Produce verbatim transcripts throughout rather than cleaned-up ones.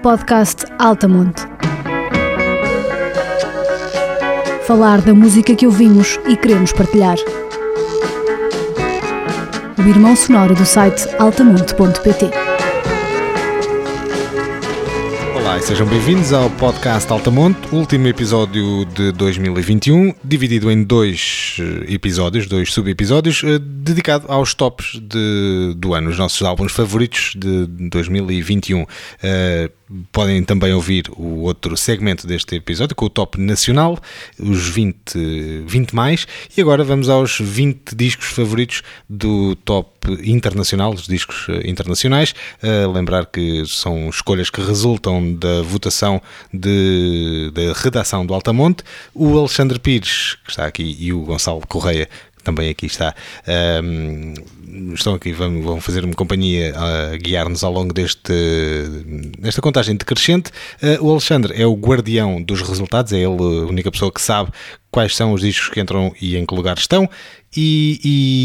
podcast Altamonte. Falar da música que ouvimos e queremos partilhar. O irmão sonoro do site altamonte ponto pt. Olá e sejam bem-vindos ao podcast Altamonte, último episódio de dois mil e vinte e um, dividido em dois episódios, dois sub-episódios, dedicado aos tops de, do ano, os nossos álbuns favoritos de dois mil e vinte e um. Uh, podem também ouvir o outro segmento deste episódio, com o top nacional, os vinte, vinte mais, e agora vamos aos vinte discos favoritos do top internacional, os discos internacionais. Uh, lembrar que são escolhas que resultam da votação de, da redação do Altamonte. O Alexandre Pires, que está aqui, e o Gonçalo Correia, também aqui está, um, estão aqui, vão, vão fazer-me companhia a guiar-nos ao longo deste, desta contagem decrescente. Uh, o Alexandre é o guardião dos resultados, é ele a única pessoa que sabe quais são os discos que entram e em que lugar estão, e,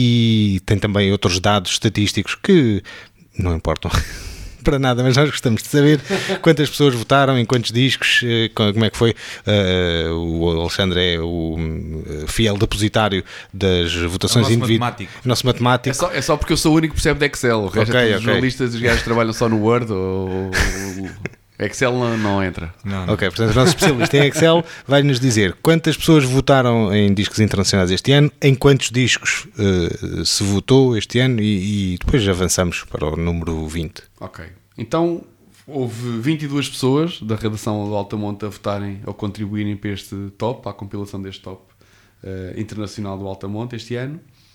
e tem também outros dados estatísticos que não importam para nada, mas nós gostamos de saber quantas pessoas votaram, em quantos discos, como é que foi. Uh, o Alexandre é o fiel depositário das votações é individuais. Nosso matemático. É só, é só porque eu sou o único que percebe de Excel. O resto okay, é todos okay. Os jornalistas, os gajos trabalham só no Word ou... Excel não, não entra. Não, não. Ok, portanto, o nosso especialista em Excel vai-nos dizer quantas pessoas votaram em discos internacionais este ano, em quantos discos uh, se votou este ano e, e depois avançamos para o número vinte. Ok, então houve vinte e duas pessoas da redação do Altamonte a votarem ou contribuírem para este top, para a compilação deste top uh, internacional do Altamonte este ano.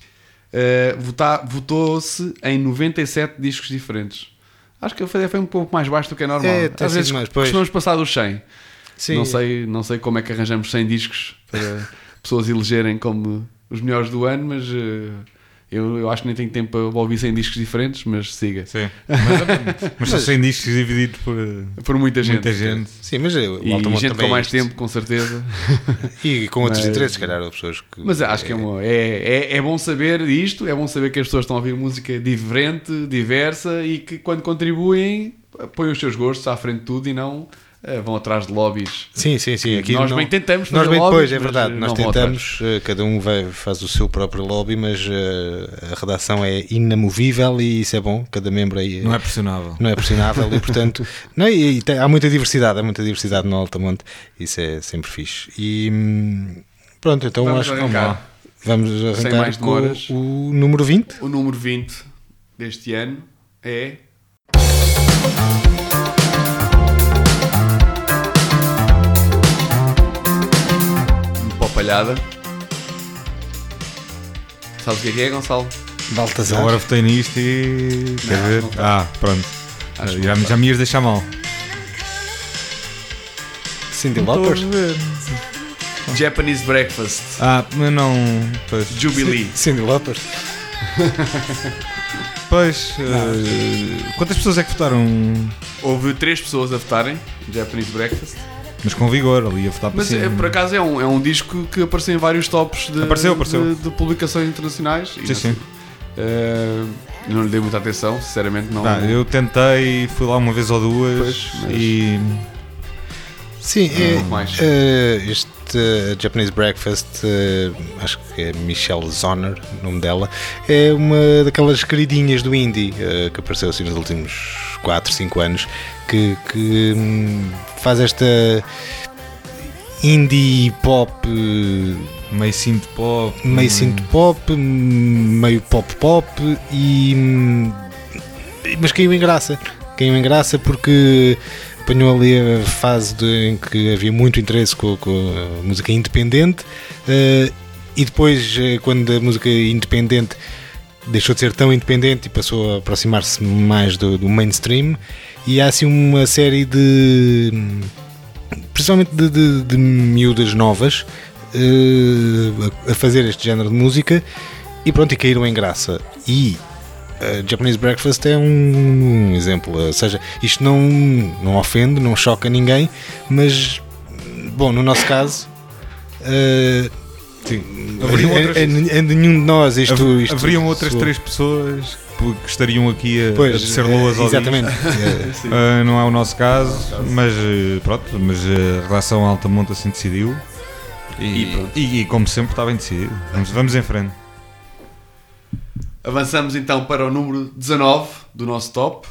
Uh, votar, votou-se em noventa e sete discos diferentes. Acho que foi um pouco mais baixo do que é normal. É, Às vezes mais, costumamos passar dos cem. Sim. Não sei, não sei como é que arranjamos cem discos para pessoas elegerem como os melhores do ano, mas uh, eu, eu acho que nem tenho tempo para ouvir cem discos diferentes, mas siga. Sim. Mas, mas são cem discos divididos por, por muita gente. Muita gente. Sim, mas eu, e o gente com mais é tempo, com certeza. E com outros mas, interesses, se calhar, ou pessoas que... Mas acho é, que é, uma, é, é, é bom saber isto, é bom saber que as pessoas estão a ouvir música diferente, diversa, e que quando contribuem põem os seus gostos à frente de tudo e não uh, vão atrás de lobbies. Sim, sim, sim. Aqui nós não, bem tentamos fazer nós bem lobbies, depois, é verdade. Nós tentamos, uh, cada um vai, faz o seu próprio lobby, mas uh, a redação é inamovível e isso é bom. Cada membro aí não é pressionável. Não é pressionável e, portanto, não, e, e tem, há muita diversidade, há muita diversidade no Altamonte. Isso é sempre fixe. E pronto, então vamos acho que arrancar. Vamos arrancar sem mais com demoras. O número vinte. O número vinte deste ano é... Palhada. Sabes o que é que é, Gonçalo? Baltazar. Agora votei nisto e... Quer não, ver? não ah, pronto. Acho já, já me ias deixar mal. Cyndi Lauper. Japanese Breakfast. Ah, mas não... Pois. Jubilee. Cyndi Lauper. Pois... Uh, quantas pessoas é que votaram? Houve três pessoas a votarem Japanese Breakfast. Mas com vigor, ali a votar para Mas cima. É, por acaso é um, é um disco que apareceu em vários tops de, apareceu, apareceu. de, de publicações internacionais. Sim, não, sim. Uh, não lhe dei muita atenção, sinceramente. Não, ah, eu tentei, fui lá uma vez ou duas pois, mas... e... Sim, é, mais. Uh, este uh, Japanese Breakfast, uh, acho que é Michelle Zoner, o nome dela, é uma daquelas queridinhas do indie uh, que apareceu assim nos últimos quatro, cinco anos, que, que um, faz esta indie pop, uh, meio synth pop, meio synth pop, meio pop pop, e, um, mas caiu em graça, caiu em graça porque apanhou ali a fase de, em que havia muito interesse com, com a música independente, uh, e depois, uh, quando a música independente deixou de ser tão independente e passou a aproximar-se mais do, do mainstream, e há assim uma série de, principalmente de, de, de miúdas novas, uh, a, a fazer este género de música, e pronto, e caíram em graça. E Uh, Japanese Breakfast é um, um exemplo, ou seja, isto não, não ofende, não choca ninguém, mas, bom, no nosso caso, uh, Sim. Haveriam Haveriam outras... em, em nenhum de nós isto, Hav- isto Haveriam outras soou. três pessoas que estariam aqui a, Pois, a descer loas eh, ao exatamente. Sim. Uh, não é o nosso caso, Não é o caso. mas uh, pronto, mas a redação Altamonte assim decidiu e, E pronto. e, e como sempre está bem decidido. Vamos, vamos em frente. Avançamos então para o número dezanove do nosso top.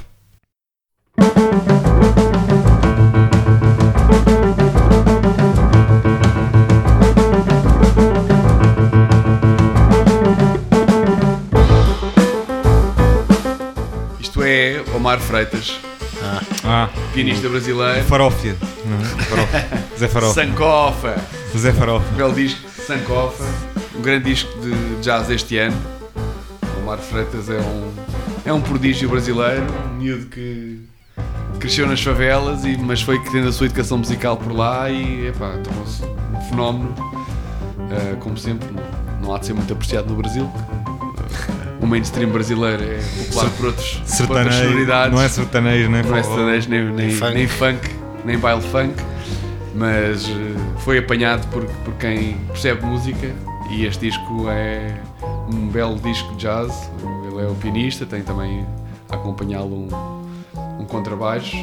Isto é Omar Freitas, Ah, pianista brasileiro. Farófia, não é? Farófia. Zé Farófia. Sankofa, Zé Farófia. belo disco Sankofa, um grande disco de jazz este ano. Omar Freitas é um, é um prodígio brasileiro, um miúdo que cresceu nas favelas, e, mas foi tendo a sua educação musical por lá e epá, tornou-se um fenómeno. Uh, como sempre, não, não há de ser muito apreciado no Brasil. O mainstream brasileiro é popular por, outros, por outras Sertanejo, sonoridades. não é sertanejo, nem Não é forró. sertanejo, nem, nem, funk. nem funk, nem baile funk, mas eh, foi apanhado por, por quem percebe música, e este disco é um belo disco de jazz. Ele é o pianista, tem também a acompanhá-lo um, um contrabaixo,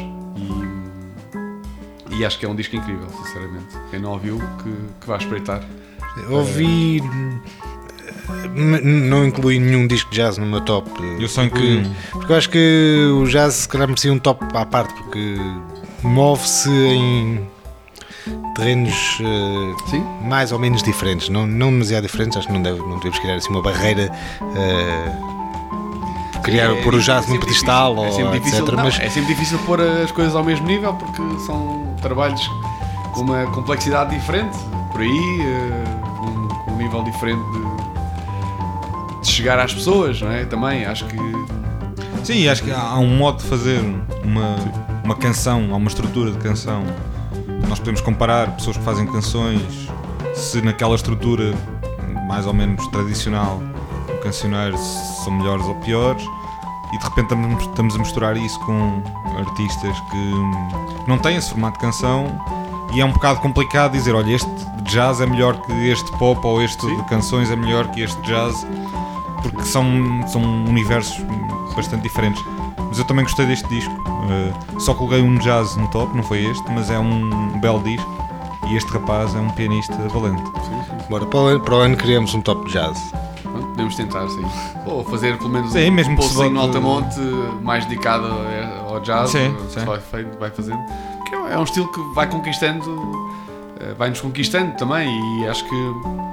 e, e acho que é um disco incrível, sinceramente. Quem não ouviu, que, que vá espreitar. Ouvi. n- Não incluí nenhum disco de jazz no meu top. Eu só incluí um. Porque eu acho que o jazz se calhar merecia um top à parte, porque move-se em terrenos eh, Sim? mais ou menos diferentes, não, não demasiado diferentes. Acho que não, deve, não devemos criar assim uma barreira, eh, criar, É- pôr o é jazz num sempre pedestal, difícil, é ou sempre difícil, etcétera. não, Mas é sempre difícil pôr as coisas ao mesmo nível, porque são trabalhos com uma complexidade diferente, por aí, eh, com, com um nível diferente de, de chegar às pessoas, não é? Também acho que Sim, acho que há um modo de fazer uma, uma canção, há uma estrutura de canção. Nós podemos comparar pessoas que fazem canções, se naquela estrutura mais ou menos tradicional o cancioneiro são melhores ou piores, e de repente estamos, estamos a misturar isso com artistas que não têm esse formato de canção, e é um bocado complicado dizer, olha, este jazz é melhor que este pop, ou este Sim. de canções é melhor que este jazz, porque são, são universos bastante diferentes. Mas eu também gostei deste disco. Uh, só coloquei um jazz no top, não foi este, mas é um belo disco, e este rapaz é um pianista valente. bora, para o ano, para o ano criamos um top de jazz. pronto, podemos tentar, sim. Ou fazer pelo menos Sim, um mesmo que se postzinho no vote- Altamonte mais dedicado ao jazz. Sim, que sim. se vai, feito, vai fazendo. Porque é um estilo que vai conquistando, eh, vai-nos conquistando também, e acho que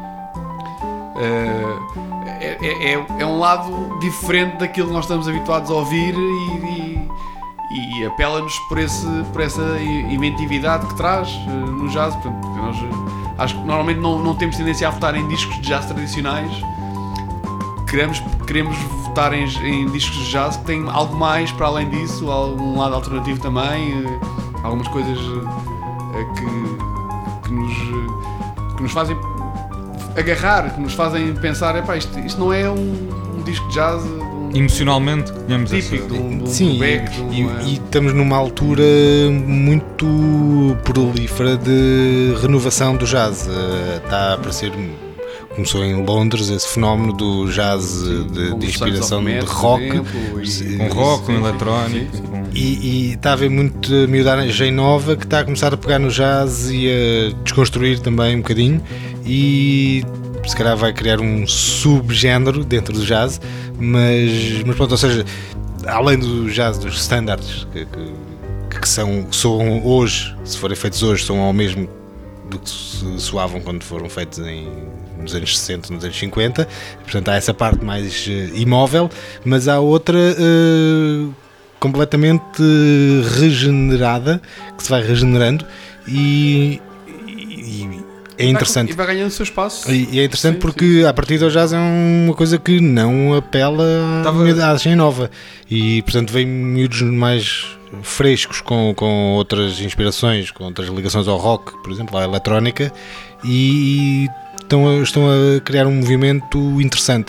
eh, é, é, é- é um lado diferente daquilo que nós estamos habituados a ouvir, e, e, e apela-nos por, esse, por essa inventividade que traz eh, no jazz. Portanto, porque nós, eh, acho que normalmente não, não temos tendência a votar em discos de jazz tradicionais. Queremos, queremos votar em, em discos de jazz que têm algo mais para além disso, um lado alternativo também, eh, algumas coisas eh, que, que, nos, eh, que nos fazem agarrar, que nos fazem pensar, epá, isto, isto não é um, um disco de jazz um, Emocionalmente, tínhamos típico essa... de um, de um Sim, Beck, de e, uma- e estamos numa altura muito prolífera de renovação do jazz. Eh, Está a aparecer, começou em Londres esse fenómeno do jazz, eh, de, como de o inspiração Sons of de Met, por rock. exemplo, e- Sim, com rock, com sim, sim, eletrónico, sim, sim. com- E, e está a haver muito miudagem nova que está a começar a pegar no jazz e a desconstruir também um bocadinho, e se calhar vai criar um subgénero dentro do jazz, mas, mas pronto, ou seja, além do jazz dos standards que, que, que são, soam hoje, se forem feitos hoje, são ao mesmo do que se soavam quando foram feitos em, nos anos sessenta, nos anos cinquenta. Portanto há essa parte mais uh, imóvel, mas há outra uh, completamente regenerada, que se vai regenerando, e, e é interessante. E vai ganhando o seu espaço. E e é interessante Sim, porque a partir do jazz é uma coisa que não apela à Tava- miudagem nova, e portanto vem miúdos mais frescos com, com outras inspirações, com outras ligações ao rock, por exemplo, à eletrónica, e estão a, estão a criar um movimento interessante.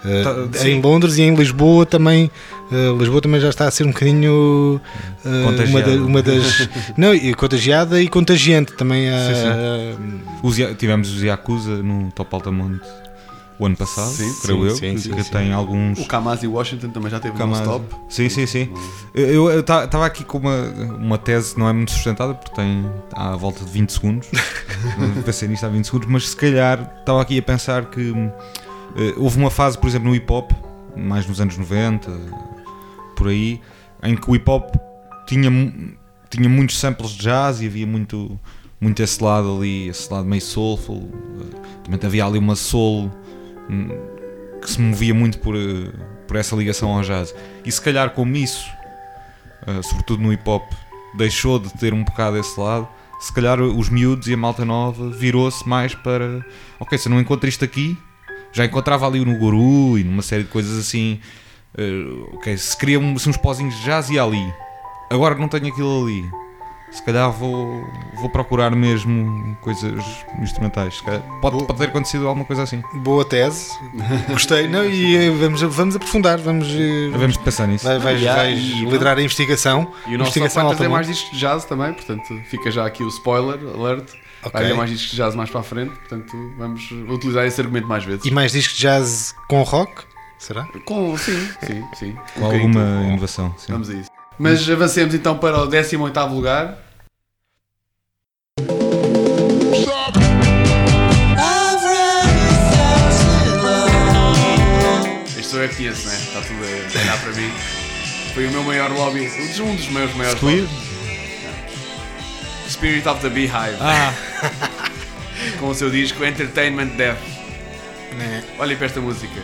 Uh, Tá, em Londres e em Lisboa também. Uh, Lisboa também já está a ser um bocadinho uh, uma, da, uma das. Não, e contagiada e contagiante também. A, Sim, sim. Os, tivemos os Yakuza no Top Altamonte o ano passado, Sim, creio sim, eu, sim, que, sim, que sim. tem alguns. O Kamasi Washington também já teve no Kamasi. stop. Sim, sim, sim. Eu estava aqui com uma, uma tese, não é muito sustentada, porque tem à volta de vinte segundos. Pensei nisto há vinte segundos, mas se calhar estava aqui a pensar que uh, houve uma fase, por exemplo, no hip hop, mais nos anos noventa, por aí, em que o hip hop tinha, tinha muitos samples de jazz e havia muito, muito esse lado ali, esse lado meio soulful. Também havia ali uma soul que se movia muito por, por essa ligação ao jazz. E se calhar como isso, sobretudo no hip hop, deixou de ter um bocado esse lado, se calhar os miúdos e a malta nova virou-se mais para, ok, se eu não encontro isto aqui, já encontrava ali no Guru e numa série de coisas assim, uh, ok, se queria um, assim, uns pozinhos de jazz, ia ali. Agora não tenho aquilo ali, se calhar vou, vou procurar mesmo coisas instrumentais. Se calhar, pode, pode ter acontecido alguma coisa assim. Boa tese, gostei. Não, e vamos, vamos aprofundar, vamos, Vamos pensar nisso. vai, vais, Yeah, vais e- liderar a investigação. E o nosso stop investigação vai trazer altamente. mais discos de jazz também, portanto fica já aqui o spoiler alert. Ok. Vai haver mais discos de jazz mais para a frente, portanto vamos utilizar esse argumento mais vezes. E mais discos de jazz com rock? Será? Com, sim, sim, sim. Com Um alguma bocadinho. inovação. Sim. Vamos a isso. Mas avancemos então para o décimo oitavo lugar. Isto eu é que conheço, né? Está tudo a olhar para mim. Foi o meu maior lobby, um dos meus maiores Squid? lobbies. Spirit of the Beehive. Ah, Com o seu disco Entertainment Death. Né? Olhem para esta música.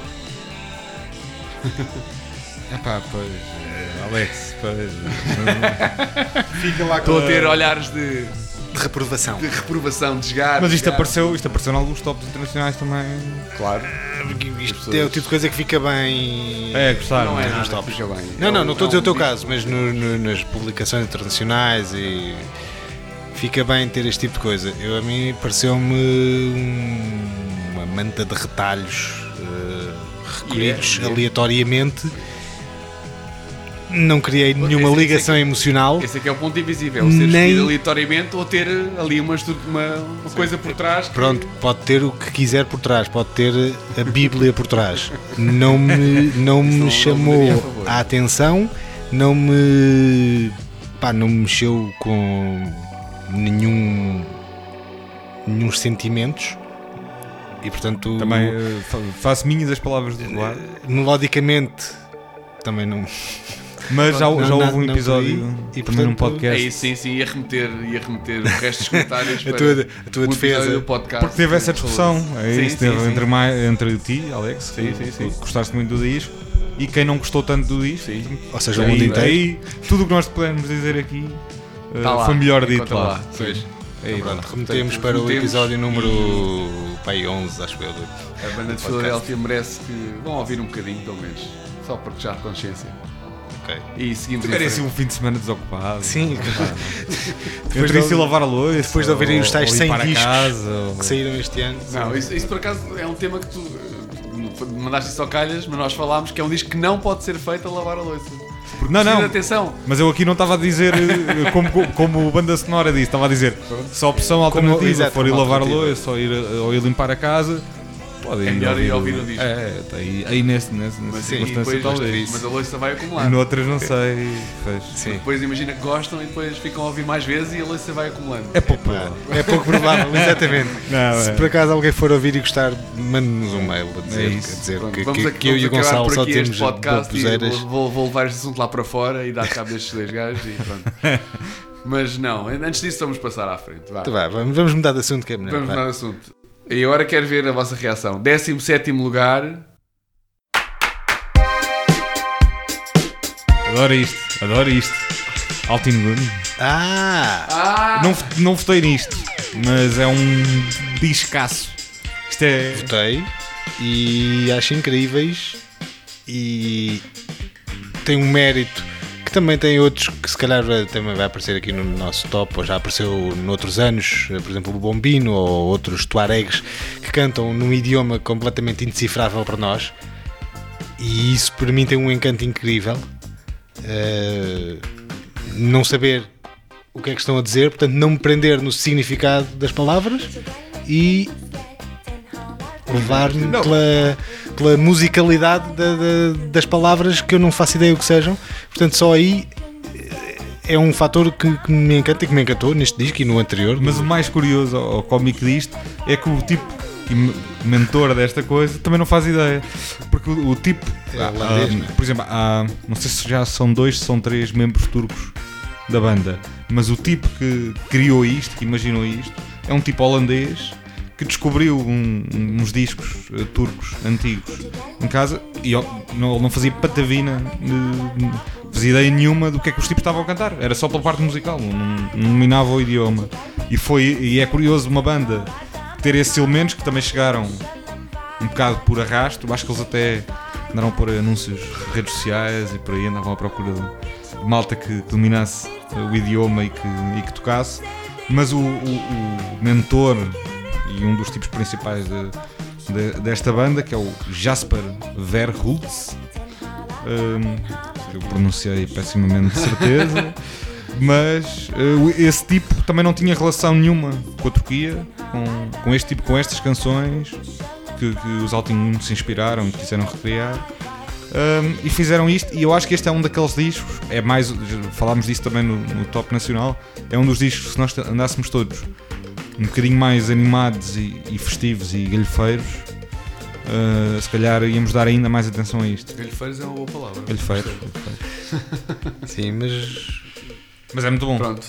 epá, pois, eh, Alex, pois. Fica lá Estou a ter olhares de, de reprovação. de reprovação, de desgar. Mas isto desgar. apareceu, isto apareceu em alguns tops internacionais também. Claro. Isto é o tipo de coisa que fica bem. É, gostaram. Não é né? nada nos tops. que fica bem. Não, não, É um- não estou a é dizer o um teu disco- caso, mas no- no- nas publicações internacionais e fica bem ter este tipo de coisa. Eu, a mim pareceu-me um- uma manta de retalhos eh, recolhidos E é, e é. aleatoriamente. Não criei nenhuma esse- ligação emocional. Esse aqui é o ponto invisível, ser Nem- escolhido aleatoriamente ou ter ali uma, estu- uma, uma coisa por trás. que- Pronto, pode ter o que quiser por trás, pode ter a Bíblia por trás. Não me, não Isso me não- não chamou me daria a favor. a atenção, não me, pá, não me mexeu com nenhum, nenhum sentimentos e portanto Também eh, fa- faço minhas as palavras do Eduardo. melodicamente também não. Mas já, Não, já não, houve um não episódio por aí. E, também num portanto, É podcast. isso, sim, sim, ia remeter, ia remeter o resto dos comentários A para tua, a tua o episódio defesa. do podcast. Porque teve essa discussão, é Sim, isso, sim, teve sim. entre, mais, entre ti, Alex, Sim, que- sim, sim. que gostaste muito do disco, e quem não gostou tanto do disco. Sim. Ou seja, o Aí, mundo inteiro. aí, tudo o que nós podemos dizer aqui eh, Tá lá, foi melhor dito encontra lá. lá. Pois. Aí, Pronto, lá. remetemos Portanto, para o remetemos episódio e- número pai, onze, acho eu. do- A banda de podcast. Filadélfia merece que vão ouvir um bocadinho, pelo menos. Só para já de consciência. Ok. E seguimos Tu em queres assim frente. um fim de semana desocupado? Sim, Entre de isso e lavar a louça. depois de ouvirem os tais ou cem limpar a discos casa, ou- que saíram este ano. Não, isso, isso por acaso é um tema que tu eh, mandaste isso ao calhas, mas nós falámos que é um disco que não pode ser feito a lavar a louça. Porque Não, precisa não. de atenção. Mas eu aqui não estava a dizer eh, como, como banda sonora disse, estava a dizer se a opção alternativa exato, for ir como lavar a alternativa. louça ou ir, ou ir limpar a casa, pode É melhor ir ouvir o disco. É, tá aí, aí nesse, nesse, nessa Mas, sim, e circunstância depois, talvez. mas a louça vai acumular. E noutras não sei. Pois. Sim. Depois imagina que gostam e depois ficam a ouvir mais vezes e a louça vai acumulando. É pouco provável. É pouco provável, exatamente. Não, Se é. por acaso alguém for ouvir e gostar, mande-nos um mail a dizer, É a isso. dizer Pronto, que, vamos que, aqui- que eu e o vamos acabar Gonçalo por só aqui temos este podcast e baboseiras. vou, vou, vou levar este assunto lá para fora e dar cabo destes dois gajos e pronto. Mas não, antes disso vamos passar à frente. Vá. Então vá, vamos, vamos mudar de assunto que é melhor. Vamos vá. mudar de assunto. E agora quero ver a vossa reação. décimo sétimo lugar. Adoro isto, adoro isto. Altin Gun. Ah! Ah! Não, não votei nisto, mas é um discaço. Isto é. Votei e acho incríveis e tem um mérito que também tem outros que se calhar vai- também vai aparecer aqui no nosso top, ou já apareceu noutros anos, por exemplo o Bombino ou outros tuaregs que cantam num idioma completamente indecifrável para nós, e isso para mim tem um encanto incrível. Uh, não saber o que é que estão a dizer, portanto não me prender no significado das palavras e levar-me pela, pela musicalidade da, da, das palavras que eu não faço ideia o que sejam. Portanto, só aí é um fator que, que me encanta e que me encantou neste disco e no anterior. Mas o mais curioso ou cómico disto é que o tipo mentor desta coisa também não faz ideia, porque o, o tipo é holandês, ah, por exemplo, há, não sei se já são dois, são três membros turcos da banda, mas o tipo que criou isto, que imaginou isto, é um tipo holandês que descobriu um, uns discos uh, turcos antigos em casa e ele não, não fazia patavina, não fazia ideia nenhuma do que é que os tipos estavam a cantar, era só pela parte musical, não, não dominava o idioma. E, foi, e é curioso uma banda ter esses elementos que também chegaram um bocado por arrasto. Acho que eles até andaram a pôr anúncios de redes sociais e por aí andavam à procura de malta que dominasse o idioma e que, e que tocasse, mas o, o, o mentor e um dos tipos principais de, de, desta banda, que é o Jasper Verhulst, um, eu pronunciei pessimamente de certeza, mas uh, esse tipo também não tinha relação nenhuma com a Turquia, com, com este tipo, com estas canções que, que os Altingun se inspiraram e quiseram recriar. Um, e fizeram isto, e eu acho que este é um daqueles discos, é mais, falámos disso também no, no Top Nacional, é um dos discos que se nós andássemos todos um bocadinho mais animados e, e festivos e galhofeiros, uh, se calhar íamos dar ainda mais atenção a isto. Galhofeiros é uma boa palavra. Galhofeiros. Sim, mas... mas é muito bom. Pronto.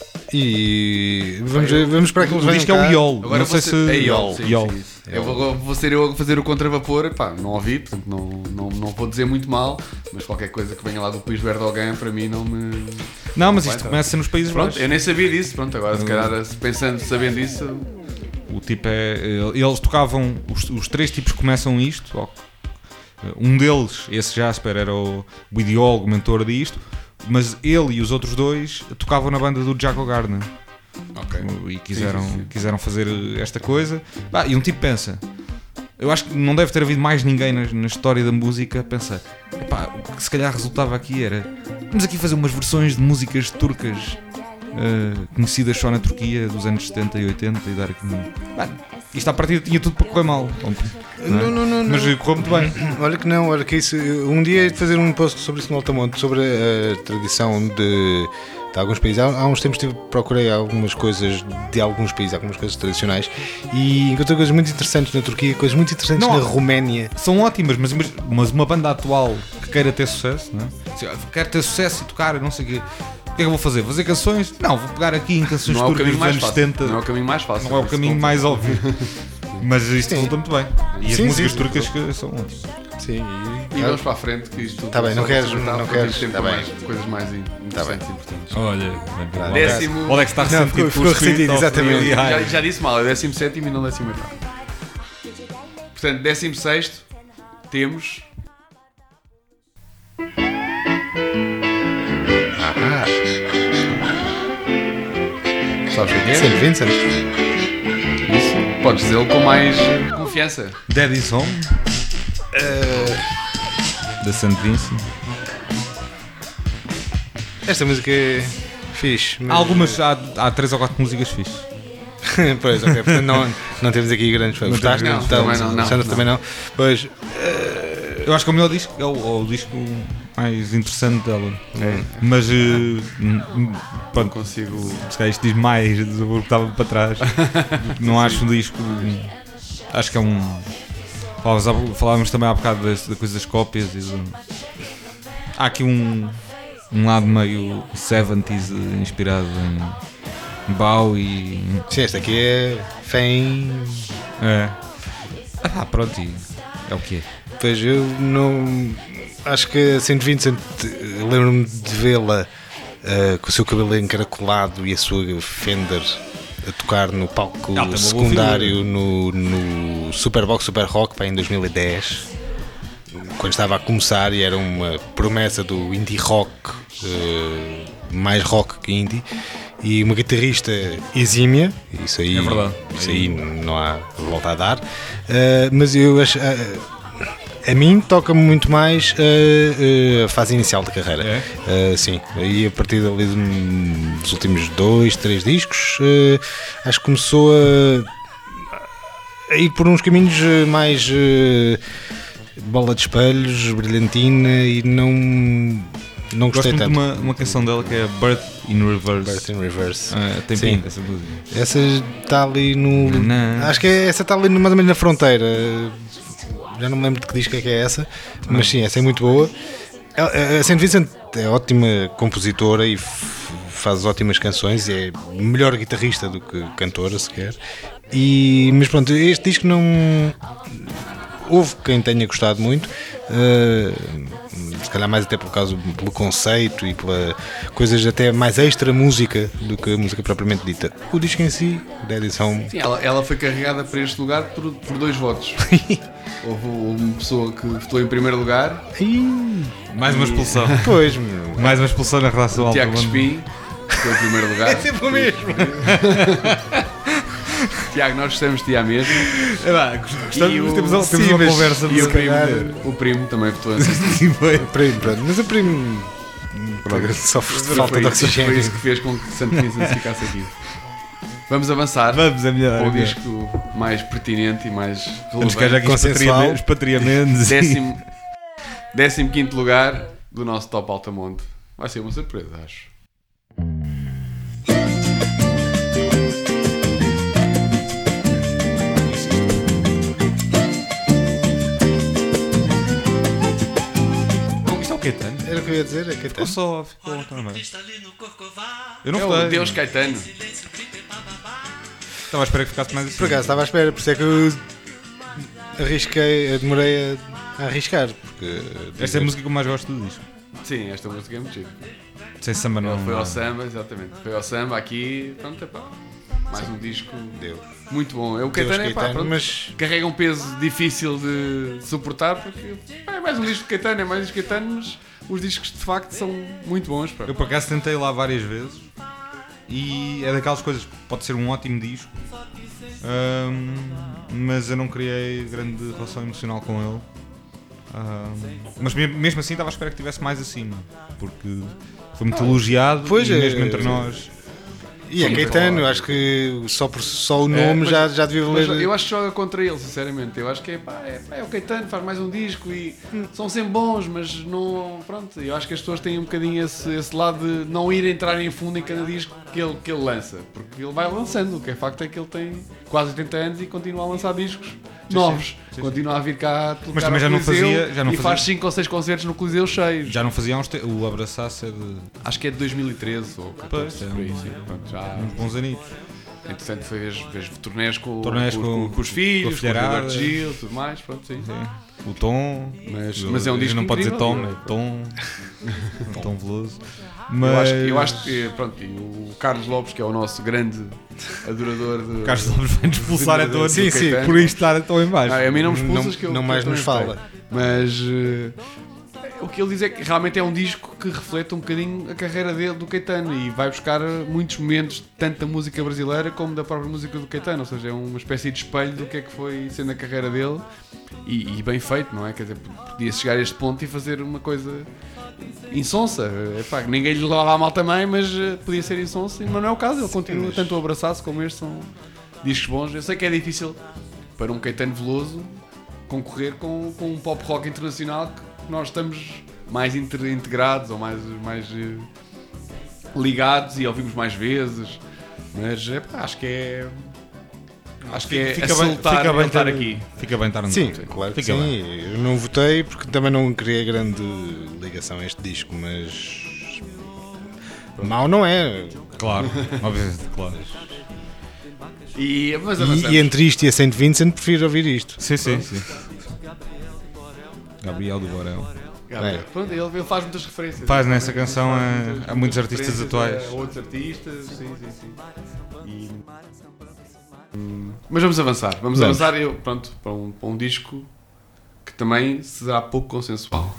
E vamos, vamos para aquilo que o disco é o Iol. Agora não sei ser... se... é Iol. Sim, Iol. sim, eu vou, vou ser eu a fazer o contravapor. Pá, não ouvi, portanto não, não, não vou dizer muito mal, mas qualquer coisa que venha lá do país do Erdogan para mim não me... Não, mas não isto vai, começa nos Países Pronto, Baixos. eu nem sabia disso. Pronto, agora se calhar pensando, sabendo isso... O tipo é... Eles tocavam... Os, os três tipos começam isto. Ó, um deles, esse Jasper, era o, o ideólogo, o mentor disto, mas ele e os outros dois tocavam na banda do Django Gardner. Okay. E quiseram, sim, sim, sim. quiseram fazer esta coisa. Bah, e um tipo pensa, eu acho que não deve ter havido mais ninguém na, na história da música a pensar, epá, o que se calhar resultava aqui era, vamos aqui fazer umas versões de músicas turcas uh, conhecidas só na Turquia dos anos setenta e oitenta e dar aqui um... Bah, isto à partida tinha tudo para correr mal, não é? Não, não, não, mas correu muito bem. Olha que não, olha que isso. Um dia hei de fazer um post sobre isso no Altamonte, sobre a tradição de, de alguns países. Há, há uns tempos tive, procurei algumas coisas de alguns países, algumas coisas tradicionais, e encontrei coisas muito interessantes na Turquia, coisas muito interessantes não, na Roménia. São ótimas, mas, mas uma banda atual que queira ter sucesso, não é? Quer ter sucesso e tocar, não sei o quê. O que é que eu vou fazer? Fazer canções? Não, vou pegar aqui em canções não turcas é dos anos setenta. Não é o caminho mais fácil. Não é o caminho mais óbvio. Mas isto sim. resulta muito bem. E as sim, músicas sim, turcas sim. que são ótimas. Sim, e, e vamos para a frente, que isto tá bem, não queres, não queres, tempo tá bem. mais, coisas mais interessantes e importantes. Olha, Tá, décimo. Olha que está Não, ressentido. ficou- ficou por escrito, ressentido, ao exatamente. frio. Já, já disse mal, é décimo sétimo e não décimo oitavo. Portanto, décimo sexto temos. Ah, Sabes o que é? Saint Vincent. Isso. Podes dizê-lo com mais confiança. Daddy's Home, da Saint Vincent. Esta música é fixe. Há algumas, há, há três ou quatro músicas fixes. Pois, ok, portanto não, não temos aqui grandes fãs. Não Gostaste? temos, não, Então, também não, não, Alexandre não. também não. Pois, Eu acho que é o melhor disco, é o, é o disco mais interessante dela. É. Mas, uh, pronto, Consigo. se calhar isto diz mais do que estava para trás. Não acho um disco. Acho que é um. Falávamos, falávamos também há bocado da, da coisa das cópias. E do, há aqui um, um lado meio setenta inspirado em Bowie. sim, esta aqui é Fame. É. Ah, pronto, e é o que é. Pois eu não. Acho que a Saint Vincent, lembro-me de vê-la uh, com o seu cabelo encaracolado e a sua Fender a tocar no palco Ah, tem uma boa secundário no, no Superbox Super Rock pá, em dois mil e dez, quando estava a começar e era uma promessa do indie rock, uh, mais rock que indie, e uma guitarrista exímia, isso aí, É verdade. isso aí não há volta a dar, uh, mas eu acho. Uh, A mim toca-me muito mais uh, uh, a fase inicial da carreira. É? Uh, sim, aí a partir dali de- dos últimos dois, três discos, uh, acho que começou a, a ir por uns caminhos uh, mais uh, bola de espelhos, brilhantina e não, não Gosto gostei muito de tanto. uma, uma canção dela que é Birth in Reverse. Birth in Reverse. Ah, tem Sim. pinta essa música. Essa está ali no. Não. Acho que é- essa está ali no- mais ou menos na fronteira. Já não me lembro de que disco é que é essa, mas sim, essa é muito boa. A a Saint Vincent é ótima compositora e f- faz ótimas canções e é melhor guitarrista do que cantora sequer. E, mas pronto, este disco não. Houve quem tenha gostado muito, eh, se calhar mais até por causa pelo conceito e pela coisas até mais extra música do que a música propriamente dita. O disco em si, da edição. Sim, ela, ela foi carregada para este lugar por, por dois votos. Houve uma pessoa que votou em primeiro lugar, Mais uma expulsão. Pois, meu. Mais uma expulsão na relação o alta. Tiago Espinho, votou em primeiro lugar. É sempre o mesmo. Tiago, nós gostamos de ti à mesma. É, vá, gostamos, E o- temos, uma- sim, temos uma mas- conversa. E o se calhar- primo, o primo também votou em Sim, foi. Primo, pronto. Mas o primo sofre de falta foi de isso, oxigênio. foi isso que fez com que Santo Vincent ficasse aqui. Vamos avançar Vamos, é melhor. para o é melhor. disco mais pertinente e mais Antes que haja relevante. aqui Consensual. expatriamentos. Décimo, décimo quinto lugar do nosso Top Altamonte. Vai ser uma surpresa, acho. Isto é o Caetano? Era o que eu ia dizer, é que Ficou só. Ficou também. Eu não É o votei. Deus Caetano. Estava à espera que ficasse mais assim. por acaso estava à espera, por isso é que eu arrisquei, eu demorei a, a arriscar. Porque Esta é a música que eu mais gosto do disco. Sim, esta música é muito gira. Sem samba não. Ele foi ao samba, exatamente. Foi ao samba aqui, pronto, epá. Mais um disco Deus. muito bom. É o Deus Caetano, epá, Caetano, pronto. mas Carrega um peso difícil de suportar porque pá, é mais um disco de Caetano, é mais um disco de Caetano, mas os discos de facto são muito bons. Pá. Eu por acaso tentei lá várias vezes e é daquelas coisas que pode ser um ótimo disco, ahm, mas eu não criei grande relação emocional com ele. Ahm, mas me- mesmo assim estava à espera que tivesse mais acima, porque foi muito elogiado pois e é, mesmo é, entre é. nós. E é Sim, Caetano, claro. acho que só, por, só o nome mas- já, já devia Mas valer. eu acho que joga contra ele, sinceramente. Eu acho que é, pá, é, pá, é o Caetano, faz mais um disco e são sempre bons, mas não. Pronto, eu acho que as pessoas têm um bocadinho esse, esse lado de não ir entrar em fundo em cada disco que ele, que ele lança, porque ele vai lançando. O que é facto é que ele tem quase oitenta anos e continua a lançar discos novos. sim, Continua a vir cá tocar Mas também ao já não Coliseu fazia- já não e fazia- faz cinco ou seis concertos no Coliseu cheios. Já não fazia há uns te... O Abraçasse é de Acho que é de dois mil e treze ou catorze, Pois, é por aí, um- sim. Pronto, já, uns bons anitos. entretanto, foi vez, vez turnés com, Turnés com, com- com, com os filhos, com o filharada. Roberto Gil, tudo mais. Pronto, sim. Sim. O Tom. Mas, Eu- mas é um eu disco não pode dizer incrível. Tom, é Tom. Tom Veloso. Eu Mas acho, que- eu acho que, pronto, e o Carlos Lopes, que é o nosso grande adorador de. Carlos Lopes vai-nos expulsar a todos Sim, sim, por isto estar tão em baixo. Ah, a mim não me expulsas Não- que eu não que mais eu nos também fala. sei. Mas eh, o que ele diz é que realmente é um disco que reflete um bocadinho a carreira dele do Caetano e vai buscar muitos momentos tanto da música brasileira como da própria música do Caetano, ou seja, é uma espécie de espelho do que é que foi sendo a carreira dele e, e bem feito, não é? Quer dizer, podia chegar a este ponto e fazer uma coisa insonsa. Epá, ninguém lhe leva a mal também, mas eh, podia ser insonsa, mas não é o caso, ele continua mas- tanto o Abraçasse como este são discos bons. Eu sei que é difícil para um Caetano Veloso concorrer com, com um pop rock internacional que nós estamos mais inter- integrados ou mais, mais eh, ligados e ouvimos mais vezes, mas epá, acho que é acho que é Fica a bem- salutar fica ele bem estar ter- aqui. Fica bem estar no Sim, top. claro que Fica sim. bem. Eu não votei porque também não criei grande ligação a este disco, mas. Mau não é. Claro, obviamente, claro. E, mas avançamos. E, e entre isto e a Saint Vincent, prefiro ouvir isto. Sim, sim, sim. Gabriel do Borel. Gabriel, É. pronto, ele, ele faz muitas referências. Faz Ele nessa faz canção muitas- a- a muitos muitas artistas referências atuais. A outros artistas, sim, sim, sim. E- Mas vamos avançar. Vamos, Vamos. avançar eu, pronto, para um, para um disco que também será pouco consensual.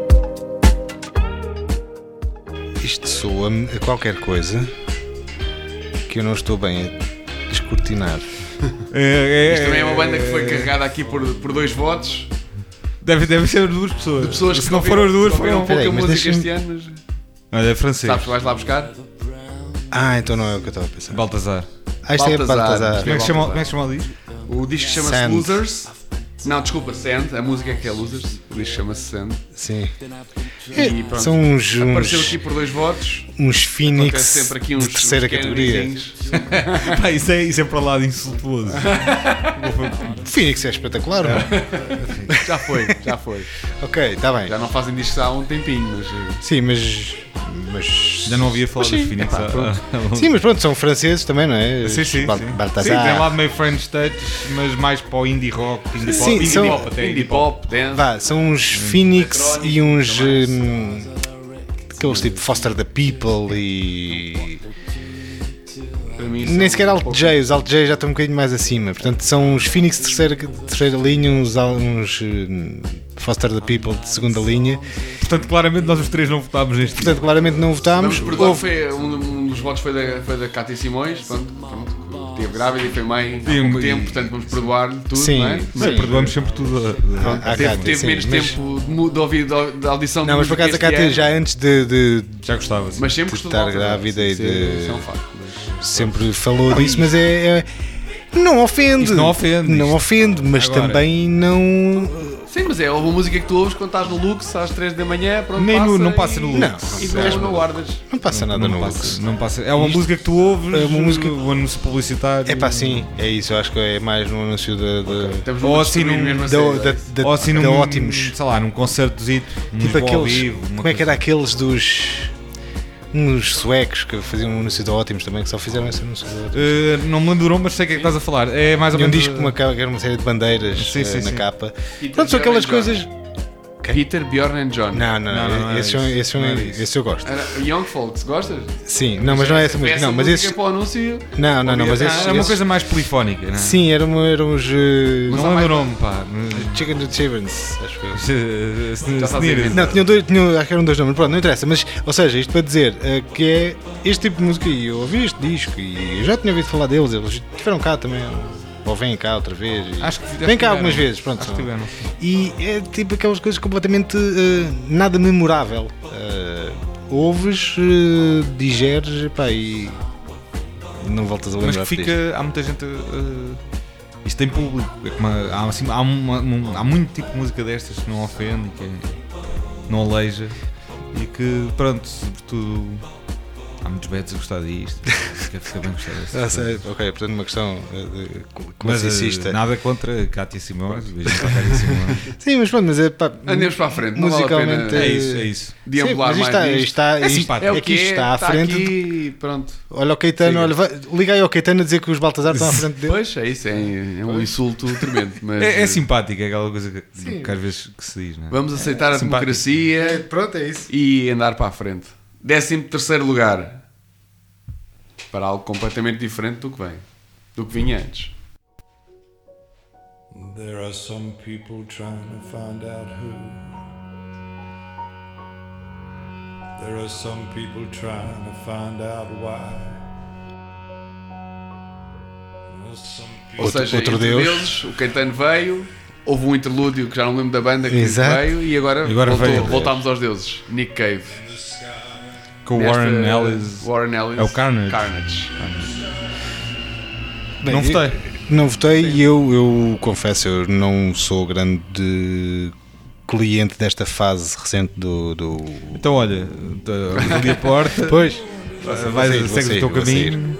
Isto soa-me a qualquer coisa que eu não estou bem a descortinar. É, é, Isto também é uma banda que foi é, carregada aqui por, por dois votos. Deve, deve ser duas pessoas. De pessoas Se que não foram as duas, ouviram foram. pouca Peraí, mas música deixa-me- este ano, mas Olha, é francês. sabes, vais lá buscar? Ah, então não é o que eu estava a pensar. Baltazar. Ah, isto é Baltazar. Baltazar. Como é que chama, como é que chama o disco? O disco chama-se Sand. Losers. Não, desculpa, Sand. A música é que é Losers. O disco chama-se Sand. Sim. E pronto, São uns, apareceu uns, aqui por dois votos. uns Acontece Phoenix sempre aqui uns, de terceira uns categoria. Kennedyzinhos. Pá, isso, é, isso é para lá de insultuoso. Phoenix é espetacular, não é? Já foi, já foi. Ok, está bem. Já não fazem discos há um tempinho, mas... eh, Sim, mas. mas Já não havia falado Mas dos sim, Phoenix. epá, há- pronto. há- Sim, mas pronto, são franceses também, não é? Sim, sim, Bal- sim. Baltazar. Sim, tem lado meio French touch, mas mais para o indie rock, indie Sim, pop, indie são- pop até. Indie pop, dance. Vá, são uns Phoenix e uns. hum, aqueles tipo Foster the People e. Para mim, Nem são sequer um Alt pouco- J, os Alt J já estão um bocadinho mais acima. Portanto, são uns Phoenix de terceira, de terceira linha, uns, al- uns hum, Foster the People de segunda linha. Portanto, claramente nós os três não votámos neste. Portanto, claramente não Vamos votámos. perdoar, Houve- foi, um, um dos votos foi da, foi da Cátia Simões, pronto, pronto, teve grávida e foi mãe há Sim, pouco e- tempo, portanto vamos perdoar-lhe tudo, Sim, não é? sim. Mas perdoamos sempre tudo. a- a- Pronto, à teve Cátia, teve sim, menos mas- tempo de, mu- de ouvir de, de audição Não, de mas por música acaso a este Cátia ano, já antes de, de- Já gostava. sim. mas sempre de gostou estar Baltazar. grávida e Isso de- é- isso é um facto, mas- sempre falou disso, mas é. é- não ofende. Isto não ofende, Não isto- ofende, mas Agora- também não. Sim, mas é uma música que tu ouves quando estás no Lux às três da manhã, pronto, Nem no- passa não passa e- no Lux. E Não, não, não guardas. Não passa nada não no passa, Lux. não passa. É uma Isto- música que tu ouves, é uma música- o anúncio publicitário. É pá, sim, é isso. Eu acho que é mais no anúncio da. da Estamos Ou a assim destruir num- mesmo a da, série. da, da, Ou assim da num, Ótimos. sei lá, num concertozito, num Tipo ao aqueles. vivo, uma Como é que era coisa aqueles dos. Uns suecos que faziam um anúncio de Ótimos também, que só fizeram esse anúncio de Ótimos. assim. Uh, não me lembro, mas sei o que é que estás a falar. É mais ou Tinha um menos. disco com uma, ca- que era uma série de bandeiras Sim, eh, sim, na sim. capa. Peter, Pronto, são Bjorn aquelas and coisas. John. Peter, Bjorn and John. Não, não, Não, não. não, não é esse, são- isso. esse, são- Não é isso. esse eu gosto. Era Young Folks, gostas? Sim, não, mas não é essa música. Essa Não, mas música esse. para o anúncio. Não, não, não, mas Ah, esses. é uma esses- coisa mais polifónica, não é? Sim, eram, eram os. eh, Mas Não há lembro o mais- nome, pá. Chicken and Chivens, acho que eu. Se- se- Já se- está a dizer. Não, tinham dois, tinham, acho que eram dois nomes, pronto, não interessa, mas, ou seja, isto para dizer eh, que é este tipo de música, e eu ouvi este disco e eu já tinha ouvido falar deles, eles estiveram cá também, ou vêm cá outra vez, e Acho que acho vêm que cá algumas tiveram. vezes, pronto, Acho são- que tiveram. e é tipo aquelas coisas completamente eh, nada memorável, Eh, ouves, eh, digeres, epá, e não voltas a lembrar. Mas que fica. Há muita gente. uh, isto tem público. É como há, há, assim, há, uma- um- há muito tipo de música destas que não ofende e que não aleija. E que, pronto, sobretudo. Há muitos betos a gostar disto. Fica, fica bem gostar desta. Ah, sei, ok, portanto uma questão eh, de Mas classicista. uh, nada contra Cátia Simões. Beijinho para a Cátia Simões. Sim, mas pronto, mas é pá, Andemos para a frente, não vale a musicalmente pena É isso, é isso. deambular Sim, mas mais isto está, nisto. está, É isto- simpático. É o é que isto está à está frente. de- aqui, pronto. Olha o Caetano, Siga. olha, vai, liga aí ao Caetano a dizer que os Baltazar estão à frente dele. Pois, é isso, é, é um insulto tremendo. Mas É, é simpático, é aquela coisa que, que às vezes que se diz, não é? vamos aceitar a Simpático. democracia Pronto, é isso. e andar para a frente. Décimo terceiro lugar. Para algo completamente diferente do que vem. Do que vinha antes. There are some people trying to find out who. There are some people trying to find out why. There's some people Ou Outro- seja, outro entre Deus. deles, o Caetano veio, houve um interlúdio que já não lembro da banda que Exato. veio e agora, E agora voltou, veio. voltámos aos deuses. Nick Cave. Com o Nesta- Warren Ellis. Warren Ellis. É o Carnage. Carnage. Bem, Não votei. eu- Não votei e eu, eu confesso, eu não sou grande cliente desta fase recente do. do... Então, olha, ali a porta. Pois, Vais, vou sair, vou segues sair, o teu vou sair. caminho.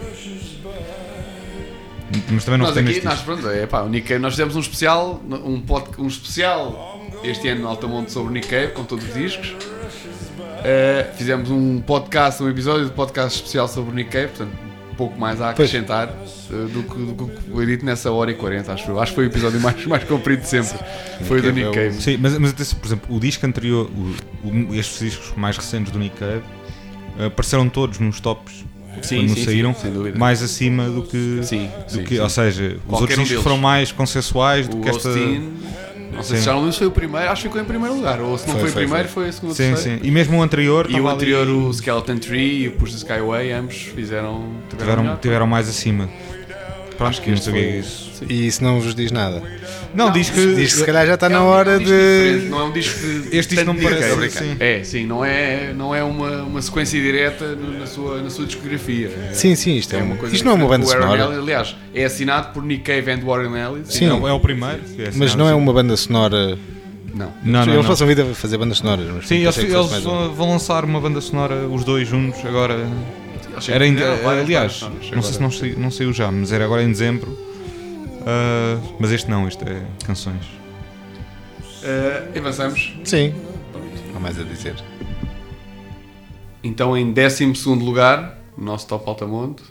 Mas também não Nós votei aqui, neste nós, disco. pronto, é, pá, o Nick Cave, nós fizemos um especial, um, pod, um especial este ano no Altamonte sobre o Nick Cave, com todos os discos. Uh, fizemos um podcast, um episódio de podcast especial sobre o Nick Cave, portanto, um pouco mais a acrescentar uh, do, que, do que foi dito nessa hora e quarenta, acho eu. Acho que foi o episódio mais, mais comprido de sempre. Foi o do Nick Cave. Sim, mas, mas atenção, por exemplo, o disco anterior, o, o, estes discos mais recentes do Nick Cave, uh, apareceram todos nos tops. Sim, quando sim, saíram, sim, sem dúvida. mais acima do que. Sim, do sim, que sim. Ou seja, os Qualquer outros um discos deles. foram mais consensuais do O que esta. Austin, Não sei se já não lembro se foi o primeiro, acho que ficou em primeiro lugar. Ou se não foi, Foi, o foi, primeiro, foi. foi a segunda Sim, terceira. sim. E mesmo o anterior. E o estava anterior, ali- o Skeleton Tree e o Push the Skyway, ambos fizeram. Tiveram, tiveram, melhor. tiveram mais acima. Pronto, Acho que não este sei o que é foi- isso. E isso não vos diz nada. Não, Não, diz que. Diz que se calhar já está É na um- hora é um disco diferente, de. não é um disco de. Este disco não me tanto parece. dedica- Sim. É, sim, não é, não é uma, uma sequência direta no- na sua, na sua discografia. É, Sim, sim, isto, é é uma uma coisa isto não é uma banda diferente. O Warren sonora. Ellis, aliás, é assinado por Nick Cave and Warren Ellis. Sim. É o- é o primeiro. que é Mas assinado não é assim. uma banda sonora. Não. Não, não, eles não. passam a vida a fazer bandas sonoras. Mas Sim, eles, pensei que fosse eles mais um. vão, vão lançar uma banda sonora, os dois juntos, agora. Eles Era em, fizeram várias aliás, bandas sonoras, não sei se não, saiu- não saiu já, mas era agora em dezembro. Ah, mas este não, este é canções. Uh, avançamos. Sim, não há mais a dizer. Então, em décimo segundo lugar, o nosso Top Altamonte.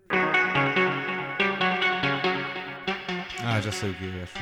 Ah, já sei o que é, acho.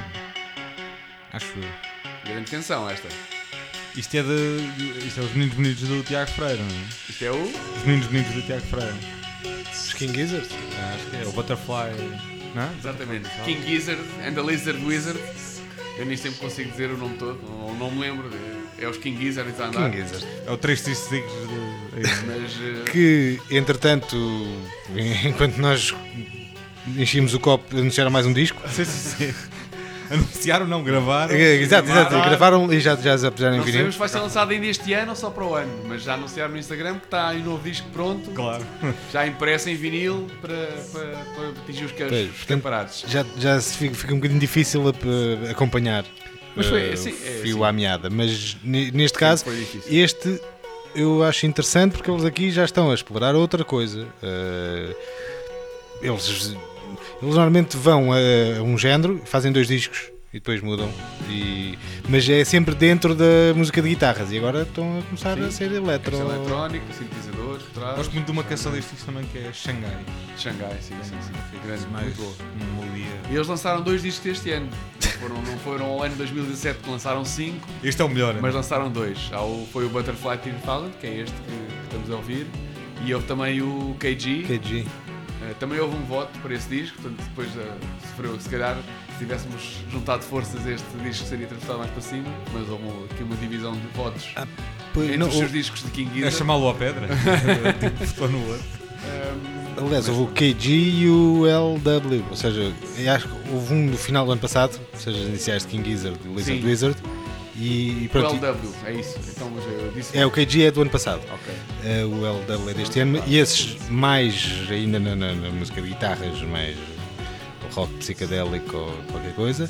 Acho eu. Grande canção esta. Isto é de. Isto é os Meninos Bonitos do Tiago Freire, não é? Isto é o. Os Meninos Bonitos do Tiago Freire. Os King Gizzard? Ah, acho que é. O Butterfly. Não é? Exatamente. King Gizzard and the Lizard Wizard. Eu nem sempre consigo dizer o nome todo, ou não me lembro. É os King Gizzards a andar. King Gizzard. É o três três seis de. é isso. Mas. uh, Que, entretanto, enquanto nós enchíamos o copo, anunciaram mais um disco. Sim, sim, sim. Anunciaram, não gravaram. É, Exato, exato. gravaram. Gravaram e já, já se puseram em Não vinil. sabemos se vai ser lançado ainda este ano ou só para o ano, mas já anunciaram no Instagram que está aí um novo disco pronto, Claro. já impresso em vinil para, para, para atingir os, Pois, os portanto, camaradas. Já, já se fica, fica um bocadinho difícil a, a acompanhar Mas foi, eh, assim, o é, fio assim. à meada. Mas ne- neste caso, Foi difícil. este eu acho interessante porque eles aqui já estão a explorar outra coisa. Eh, eles, eles normalmente vão a, a um género, fazem dois discos e depois mudam. E, mas é sempre dentro da música de guitarras e agora estão a começar Sim. a ser eletro. Esse eletrónico, sintetizador, por trás. Gosto muito de uma canção deste disco também que é Xangai. Xangai, sim, sim, sim. Grande, Mais muito boa. uma melodia. E eles lançaram dois discos este ano. Não foram, não foram ao ano dois mil e dezassete que lançaram cinco, Este é o melhor, mas né? lançaram dois. Há o, foi o Butterfly três mil, que é este que, que estamos a ouvir, e houve também o K G. K G. Uh, também houve um voto para esse disco, portanto depois uh, sofreu, se calhar se tivéssemos juntado forças este disco seria transportado mais para cima, mas houve um- aqui uma divisão de votos Pois, entre não, os o- seus discos de King É Gizzard. chamá-lo à pedra. Tipo, estou no outro. Um, Aliás, houve o K G e o L W, ou seja, eu acho que houve um no final do ano passado, ou seja, as iniciais de King Gizzard e Lizard Sim. Wizard, e, e o pronto, L W, é isso. Então mas eu disse. é, o K G é do ano passado, Ok. é, o L W é deste ano, e esses mais ainda na, na- na música de guitarras, mais rock psicadélico ou qualquer coisa,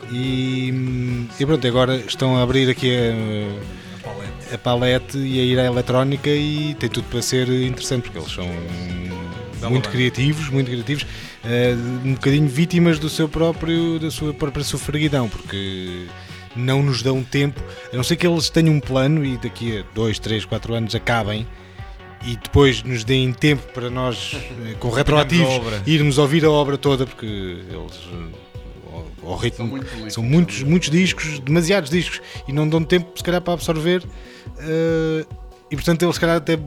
e, e pronto, agora estão a abrir aqui a, a palete e a ir à eletrónica e tem tudo para ser interessante, porque eles são muito banda. criativos, muito criativos, eh, um bocadinho vítimas do seu próprio, da sua própria sofreguidão, porque não nos dão tempo, a não ser que eles tenham um plano e daqui a dois, três, quatro anos acabem e depois nos deem tempo para nós, eh, com retroativos, a obra. irmos ouvir a obra toda, porque eles eh, ao, ao ritmo São muito prolíficos, são muitos, são muitos discos, demasiados discos e não dão tempo se calhar para absorver, eh, e portanto eles se calhar até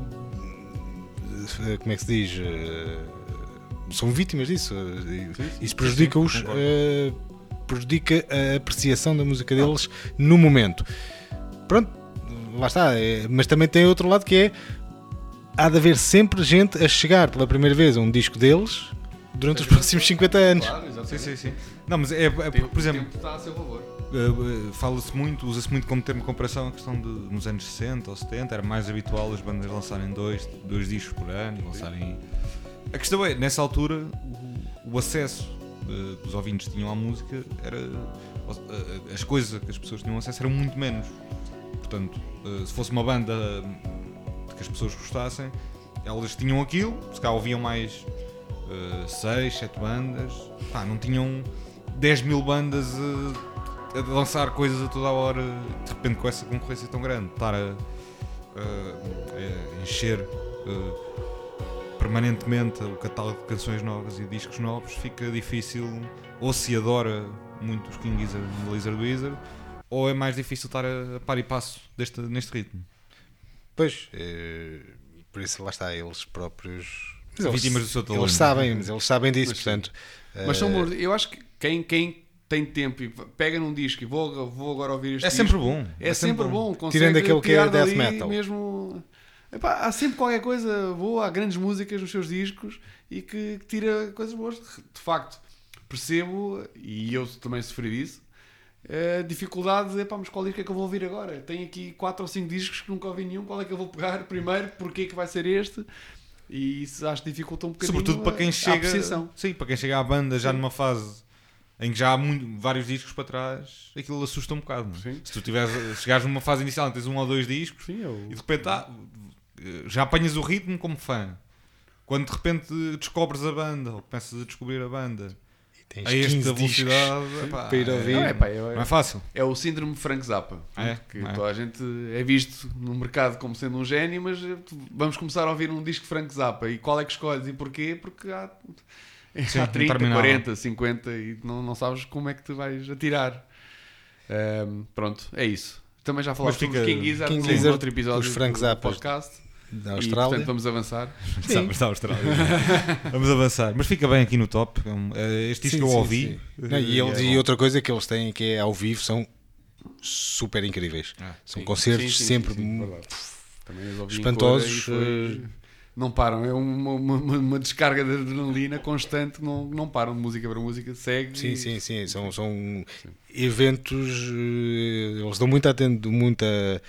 eh, como é que se diz, eh, são vítimas disso, eh, e isso prejudica-os, concordo. eh, prejudica a apreciação da música deles no momento. Pronto, lá está, é, mas também tem outro lado que é, há de haver sempre gente a chegar pela primeira vez a um disco deles durante os próximos cinquenta anos. Claro, Sim, exatamente. sim, sim. Não, mas é, é porque, Tempo- por exemplo, tempo está a seu favor. Uh, uh, fala-se muito, usa-se muito como termo de comparação a questão de nos anos sessenta ou setenta, era mais habitual as bandas lançarem dois, dois discos por ano, lançarem. A questão é, nessa altura, o, o acesso uh, que os ouvintes tinham à música era. Uh, uh, as coisas que as pessoas tinham acesso eram muito menos. Portanto, uh, se fosse uma banda de que as pessoas gostassem, elas tinham aquilo, se calhar ouviam mais uh, seis, sete bandas, pá, não tinham dez mil bandas uh, a lançar coisas a toda a hora, de repente com essa concorrência tão grande, estar a, a- a encher uh, permanentemente o catálogo de canções novas e discos novos, fica difícil, ou se adora muito os King Gizzard e o Lizard Wizard, ou é mais difícil estar a, a par e passo deste, neste ritmo. Pois, eh, por isso lá está, eles próprios São vítimas do seu talento. Eles sabem, mas eles sabem disso, Mas sim. portanto. Mas são eh, bons. Eu acho que quem, quem tem tempo e pega num disco e vou, vou agora ouvir este É disco, sempre bom. é, é sempre, sempre bom. bom. Tirando aquele que é death metal. Mesmo... Epá, há sempre qualquer coisa boa, há grandes músicas nos seus discos e que, que tira coisas boas. De facto, percebo, e eu também sofri disso, a dificuldade de, epá, mas qual disco é que eu vou ouvir agora? Tenho aqui quatro ou cinco discos que nunca ouvi nenhum, qual é que eu vou pegar primeiro, porquê que vai ser este? E isso acho que dificulta um bocadinho. Sobretudo para quem a, chega, a apreciação. Sim, para quem chega à banda já sim. numa fase em que já há muito, vários discos para trás, aquilo assusta um bocado. Não? Se tu tiveres, chegares numa fase inicial e tens um ou dois discos sim, eu... e de repente ah, já apanhas o ritmo como fã. Quando de repente descobres a banda ou começas a descobrir a banda tens a esta velocidade epá, para ir ouvir. É, epá, é, não é fácil. É o síndrome Frank Zappa. É, que é. toda a gente é visto no mercado como sendo um gênio, mas vamos começar a ouvir um disco de Frank Zappa. E qual é que escolhes e porquê? Porque há, Sim, há trinta, quarenta, cinquenta e não, não sabes como é que te vais atirar. Um, pronto, é isso. Também já falámos sobre os King Gizzard King num outro episódio os Frank do podcast. Da Austrália. E, portanto, vamos avançar. Sim. Da Austrália. Vamos avançar. Mas fica bem aqui no top. Este disco que eu ouvi. Sim. Não, e, eles, é e outra coisa que eles têm que é ao vivo são super incríveis. Ah, são sim. concertos sim, sim, sempre sim, sim, espantosos. Foi... Não param. É uma, uma, uma descarga de adrenalina constante. Não, não param de música para música. Segue. Sim, e... sim, sim. São, são sim. eventos. Eles dão muito atento, muita.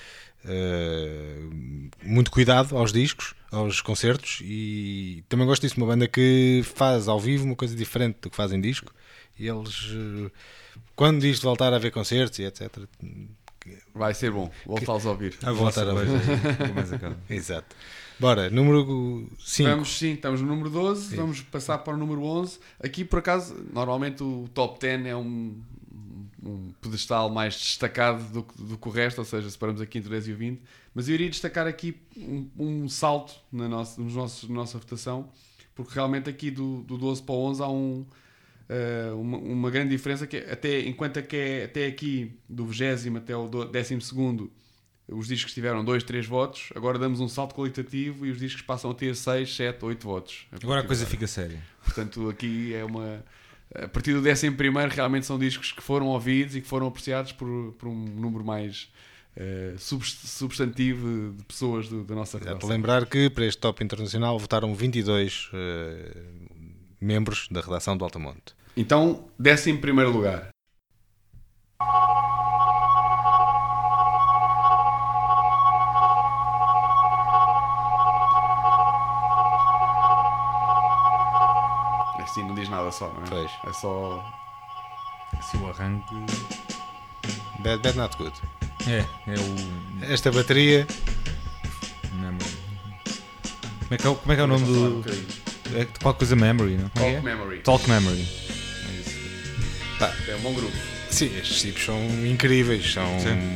Uh, muito cuidado aos discos, aos concertos, e também gosto disso, uma banda que faz ao vivo uma coisa diferente do que faz em disco, e eles uh, quando isto voltar a ver concertos e etcétera vai ser bom voltá-los a ouvir, a voltar a ouvir. Exato. Bora, número cinco. Vamos, sim, estamos no número doze, sim. Vamos passar para o número onze. Aqui por acaso, normalmente o top dez é um um pedestal mais destacado do que, do que o resto, ou seja, separamos aqui entre o dez e o vinte, mas eu iria destacar aqui um, um salto na nossa, nos nossos, na nossa votação, porque realmente aqui do, do doze para o onze há um, uh, uma, uma grande diferença, que até, enquanto que é, até aqui do vigésimo até o décimo segundo os discos tiveram dois, três votos, agora damos um salto qualitativo e os discos passam a ter seis, sete, oito votos. Agora a coisa fica séria. Portanto, aqui é uma... A partir do décimo primeiro realmente são discos que foram ouvidos e que foram apreciados por, por um número mais uh, substantivo de pessoas do, da nossa redação. É para lembrar que para este top internacional votaram vinte e dois uh, membros da redação do Altamonte. Então, décimo primeiro lugar. Sim, não diz nada só, não é? Pois. É só... Assim o arranque... Bad, bad, not good. É, é o... Esta bateria... Memory. Como é que é, como é, que é o nome do... Um é qualquer coisa Memory, não? Talk é? Memory. Talk Memory. É isso. Tá, é um bom grupo. Sim, estes tipos são incríveis, são...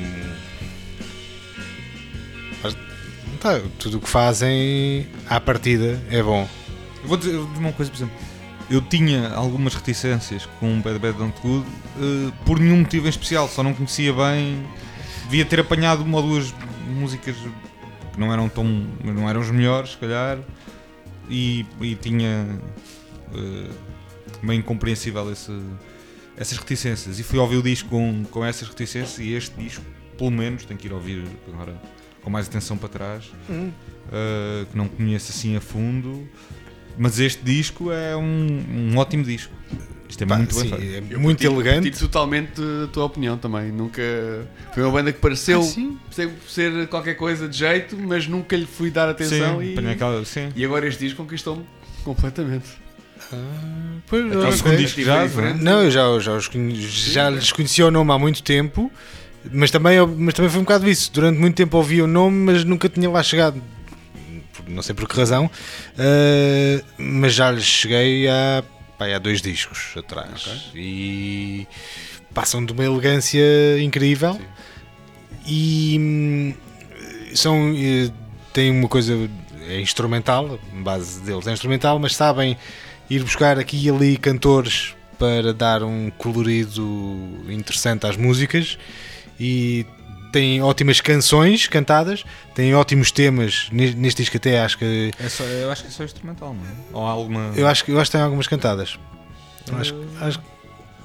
Mas, tá, tudo o que fazem à partida é bom. Eu vou dizer, eu vou dizer uma coisa, por exemplo... Eu tinha algumas reticências com Bad Bad Not Good uh, por nenhum motivo em especial, só não conhecia bem, devia ter apanhado uma ou duas músicas que não eram tão, não eram os melhores, se calhar, e, e tinha uh, meio incompreensível esse, essas reticências, e fui ouvir o disco com, com essas reticências, e este disco, pelo menos, tenho que ir ouvir agora com mais atenção para trás, uhum. uh, que não conheço assim a fundo. Mas este disco é um, um ótimo disco. Isto é Pá, muito sim, bem feito. É eu muito partilho, elegante. Partilho totalmente a tua opinião também. Nunca... Foi uma banda que pareceu ah, ser, ser qualquer coisa de jeito, mas nunca lhe fui dar atenção. Sim, e, aquela, sim. e agora este disco conquistou-me completamente. Ah, pois, é o segundo disco já, não, eu já, eu já, os conhe... já lhes conhecia o nome há muito tempo, mas também, mas também foi um bocado isso. Durante muito tempo ouvia o nome, mas nunca tinha lá chegado. Não sei por que razão, uh, mas já lhes cheguei há, pá, há dois discos atrás. Okay. E passam de uma elegância incrível. Sim. E hum, são, têm uma coisa, é instrumental, a base deles é instrumental, mas sabem ir buscar aqui e ali cantores para dar um colorido interessante às músicas, e têm ótimas canções cantadas, têm ótimos temas neste disco, até acho que... É só, eu acho que é só instrumental, não é? Ou alguma... Eu acho, eu acho que tem algumas cantadas. Uh... Acho, acho...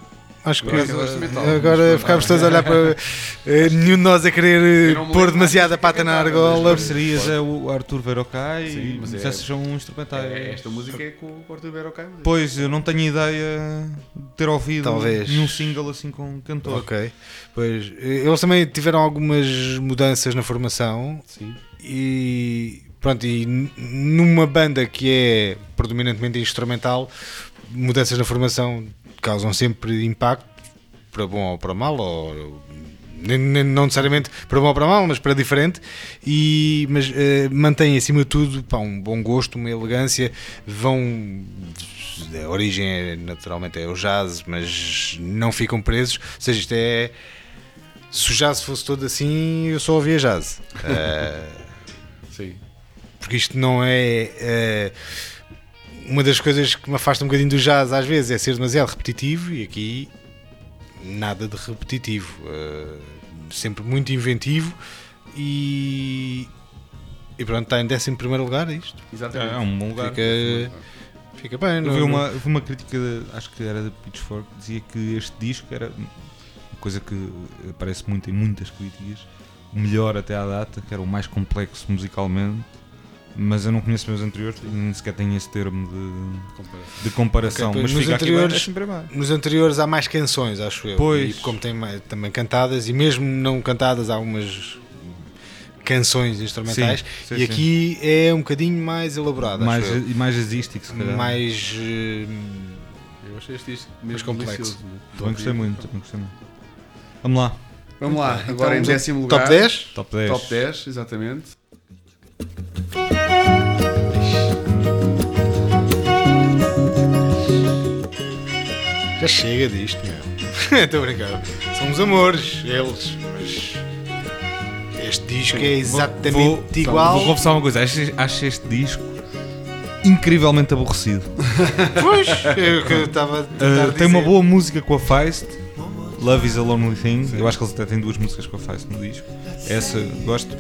acho que Agora é instrumental. agora ficámos todos a olhar para eh, nenhum de nós a querer eh, Eu não me pôr lembro demasiada mais pata na do que é que argola. Parcerias é o Arthur Verocai Sim, e mas é- essas são instrumentais. É, esta música é com o Arthur Verocai. Pois, eu não tenho ideia de ter ouvido Talvez. nenhum single assim com um cantor. Ok, pois eh, eles também tiveram algumas mudanças na formação Sim. e pronto, e n- numa banda que é predominantemente instrumental, mudanças na formação causam sempre impacto, para bom ou para mal, ou nem- nem- não necessariamente para bom ou para mal, mas para diferente, e, mas eh, mantém acima de tudo pá, um bom gosto, uma elegância, vão, a origem é, naturalmente é o jazz, mas não ficam presos, ou seja, isto é, se o jazz fosse todo assim, eu só ouvia jazz. Eh, Sim. porque isto não é, é uma das coisas que me afasta um bocadinho do jazz às vezes é ser demasiado repetitivo, e aqui nada de repetitivo, uh, sempre muito inventivo, e, e pronto, está em décimo primeiro lugar é isto, Exatamente. É, é um bom lugar. fica, fica bem. Eu não- vi não- uma, vi uma crítica, de- acho que era da Pitchfork, que dizia que este disco era uma coisa que aparece muito em muitas críticas, o melhor até à data, que era o mais complexo musicalmente, mas eu não conheço meus anteriores e nem sequer tenho esse termo de, de comparação. Ok, mas nos fica anteriores- aqui bem, é sempre bem. Nos anteriores há mais canções, acho eu. Pois. E como tem mais- também cantadas, e mesmo não cantadas, há algumas canções instrumentais. Sim, sim, e sim. aqui é um bocadinho mais elaborado, Mais, acho eu. e mais jazzístico, se calhar. Mais. eh, Eu achei este disco Mas mesmo complexo. delicioso, né? Também gostei muito, também gostei muito. Vamos lá, Vamos lá, Então, agora em do décimo lugar. Top dez? top dez. Top dez, exatamente. Já chega disto, meu. Estou a brincar. São os amores, eles. Mas este disco é exatamente Vou- igual. Vou confessar uma coisa, acho, acho este disco incrivelmente aborrecido. Pois, é o que eu estava a tentar Uh, tem uma dizer. boa música com a Feist, Love is a Lonely Thing. Eu acho que eles até têm duas músicas com a Feist no disco. Essa gosto,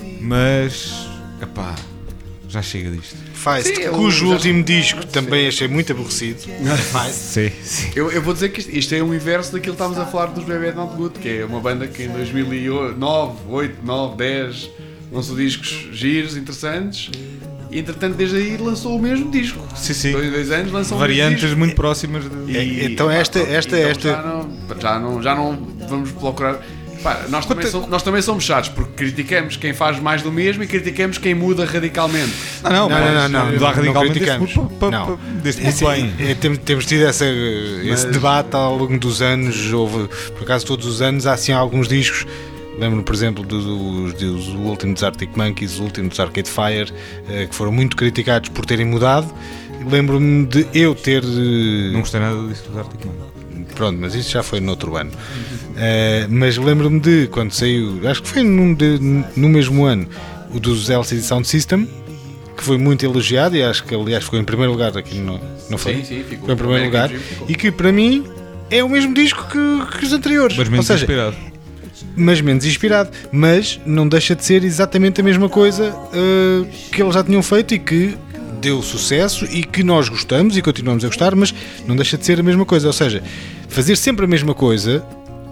mas epá, já chega disto. Feist, Sim, eu cujo já- último disco também achei muito aborrecido. Feist. Sim, sim. Eu, eu vou dizer que isto, isto é o inverso daquilo que estávamos a falar dos Baby Not Good, que é uma banda que em dois mil e nove, oito, nove, dez lançou discos giros, interessantes, e entretanto desde aí lançou o mesmo disco. Sim, sim. Dois, dois anos lançou o mesmo Variantes disco. muito próximas de. É, então esta- esta- então esta- Já não, já, não, já não vamos procurar. Pá, nós, também Quanto- somos, nós também somos chatos porque criticamos quem faz mais do mesmo e criticamos quem muda radicalmente. Ah, não, Não, mas não, não, não, mudar não radicalmente criticamos. desde muito, pa- pa- Não. pa- desde Esse- muito bem. é, temos, temos tido essa, esse Mas- debate ao longo dos anos. Houve, por acaso, todos os anos há assim alguns discos. Lembro-me, por exemplo, dos, dos, dos últimos dos Arctic Monkeys, os últimos dos Arcade Fire, eh, que foram muito criticados por terem mudado. Lembro-me de eu ter. eh, Não gostei nada disso dos Arctic Monkeys. Pronto, mas isso já foi noutro ano. Eh, mas lembro-me de quando saiu, acho que foi num de- no mesmo ano, o dos L C D Sound System, que foi muito elogiado e acho que aliás ficou em primeiro lugar aqui, no, não foi? Sim, sim, ficou. Ficou em primeiro O lugar. American Dream ficou. E que para mim é o mesmo disco que, que os anteriores. Mas menos Ou seja, inspirado. mas menos inspirado. Mas não deixa de ser exatamente a mesma coisa eh, que eles já tinham feito e que deu sucesso e que nós gostamos e continuamos a gostar, mas não deixa de ser a mesma coisa. Ou seja, fazer sempre a mesma coisa,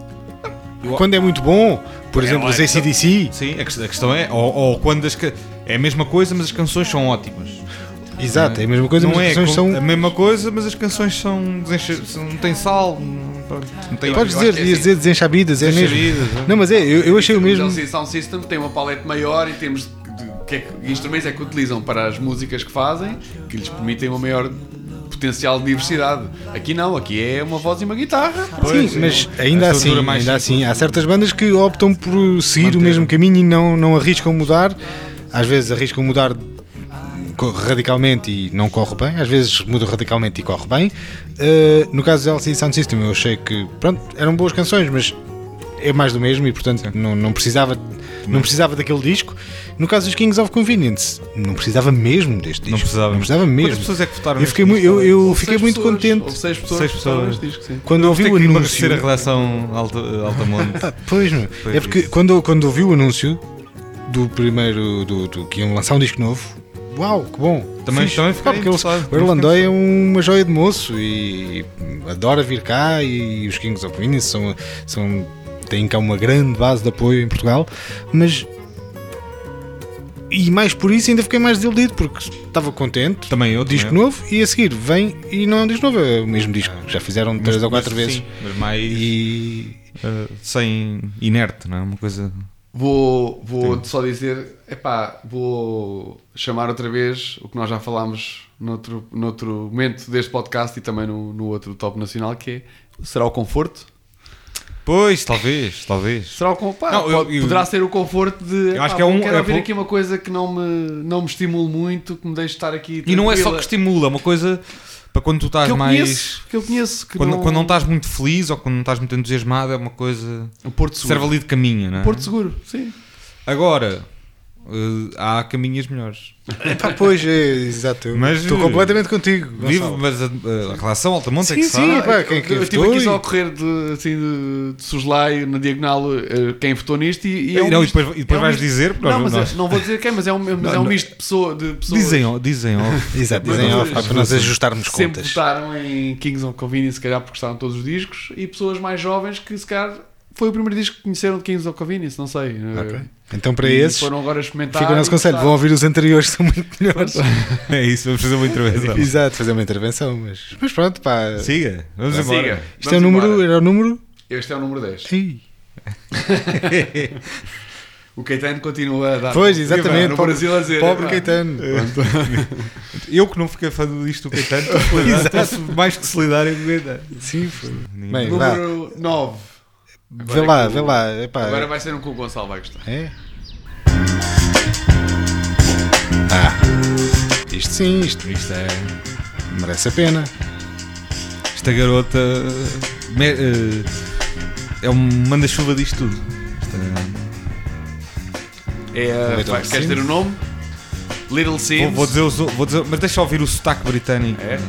quando é muito bom, por exemplo, os A C D C, Sim, a quest- a questão é, ou, ou quando as ca- é a mesma coisa, mas as canções são ótimas. exato, é a mesma coisa, Não mas é as canções com- são. a mesma coisa, mas as canções são, desencha- são não tem sal, não, pronto, não tem. Podes eu dizer, acho que é ias assim. dizer desenchabidas, é mesmo. Desenchabidas, é. Não, mas é, eu, eu achei o O mesmo. L C D Sound System tem uma palete maior em termos de que, é que instrumentos é que utilizam para as músicas que fazem, que lhes permitem uma maior potencial de diversidade. Aqui não, aqui é uma voz e uma guitarra. Sim, mas ainda a assim, estrutura mais ainda simples. assim, há certas bandas que optam por seguir Manter. o mesmo caminho e não, não arriscam mudar. Às vezes arriscam mudar co- radicalmente e não corre bem, às vezes mudam radicalmente e corre bem. Uh, no caso do L C D Sound System, eu achei que pronto, eram boas canções, mas é mais do mesmo e portanto não, não, precisava, não precisava daquele disco. No caso dos Kings of Convenience, não precisava mesmo deste disco. Não precisava. Não precisava Quantas mesmo. pessoas é que votaram Eu neste fiquei, mu- disco? eu, eu Houve fiquei seis muito pessoas, contente houve seis pessoas Seis que votaram pessoas. neste disco, sim. quando ouvi Tem o que anúncio. emagrecer a relação alta, Altamonte. Ah, pois, meu. Pois É porque isso. quando, quando ouvi o anúncio do primeiro, do, do- que iam lançar um disco novo, uau, que bom. Também- Fixe. também fiquei Pá, porque ele- interessado. o Irlandês é uma joia de moço e adora vir cá, e os Kings of Convenience são, são, têm cá uma grande base de apoio em Portugal, mas e mais por isso ainda fiquei mais desiludido, porque estava contente. Também eu, Disco também eu. novo, e a seguir vem e não é um disco novo, é o mesmo disco, já fizeram Mas- três ou mas quatro vezes. sim, mas mais E uh, sem inerte, não é? Uma coisa. Vou, vou só dizer, epá, vou chamar outra vez o que nós já falámos noutro, noutro momento deste podcast e também no, no outro top nacional, que é, será o conforto? Pois, talvez, talvez. Será o con- pá, Não, eu- pode- eu- poderá ser o conforto de, Eu acho epá, que é um- quero é ouvir pou- aqui uma coisa que não me, não me estimule muito, que me deixe estar aqui E não é só que tranquila, estimula, é uma coisa para quando tu estás que eu mais. conheço, que eu conheço, que Quando não... quando não estás muito feliz ou quando não estás muito entusiasmado, é uma coisa. O Porto Serve Seguro. ali de caminho, não é? Porto Seguro, sim. Agora, uh, há caminhas melhores. pá, pois é, exato. Mas, Estou eh, completamente contigo. Vive, Gonçalo. mas a, a relação Altamonte é que Sim, sabe. sim, pá, quem é que eu estive votou aqui e- só a correr de, assim, de, de soslaio na diagonal eh, quem votou nisto e, e é um E não, e misto- depois, e depois é um vais misto- dizer. porque Não, nós- mas nós- é- não vou dizer quem, mas é um, mas Não, é um não. misto de, pessoa, de pessoas Dizem, ó, dizem, ó. Exato, Mas dizem não- off, pá, para nós ajustarmos sempre contas. votaram em Kings of Convenience, se calhar porque gostaram de todos os discos, e pessoas mais jovens que se calhar foi o primeiro disco que conheceram de Kings of Convenience, não sei. Ok. Então, para E esses, foram agora experimentar. fica o nosso e conselho: vão gostaram. ouvir os anteriores, que são muito melhores. É isso, vamos fazer uma intervenção. Exato, fazer uma intervenção, mas, mas pronto, pá. Siga, vamos Siga. embora. Isto é o Vamos número, embora. era o número. Este é o número dez. Ih. O Caetano continua a dar. Pois, no exatamente. Pobre, Brasil a dizer. pobre "Epá, Caetano. Eu que não fiquei fã disto do Caetano, estou solidário, estou mais que solidário com o Caetano. Sim, foi. Bem, vá. Número nove. Vê lá, vê lá. Epá, Agora vai ser um que o Gonçalo vai gostar. É? Ah, isto sim, isto, isto é. Merece a pena. Esta garota me- eh, é um manda-chuva disto tudo. Esta- É, a- Little vai- queres Sims. ter o nome? Little Sims. Vou, vou dizer, os- vou dizer, mas deixa eu ouvir o sotaque britânico. É?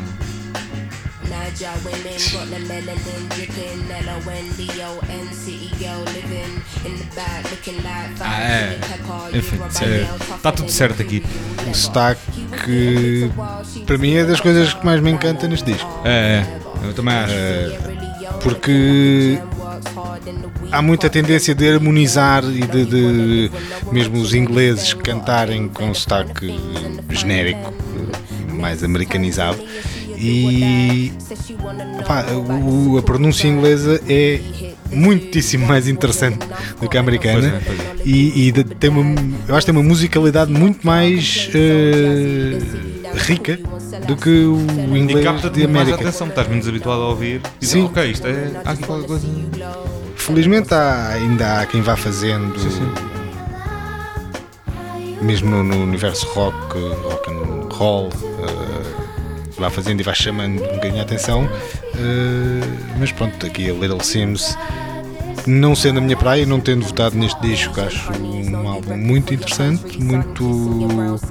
Ah, é. Enfim, está tudo certo aqui. O sotaque que para mim é das coisas que mais me encanta neste disco. É, é, eu também acho. Porque há muita tendência de harmonizar e de, de mesmo os ingleses cantarem com sotaque genérico, mais americanizado. E pá, o- a pronúncia inglesa é muitíssimo mais interessante do que a americana. Pois é, pois é. E, e de- tem uma, eu acho que tem uma musicalidade muito mais eh, rica do que o E inglês capta-te de muito mais a América. atenção, estás menos habituado a ouvir. E Sim. diz, ok, isto é. Há aqui qualquer coisa. Felizmente há, ainda há quem vá fazendo, mesmo no, no universo rock, rock and roll, eh, vá fazendo e vá chamando um bocadinho a atenção. eh, mas pronto, aqui a Little Sims, não sendo a minha praia, não tendo votado neste disco, acho um álbum muito interessante, muito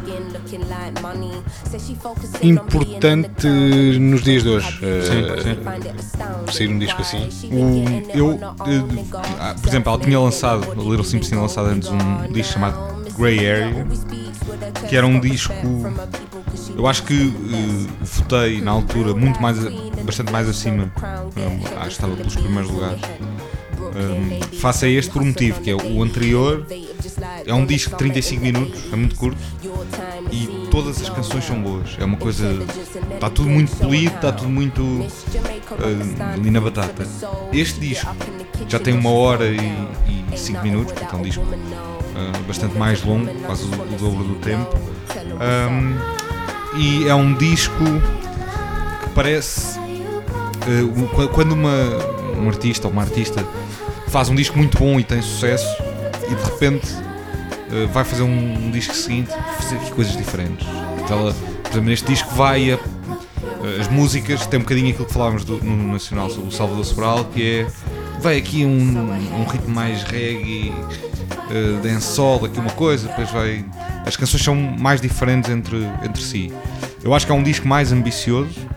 importante nos dias de hoje. eh, sair um disco assim. O- eu, eh, ah, por exemplo, ela tinha lançado, a Little Sims tinha lançado antes um disco chamado Grey Area, que era um disco. Eu acho que uh, votei na altura muito mais, bastante mais acima. Um, acho que estava pelos primeiros lugares. Um, face a este por um motivo, que é o anterior. É um disco de trinta e cinco minutos, é muito curto. E todas as canções são boas. É uma coisa. Está tudo muito polido, está tudo muito uh, ali na batata. Este disco já tem uma hora e, e cinco minutos, portanto é um disco uh, bastante mais longo, quase o, o dobro do tempo. Um, e é um disco que parece. Uh, quando uma, um artista ou uma artista faz um disco muito bom e tem sucesso, e de repente uh, vai fazer um, um disco seguinte, fazer aqui coisas diferentes. Então, ela, por exemplo, neste disco vai a, as músicas, tem um bocadinho aquilo que falávamos do, no Nacional sobre o Salvador Sobral, que é, vai aqui um, um ritmo mais reggae, uh, dancehall, aqui uma coisa, depois vai, as canções são mais diferentes entre, entre si. Eu acho que é um disco mais ambicioso,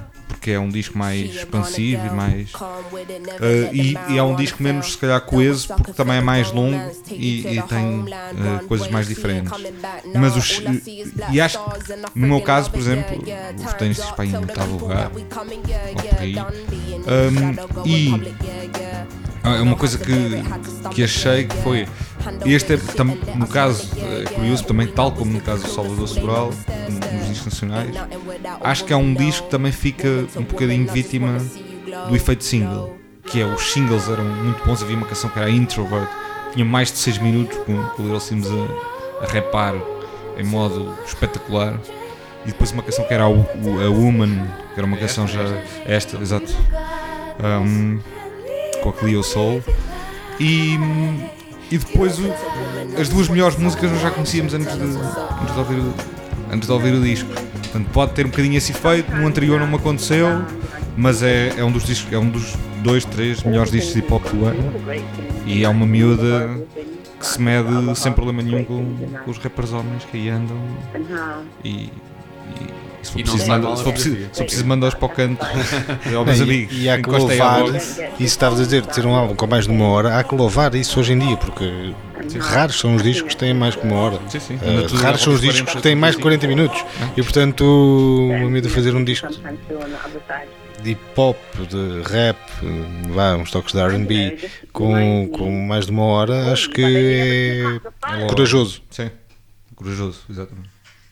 porque é um disco mais expansivo e mais uh, e, e é um disco menos se calhar coeso, porque também é mais longo e, e tem uh, coisas mais diferentes. Mas os, uh, e acho que no meu caso, por exemplo, votei neste disco em oitavo lugar ou por aí, um, e é uma coisa que, que achei que foi este é, tam, no caso é curioso também, tal como no caso do Salvador Sobral nos discos nacionais, acho que é um disco que também fica um bocadinho vítima do efeito single, que é os singles eram muito bons. Havia uma canção que era Introvert, tinha mais de seis minutos com, com o Little Sims a, a rapar em modo espetacular, e depois uma canção que era a, a Woman, que era uma canção já esta, exato, um, com a Cleo Soul, e, e depois o, as duas melhores músicas nós já conhecíamos antes de, antes de, ouvir, o, antes de ouvir o disco. Portanto, pode ter um bocadinho esse efeito, no anterior não me aconteceu, mas é, é, um dos discos, é um dos dois, três melhores discos de hip hop do ano, e é uma miúda que se mede sem problema nenhum com, com os rappers homens que aí andam, e, e se for preciso, manda, se for preciso, se for preciso mandar-os para o canto aos meus amigos. E, e há que louvar, isso estavas a dizer, de ter um álbum com mais de uma hora, há que louvar isso hoje em dia, porque sim, raros são os discos que têm mais que uma hora. Sim, sim. Uh, raros são os discos que têm mais de quarenta minutos. E portanto, o medo de fazer um disco de hip hop, de rap, vá, uns toques de R and B com, com mais de uma hora, acho que é corajoso. Sim, corajoso, exatamente.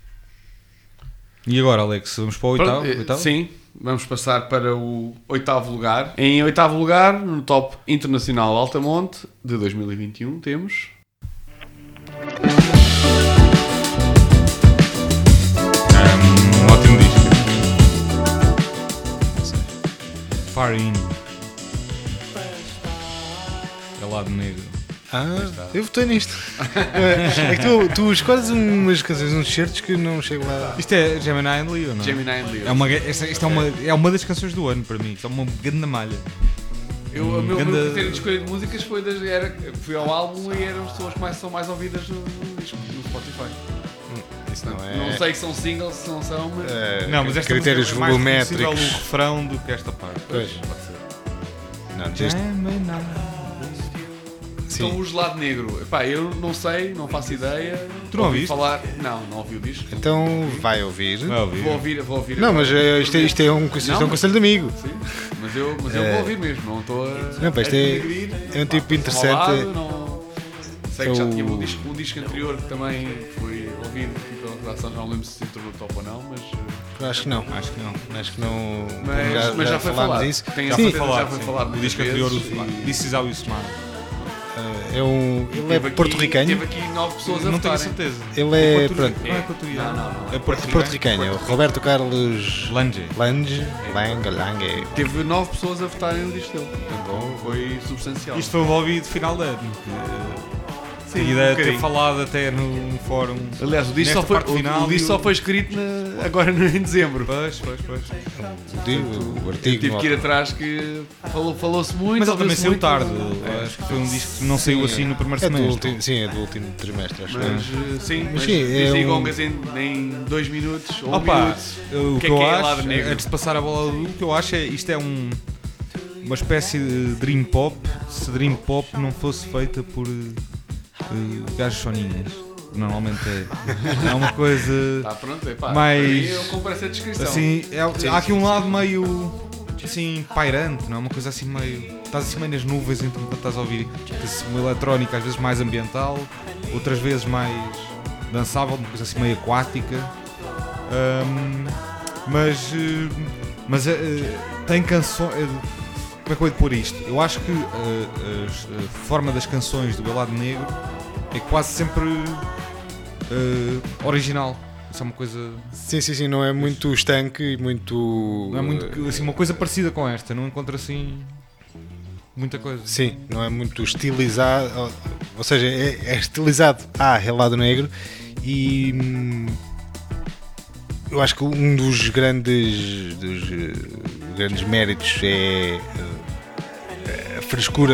E agora, Alex, vamos para o oitavo? Pronto, oitavo? Sim, vamos passar para o oitavo lugar. Em oitavo lugar, no top internacional Altamonte de dois mil e vinte e um, temos... Um ótimo disco. Far In. É Lado Negro. Ah, eu votei nisto. É que tu, tu escolhes umas canções, uns certos que não chego lá. Isto é Gemini and Leo, não é? Gemini and Leo. É uma, esta, esta é, uma, é uma das canções do ano para mim. Isto é uma grande malha. Eu, um o meu, grande... meu critério de escolha de músicas foi das, era, fui ao álbum e eram as pessoas que mais, são mais ouvidas no, no, no Spotify. Isso não é. Não sei se são singles, se não são, mas. É, não, mas esta critérios é mais volumétricos. o refrão do que esta parte. Pois. Pode ser. Não, deste... Então, o Gelado Negro, epá, eu não sei, não faço ideia. Tu não ouviste? Falar... Não, não ouvi o disco. Então vai ouvir. Vai ouvir. Vou ouvir, vou ouvir. Não, mas é, isto, é, isto, é um, isto é um conselho de amigo. Sim, mas eu, mas eu É. vou ouvir mesmo, não estou a. Não, pá, isto é, é um tipo interessante. Lado, não... Sei que já o- tinha um disco, um disco anterior que também foi ouvido pela redação, já não lembro se entrou no top ou não, mas. Acho que não, acho que não. Acho que não. Mas já, mas já, foi falámos falado. disso. Tenho a Sim, certeza que já falar, foi sim. falado O muitas disco anterior, vezes o e- This Is How You Smile. é um, ele é Teve aqui- porto-ricano. Teve aqui nove pessoas a Não tenho a votarem. certeza. Ele é, Portu- pronto, Não é equatoriano. Não, não, não. É porto-ricano. porto-ricano. É o Roberto Carlos Lange. Lange. Lange, Lange. Teve nove pessoas a votarem no disco dele. Portanto, foi substancial. Isto foi o Bobby de final de ano. que- Sim, a um ideia de ter bocadinho. falado até no fórum. Aliás, o disco, Nesta só foi, parte final o, o disco e só o- foi escrito na- agora em dezembro. Pois, pois, pois. O, o artigo. Tive que ir atrás que falou- falou-se muito. Mas ele também ouviu-se saiu muito. tarde. É. Acho que foi um disco que não saiu assim no primeiro É do semestre. último, sim, é do último trimestre, acho. Mas que é. eh, sim, mas, sim, é disse um- gongas em, em dois minutos ou um Opa, minuto. o que que, é eu que é acho, Lado Negro? antes de passar a bola, o que eu acho é isto é um, uma espécie de dream pop, se dream pop não fosse feita por uh, gajos soninhas. Normalmente é, é uma coisa Tá pronto, é pá. mais- Para mim, eu compro essa descrição. assim, é- Sim, há aqui sim, um sim. lado meio assim pairante, não é? Uma coisa assim meio, estás assim meio nas nuvens então quando estás a ouvir assim, uma eletrónica às vezes mais ambiental, outras vezes mais dançável, uma coisa assim meio aquática. Ahm, mas eh, mas eh, tem canções. Como é que eu hei de pôr isto? Eu acho que eh, as- a forma das canções do Lado Negro é quase sempre eh, original. Isso é uma coisa. Sim, sim, sim, não é muito estanque e muito. Não é muito assim, uma coisa parecida com esta. Não encontro assim muita coisa. Sim, não é muito estilizado, ou, ou seja, é, é estilizado a é Lado Negro e hum, eu acho que um dos grandes, dos, eh, grandes méritos é eh, a frescura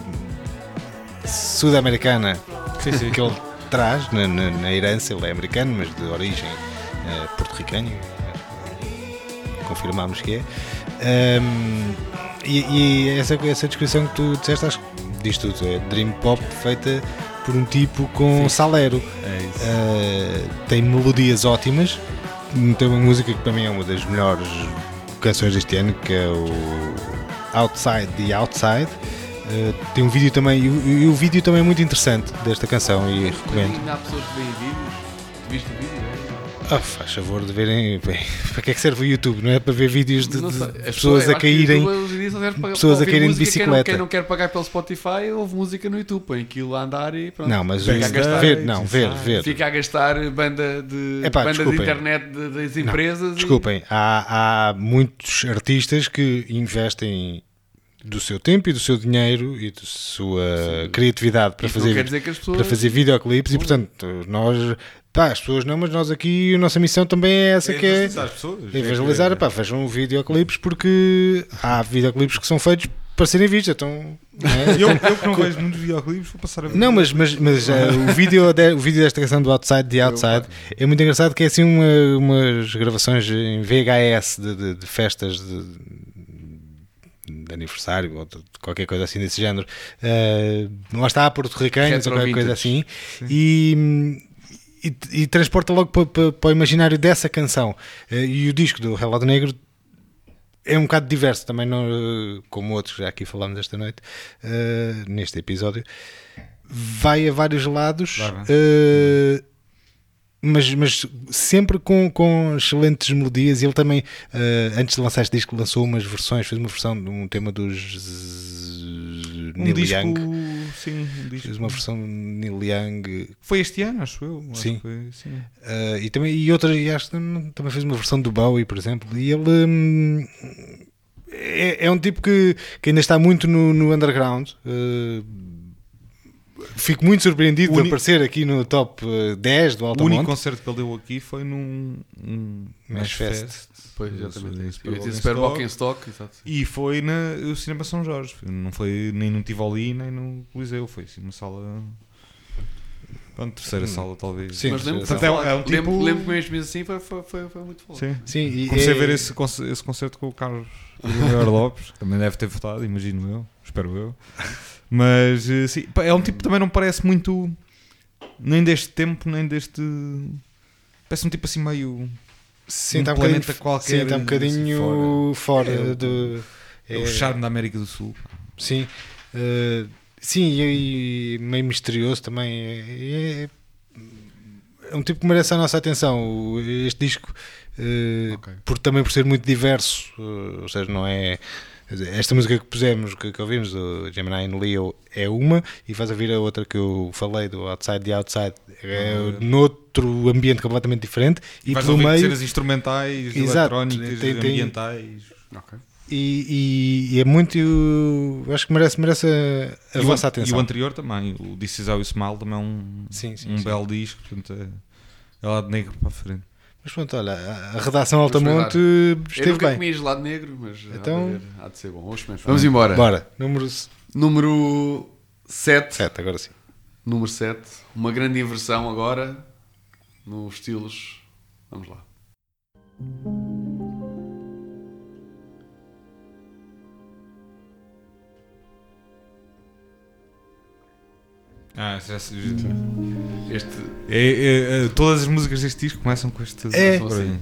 sul-americana Sim, sim. que ele traz na, na, na herança. Ele é americano, mas de origem eh, porto-ricana, confirmámos que é. Um, e e essa, essa descrição que tu disseste, acho que diz tudo. É Dream Pop feita por um tipo com Sim. salero. É isso. Uh, tem melodias ótimas. Tem uma música que para mim é uma das melhores canções deste ano, que é o Outside the Outside. Uh, tem um vídeo também, e o, e o vídeo também é muito interessante desta canção e recomendo. Ainda há pessoas que veem vídeos. Tu viste o vídeo? Ah, faz favor de verem. Bem, para que é que serve o YouTube? Não é para ver vídeos de, Não sei, de as pessoas a caírem, para, pessoas para a caírem de música. bicicleta. Quem não, quem não quer pagar pelo Spotify, ouve música no YouTube, põe aquilo a andar e pronto. Não, mas fica a gastar, ver, não, ver, ver. Fica a gastar banda de, Epá, banda de desculpem. internet de, das empresas. Não, e... Desculpem, há, há muitos artistas que investem do seu tempo e do seu dinheiro e da sua Sim. criatividade para Isso fazer, não quer dizer que as pessoas... para fazer videoclipes e, portanto, nós, pá, as pessoas não, mas nós aqui, a nossa missão também é essa, é que é as pessoas. evangelizar, é, pá, vejam videoclipes, porque há videoclipes que são feitos para serem vistos, então... Não é? eu, eu que não vejo muitos videoclipes, vou passar a ver. Não, mas, mas, mas uh, o, vídeo de, o vídeo desta canção do Outside the Outside é muito engraçado, que é assim uma, umas gravações em V H S de, de, de festas de, de aniversário ou de qualquer coisa assim desse género. Uh, lá está, porto-ricanos ou qualquer coisa assim. E, e, e transporta logo para, para, para o imaginário dessa canção. Uh, e o disco do Relado Negro é um bocado diverso também, não, como outros já aqui falámos esta noite, uh, neste episódio. Vai a vários lados, uh, mas, mas sempre com, com excelentes melodias. Ele também, uh, antes de lançar este disco, lançou umas versões, fez uma versão de um tema dos um Neil disco, Young. Sim, um disco. Fez uma versão de Neil Young. Foi este ano, acho eu. Acho sim. Que foi, sim. Uh, e, também, e outra, e acho que também fez uma versão do Bowie, por exemplo. E ele hum, é, é um tipo que, que ainda está muito no, no underground. Uh, Fico muito surpreendido de aparecer aqui no top dez do Altamonte. O único concerto que ele deu aqui foi num um Mesh Fest. Fest. Pois, exatamente. Super Stock. E foi no Cinema São Jorge. Não foi nem no Tivoli nem no Coliseu. Foi assim uma sala... Pronto, terceira hum. sala talvez. Sim, mas lembro, foi é, é um tipo... lembro, lembro que mesmo assim foi, foi, foi, foi muito forte. Sim. Sim, e comecei é... a ver esse, esse concerto com o Carlos Lopes. Também deve ter votado, imagino eu. Espero eu. Mas sim, é um tipo que também não parece muito nem deste tempo, nem deste. Parece um tipo assim meio. Sim, está um bocadinho, qualquer, sim, está um bocadinho fora, fora é, do. É, é o charme da América do Sul. Sim, uh, sim, e, e meio misterioso também. É, é, é um tipo que merece a nossa atenção. Este disco, uh, okay. por, também por ser muito diverso, uh, ou seja, não é. Esta música que pusemos, que, que ouvimos, do Gemini and Leo, é uma, e vais ouvir a outra que eu falei, do Outside the Outside, é ah, noutro ambiente completamente diferente. E, e vais ouvir meio... cenas instrumentais, exato, eletrónicas, tem, tem... ambientais. Okay. E, e, e é muito. Acho que merece, merece a, a vossa o, atenção. E o anterior também, o This Is How You Smile, também é um, sim, sim, um sim. belo disco, portanto é, é lá de negro para a frente. Mas pronto, olha, a redação Altamonte esteve eu nunca bem. comi gelado negro, mas então, há, de ver, há de ser bom. Vamos, Vamos embora. Bora. Número Número sete. sete, agora sim. Número sete. Uma grande inversão agora nos estilos. Vamos lá. Ah, já se... este... é, é, é, todas as músicas deste disco começam com este. É.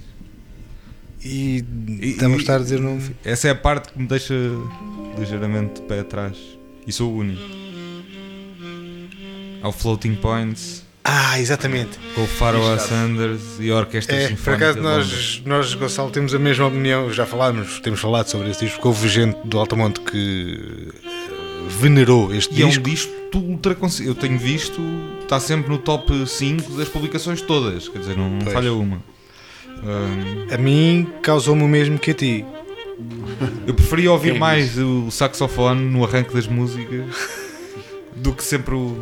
E, e estamos a estar a dizer não. Essa é a parte que me deixa ligeiramente de pé atrás. E sou o único. Ao Floating Points. Ah, exatamente. Com o Pharoah Sanders e a Orquestra é, Sinfónica. Por acaso nós, nós, Gonçalo, temos a mesma opinião. Já falámos, temos falado sobre esse disco, porque houve gente do Altamonte que venerou este e disco. E é um disco ultra. Eu tenho visto, está sempre no top cinco das publicações todas. Quer dizer, não, não falha uma. Um... A mim causou-me o mesmo que a ti. Eu preferia ouvir Quem mais diz? o saxofone no arranque das músicas do que sempre o.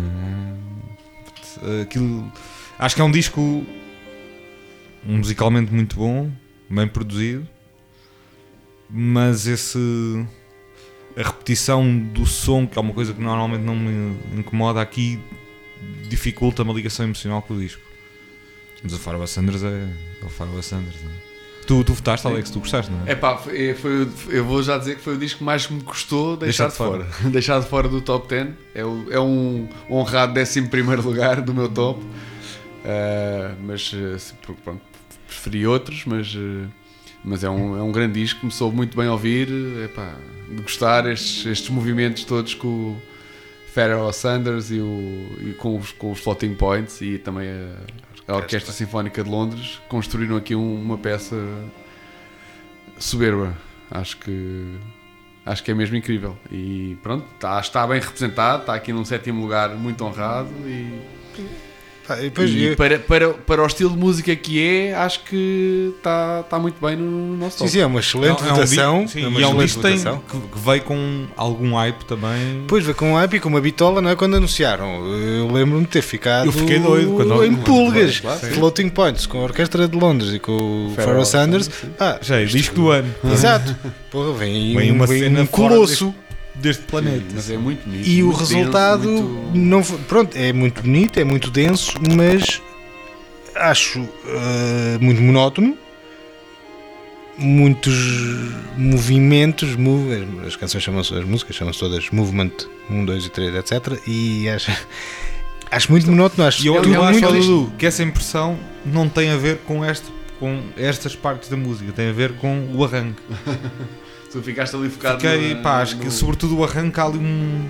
Aquilo. Acho que é um disco musicalmente muito bom, bem produzido, mas esse. A repetição do som, que é uma coisa que normalmente não me incomoda aqui, dificulta uma ligação emocional com o disco. Mas o Pharoah Sanders é, é o Pharoah Sanders, não é? Tu, tu votaste, Alex, tu gostaste, não é? É pá, foi, foi, eu vou já dizer que foi o disco que mais me custou deixar, Deixar de de fora. deixar de fora do top dez. É, o, é um honrado décimo primeiro lugar do meu top. Uh, mas uh, pronto, preferi outros, mas, uh, mas é, um, é um grande disco. Me soube muito bem ouvir, é pá, de gostar estes, estes movimentos todos com o Pharoah Sanders e, o, e com, os, com os Floating Points e também a, a Orquestra Sinfónica de Londres. Construíram aqui um, uma peça soberba. Acho que acho que é mesmo incrível. E pronto, está, está bem representado, está aqui num sétimo lugar muito honrado e, Pá, e depois e eu- para, para, para o estilo de música que é, acho que está, está muito bem no nosso Sim, top. sim, é uma excelente É um votação. disco- sim, é uma e é um excelente disco que, tem, votação. que, que veio com algum hype também. Depois veio com um hype e com uma bitola, não é? Quando anunciaram, eu lembro-me de ter ficado Eu fiquei doido quando- em pulgas. Claro, claro, sim. Floating Points com a Orquestra de Londres e com o Pharoah Pharoah Sanders. Sanders, sim. Ah, Já é disco do ano. exato. Porra, vem, Vem um, uma vem cena um fora colosso. Deste planeta. Mas é muito bonito. E o muito resultado denso, muito- não foi- pronto, é muito bonito, é muito denso, mas acho eh, muito monótono. Muitos movimentos, move, as canções chamam-se, as músicas chamam-se todas Movement um, dois e três, etcétera. E acho, acho muito monótono. Acho E eu, tudo eu acho, muito ó, isto. Dudu, que essa impressão não tem a ver com, este, com estas partes da música, tem a ver com o arranque. Tu ficaste ali focado Fiquei, no- pá, acho que no- sobretudo o arranque há ali um.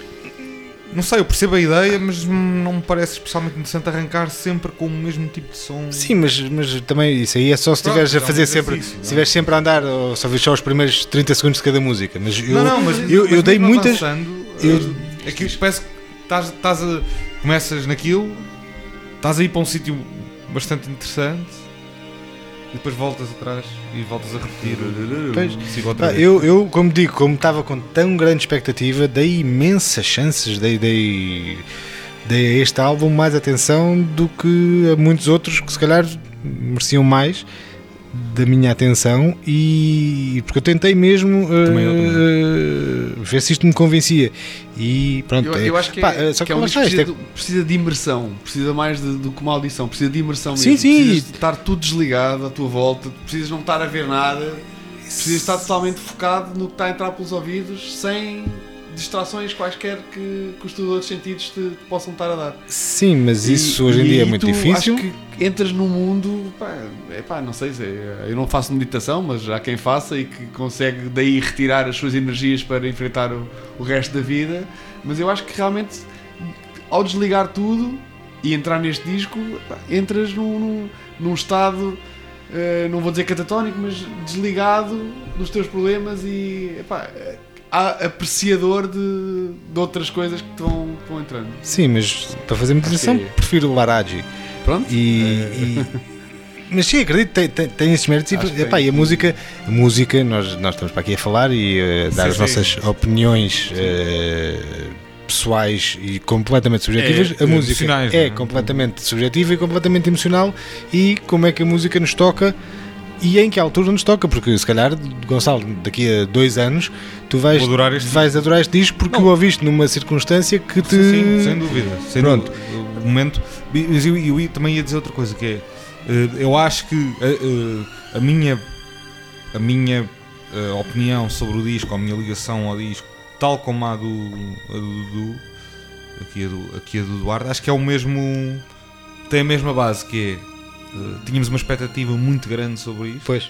Não sei, eu percebo a ideia, mas não me parece especialmente interessante arrancar sempre com o mesmo tipo de som. Sim, mas, mas também isso aí é só se Pronto, estiveres a é um fazer sempre, exercício, se não é? estiveres sempre a andar ou só vês só os primeiros trinta segundos de cada música. Mas eu, não, não, mas, eu, mas eu dei mesmo muitas. avançando, eu- eh, aqui parece que estás, estás a. Começas naquilo, estás a ir para um sítio bastante interessante e depois voltas atrás e voltas a repetir. Pois. Sigo outra Pá, vez. eu, eu, como digo, como estava com tão grande expectativa, dei imensas chances, dei, dei, dei a este álbum mais atenção do que a muitos outros que se calhar mereciam mais da minha atenção, e porque eu tentei mesmo Também eu, uh, ver se isto me convencia. E pronto, Eu, é- eu acho que é, pá, uh, só que é um lá disco está, que isto precisa, de, precisa de imersão, precisa mais de- do que uma audição, precisa de imersão Sim, mesmo. sim. Precisas de estar tudo desligado à tua volta, precisas não estar a ver nada, precisas estar totalmente focado no que está a entrar pelos ouvidos, sem distrações quaisquer que, que os teus outros sentidos te, te possam estar a dar. sim, mas isso E- hoje em e dia é aí muito tu difícil. Acho que entras num mundo, pá, é pá, não sei se é, eu não faço meditação, mas há quem faça e que consegue daí retirar as suas energias para enfrentar o, o resto da vida. Mas eu acho que realmente, ao desligar tudo e entrar neste disco, pá, entras num, num, num estado, eh, não vou dizer catatónico, mas desligado dos teus problemas e, epá, há apreciador de, de outras coisas que estão, que estão entrando. Sim, mas para fazer meditação que é- prefiro o Laraji. Pronto? E, Eh, e- mas sim, acredito, tem, tem, tem esses méritos. E, Acho que epá, tem. e a música, a música nós, nós estamos para aqui a falar e eh, dar Sim, as sim. nossas opiniões eh, pessoais e completamente subjetivas. É, a música emocionais, é não é? completamente subjetiva e completamente emocional. E como é que a música nos toca e em que altura nos toca? Porque se calhar, Gonçalo, daqui a dois anos tu vais, Vou adorar este vais adorar este disco porque Não. o ouviste numa circunstância que te. Sim, sim, sem dúvida. Sem Pronto. dúvida. O momento. Mas eu, eu ia- também ia dizer outra coisa, que é. eh, Eu acho que a, a- a minha, a minha eh, opinião sobre o disco, a minha ligação ao disco, tal como a do, a do Dudu, aqui a do, aqui a do Eduardo, acho que é o mesmo. Tem a mesma base, que é. eh, Tínhamos uma expectativa muito grande sobre isto. Pois.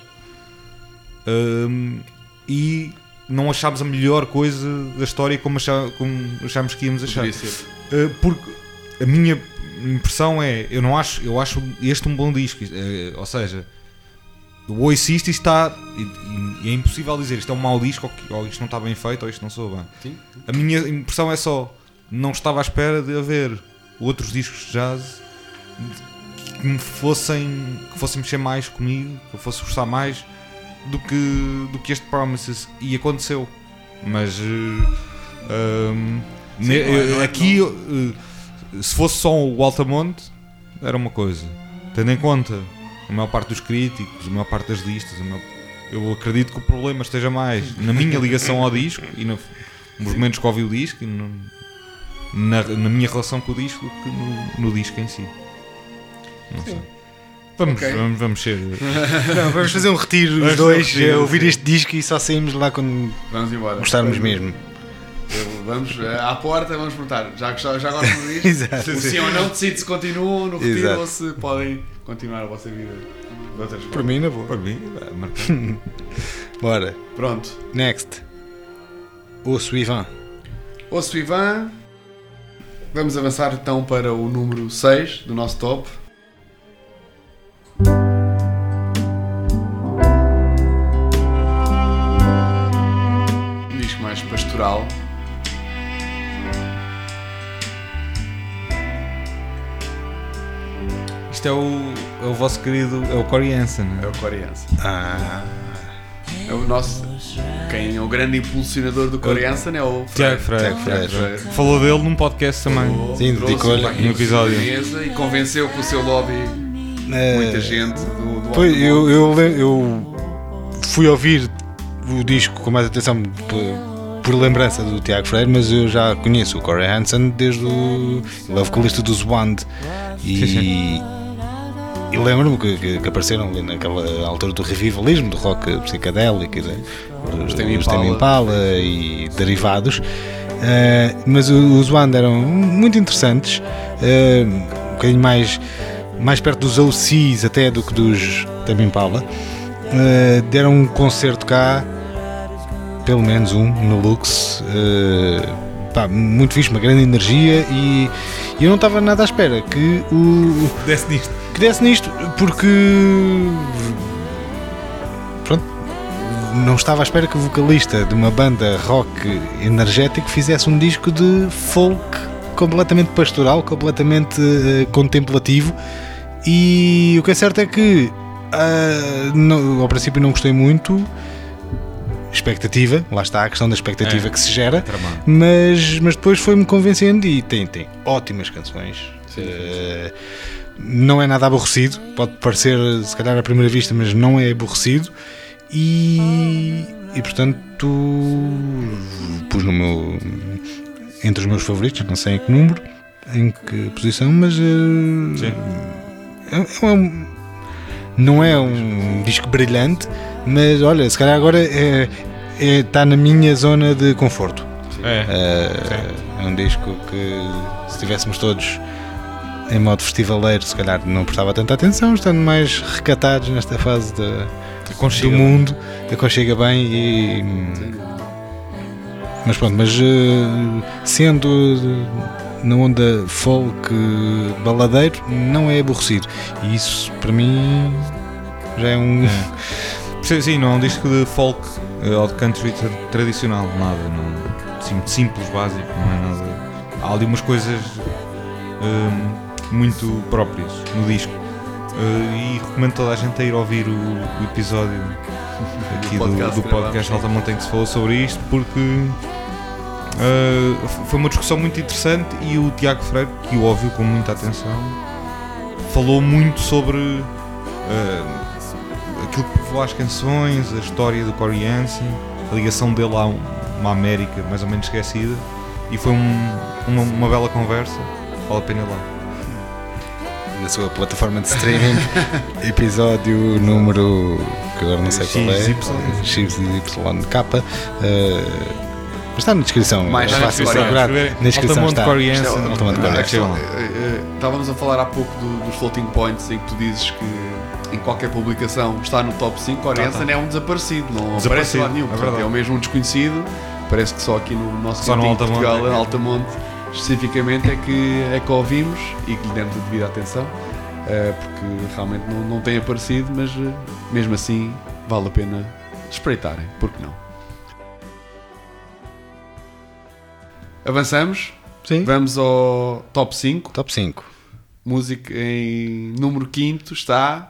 Um, e não achámos a melhor coisa da história como, achá, como achámos que íamos achar. Poderia ser. Uh, porque a minha impressão é, eu não acho, eu acho este um bom disco, uh, ou seja, eu ouço isto e está, e, e é impossível dizer isto é um mau disco, ou, que- ou isto não está bem feito, ou isto não soa bem. Sim. A minha impressão é só, não estava à espera de haver outros discos de jazz que me fossem, que fossem mexer mais comigo, que eu fosse gostar mais do que, do que este Promises, e aconteceu. Mas uh, um, Sim, ne- não é- não é- aqui, uh, se fosse só o Altamont, era uma coisa. Tendo em conta a maior parte dos críticos, a maior parte das listas, a maior- eu acredito que o problema esteja mais na minha ligação ao disco e no- nos momentos que ouvi o disco e no- na, na minha relação com o disco do que no, no disco em si. Não sei. Vamos, Ok. vamos, vamos ser. Não, vamos fazer um retiro os Vamos dois, fazer um retiro, ouvir sim. este disco e só saímos de lá quando Vamos embora. gostarmos mesmo. Eu- Vamos eh, à porta, vamos perguntar. Já, já, já gostam disto? Exato. O sim ou não decide se continuam no retiro Exato. ou se podem continuar a vossa vida de outras Por formas. mim, na boa. Para mim, vai marcar. Bora. Pronto. Next. O Suivan. Ouço o Ivan. Vamos avançar então para o número seis do nosso top. Um disco mais pastoral. Isto é o, é o vosso querido. É o Corey Hansen. não É é? o Coreança. Ah. É o nosso. Quem é o grande impulsionador do Coreança é o Tiago Freire. Tiago Freire. Freire. Falou dele num podcast também. Sim, Trouxe dedicou-lhe para aqui um episódio. a mesa e convenceu com o seu lobby muita gente do, do Pois, Alto eu, Monte. eu, le- eu fui ouvir o disco com mais atenção por, por lembrança do Tiago Freire, mas eu já conheço o Corey Hansen desde o. Ele é vocalista do Zwand. E, Sim, sim. e lembro-me que, que, que apareceram ali naquela altura do revivalismo, do rock psicadélico, né? os Tame Tame Impala. Impala e derivados. Eh, mas o- os Zwand eram muito interessantes, eh, um bocadinho mais, mais perto dos O Cs até do que dos Tame Impala. Eh, deram um concerto cá, pelo menos um, no Lux, eh, pá, muito fixe, uma grande energia, e, e eu não estava nada à espera que o Desce nisto. que desse nisto, porque pronto, não estava à espera que o vocalista de uma banda rock energético fizesse um disco de folk completamente pastoral, completamente eh, contemplativo. E o que é certo é que ah, não- ao princípio não gostei muito. Expectativa, lá está a questão da expectativa É. que se gera, Tramado. mas, mas depois foi-me convencendo e tem, tem ótimas canções. Sim, sim, sim. Eh, não é nada aborrecido, pode parecer se calhar à primeira vista, mas não é aborrecido, e, e portanto pus no meu, entre os meus favoritos, não sei em que número, em que posição, mas eh, Sim. é, é um, não é um disco brilhante, mas olha, se calhar agora é, é, está na minha zona de conforto. É. É, é um disco que, se estivéssemos todos em modo festivaleiro, se calhar não prestava tanta atenção, estando mais recatados nesta fase da, do Aconchega. mundo, aconchega bem e. Mas pronto, mas eh, sendo na onda folk eh, baladeiro, não é aborrecido. E isso para mim já é um. Sim, sim, não é um disco de folk eh, ou de country tra- tradicional, nada. Não, assim, simples, básico, não é nada. Há ali umas coisas hum, muito próprias no disco. Eh, e recomendo toda a gente a ir ouvir o, o episódio aqui do, podcast do que podcast gravamos. Altamonte em que se falou sobre isto, porque eh, foi uma discussão muito interessante e o Tiago Freire, que o ouviu com muita atenção, falou muito sobre eh, aquilo que provou às canções, a história do Corey Hansen, a ligação dele a um- uma América mais ou menos esquecida, e foi um- uma, uma bela conversa, vale a pena ir lá. Na sua plataforma de streaming, episódio número que agora não sei qual é, X Y. X Y K, eh, mas está na descrição, Mais é fácil de fácil, procurar. escrever Na descrição Altamonte está. Corey Isto é- Hansen, Altamonte Corey Ah, Hansen. chegam lá. eh, eh, Estávamos a falar há pouco do- dos floating points, em que tu dizes que em qualquer publicação está no top cinco. Corey Tá, tá. Hansen é um desaparecido, não aparece Desaparecido, lá nenhum. é Portanto, verdade. é o mesmo um desconhecido. Parece que só aqui no nosso Só no cantinho de Altamonte, Portugal, é. no Altamonte, especificamente, é que, é que ouvimos e que lhe demos a devida atenção, eh, porque realmente não, não tem aparecido, mas eh, mesmo assim vale a pena espreitarem, porque não? Avançamos, Sim. vamos ao top cinco. Top cinco. Música em número quinto está.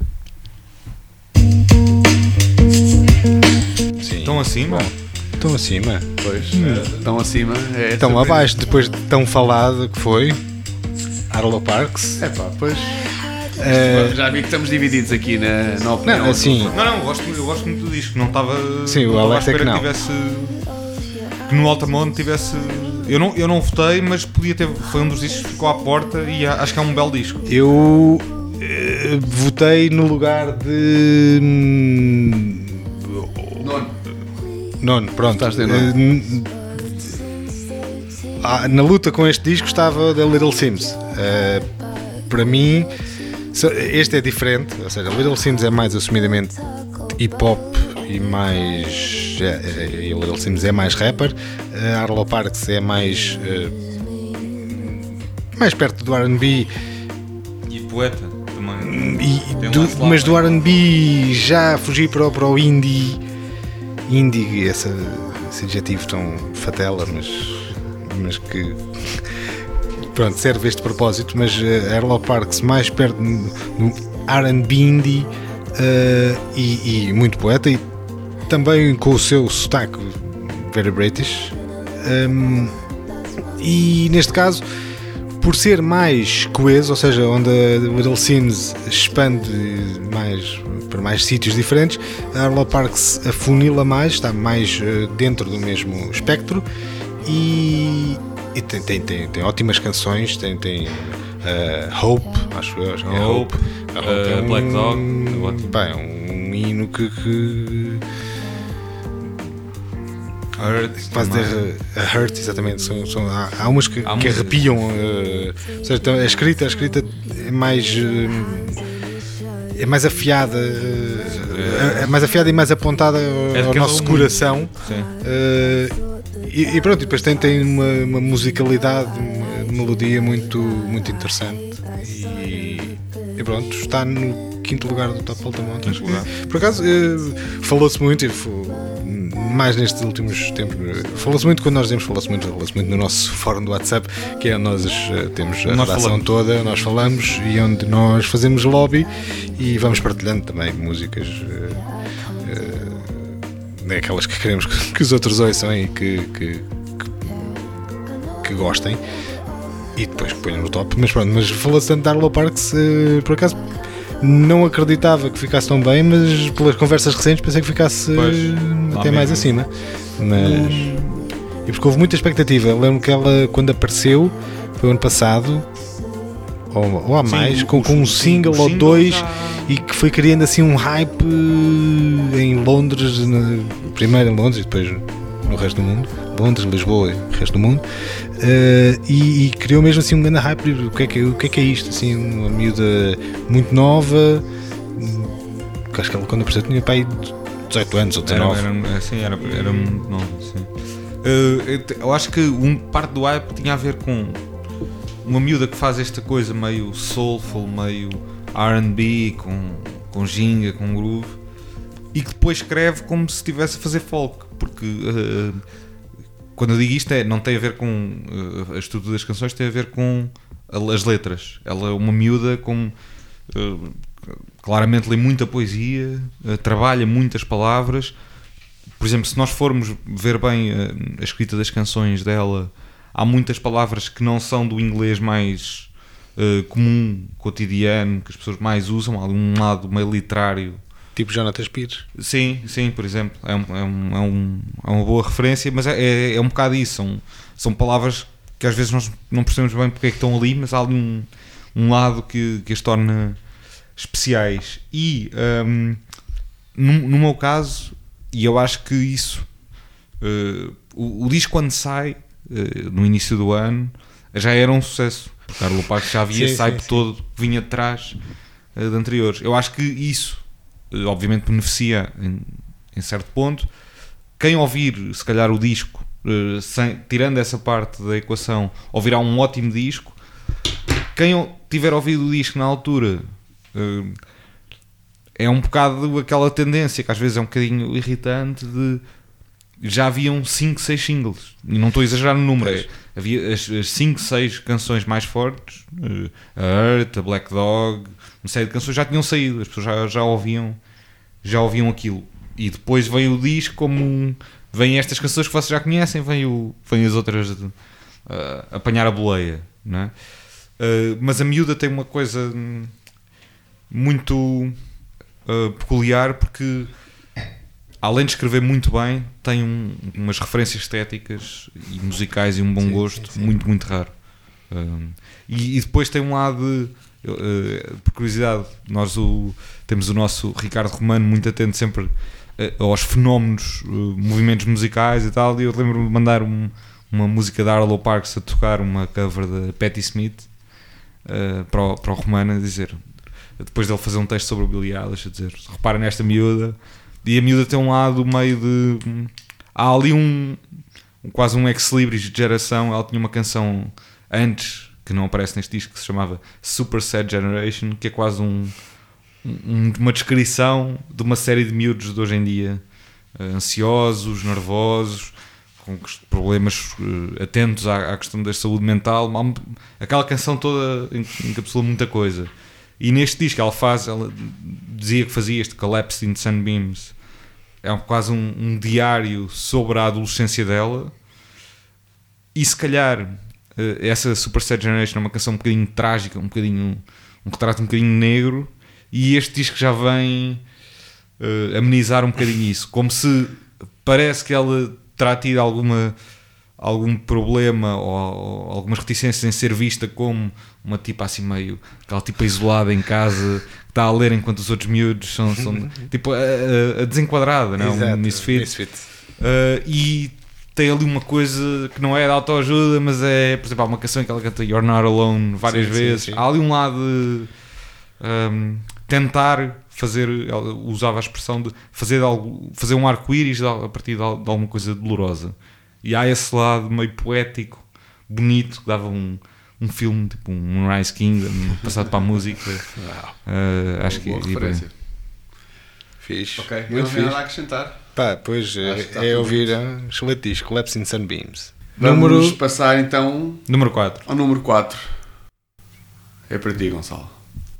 Sim. Estão acima? Estão acima. Pois, eh, tão acima. É Estão surpreendente. abaixo, depois de tão falado que foi Arlo Parks. É pá, pois. Eh, Já vi que estamos divididos aqui na, na opinião. não, assim, Não, não, eu gosto, eu gosto muito do disco, não estava. Sim, o não estava Alex à é que espera não. tivesse. Que no Altamonte tivesse. Eu não, eu não votei, mas podia ter. Foi um dos discos que ficou à porta e a- acho que é um belo disco. eu eh, Uh, votei no lugar de. Nono. Nono, pronto. Estás de nono. Uh, ah, na luta com este disco estava The Little Sims. Uh, para mim, este é diferente. Ou seja, Little Sims é mais assumidamente hip hop e mais. É, é, e Little Sims é mais rapper. Uh, Arlo Parks é mais. Uh, mais perto do R and B. E poeta também. E, do, mas do R and B já fugi para o, para o indie. Indie, essa, esse adjetivo tão fatela, mas, mas que pronto, serve este propósito. Mas uh, Arlo Parks mais perto do R and B indie uh, e, e muito poeta, e também com o seu sotaque very British. Um, e neste caso, por ser mais coeso, ou seja, onde a Little Sims expande mais para mais sítios diferentes, a Arlo Parks afunila mais, está mais uh, dentro do mesmo espectro, e, e tem, tem, tem, tem ótimas canções, tem, tem uh, Hope, acho eu, acho que é Hope, Hope, a Hope uh, é um, Black Dog, pá, é um hino que, que Hurt, quase ter, a Hurt, exatamente. São, são, há, há umas que, há que arrepiam. Uh, ou seja, a escrita, a escrita é mais. Uh, é mais afiada. Uh, é mais afiada e mais apontada é ao nosso coração. Uh, e, e pronto, e depois tem, tem uma, uma musicalidade, uma melodia muito, muito interessante. E, e pronto, está no quinto lugar do Top Altamont. Por acaso, uh, falou-se muito. E foi, mais nestes últimos tempos, falou-se muito quando nós dizemos, falou-se muito, falou-se muito no nosso fórum do WhatsApp, que é nós uh, temos a nós redação falamos. toda, nós falamos, e onde nós fazemos lobby e vamos partilhando também músicas, uh, uh, aquelas que queremos que, que os outros ouçam e que, que, que, que gostem, e depois que ponham no top. Mas pronto, mas falou-se tanto de Arlo Parks, uh, por acaso não acreditava que ficasse tão bem, mas pelas conversas recentes pensei que ficasse pois, até mais acima. Mas e porque houve muita expectativa. Eu lembro que ela, quando apareceu, foi ano passado ou, ou há mais, sim, com, com um single ou dois, já... e que foi criando assim um hype em Londres, na, primeiro em Londres e depois no resto do mundo. Londres, Lisboa e o resto do mundo. Uh, e, e criou mesmo assim um grande hype. O que é que, o que, é, que é isto? Assim, uma miúda muito nova, que acho que ela, quando apareceu, tinha pai dezoito anos ou dezanove. Era, era, assim, era, era muito nova, sim. Uh, eu acho que um, parte do hype tinha a ver com uma miúda que faz esta coisa meio soulful, meio R and B, com, com ginga, com groove, e que depois escreve como se estivesse a fazer folk, porque uh, quando eu digo isto, é, não tem a ver com uh, a estrutura das canções, tem a ver com as letras. Ela é uma miúda com uh, claramente lê muita poesia, uh, trabalha muitas palavras. Por exemplo, se nós formos ver bem uh, a escrita das canções dela, há muitas palavras que não são do inglês mais uh, comum, cotidiano, que as pessoas mais usam. Há um lado meio literário. Tipo Jonathan Pires. Sim, sim, por exemplo. É, um, é, um, é, um, é uma boa referência, mas é, é, é um bocado isso. São, são palavras que às vezes nós não percebemos bem porque é que estão ali, mas há ali um, um lado que, que as torna especiais. E, um, no, no meu caso, e eu acho que isso, uh, o, o disco quando sai, uh, no início do ano, já era um sucesso. Porque Arlo Parks já havia esse hype todo que vinha de trás uh, de anteriores. Eu acho que isso obviamente beneficia em, em certo ponto. Quem ouvir se calhar o disco uh, sem, tirando essa parte da equação, ouvirá um ótimo disco. Quem tiver ouvido o disco na altura, uh, é um bocado aquela tendência que às vezes é um bocadinho irritante, de já haviam cinco, seis singles, e não estou a exagerar no número, é, havia as cinco, seis canções mais fortes, uh, a Earth, a Black Dog, uma série de canções já tinham saído, as pessoas já, já ouviam já ouviam aquilo, e depois veio o disco como um, vêm estas canções que vocês já conhecem, vêm, o, vêm as outras uh, apanhar a boleia, não é? Uh, mas a miúda tem uma coisa muito uh, peculiar, porque além de escrever muito bem, tem um, umas referências estéticas e musicais e um bom sim, gosto sim, sim. muito, muito raro. Um, e, e depois tem um lado de, uh, por curiosidade, nós o, temos o nosso Ricardo Romano muito atento sempre uh, aos fenómenos, uh, movimentos musicais e tal, e eu lembro-me de mandar um, uma música da Arlo Parks a tocar uma cover da Patti Smith uh, para, o, para o Romano, a dizer, depois dele fazer um texto sobre o Billie Eilish, a dizer, repara nesta miúda, e a miúda tem um lado meio de... Há ali um, quase um ex-libris de geração. Ela tinha uma canção antes, que não aparece neste disco, que se chamava Super Sad Generation, que é quase um, um, uma descrição de uma série de miúdos de hoje em dia, uh, ansiosos, nervosos, com problemas, uh, atentos à, à questão da saúde mental. Aquela canção toda encapsula muita coisa. E neste disco ela faz, ela dizia que fazia este Collapsed in Sunbeams. É quase um, um diário sobre a adolescência dela. E se calhar essa Super Sad Generation é uma canção um bocadinho trágica, um bocadinho, um retrato um bocadinho negro, e este disco já vem uh, amenizar um bocadinho isso, como se parece que ela terá tido alguma, algum problema ou, ou algumas reticências em ser vista como uma tipa assim meio, aquela tipa isolada em casa que está a ler enquanto os outros miúdos são, são tipo a, a desenquadrada, não? Um misfit. misfit. Uh, e tem ali uma coisa que não é de autoajuda, mas é, por exemplo, há uma canção em que ela canta You're Not Alone várias sim, vezes. Sim, sim. Há ali um lado de um, tentar fazer, ela usava a expressão de fazer, algo, fazer um arco-íris a partir de, de alguma coisa dolorosa. E há esse lado meio poético, bonito, que dava um, um filme, tipo um Rise Kingdom, passado para a música. Uh, acho que boa é referência. Fixe. Ok, muito não fixe. tenho nada a acrescentar. Pá, pois é, é ouvir um excelente disco, Collapsed in Sunbeams. Vamos número... passar então número quatro. Ao número quatro. É para ti, Gonçalo.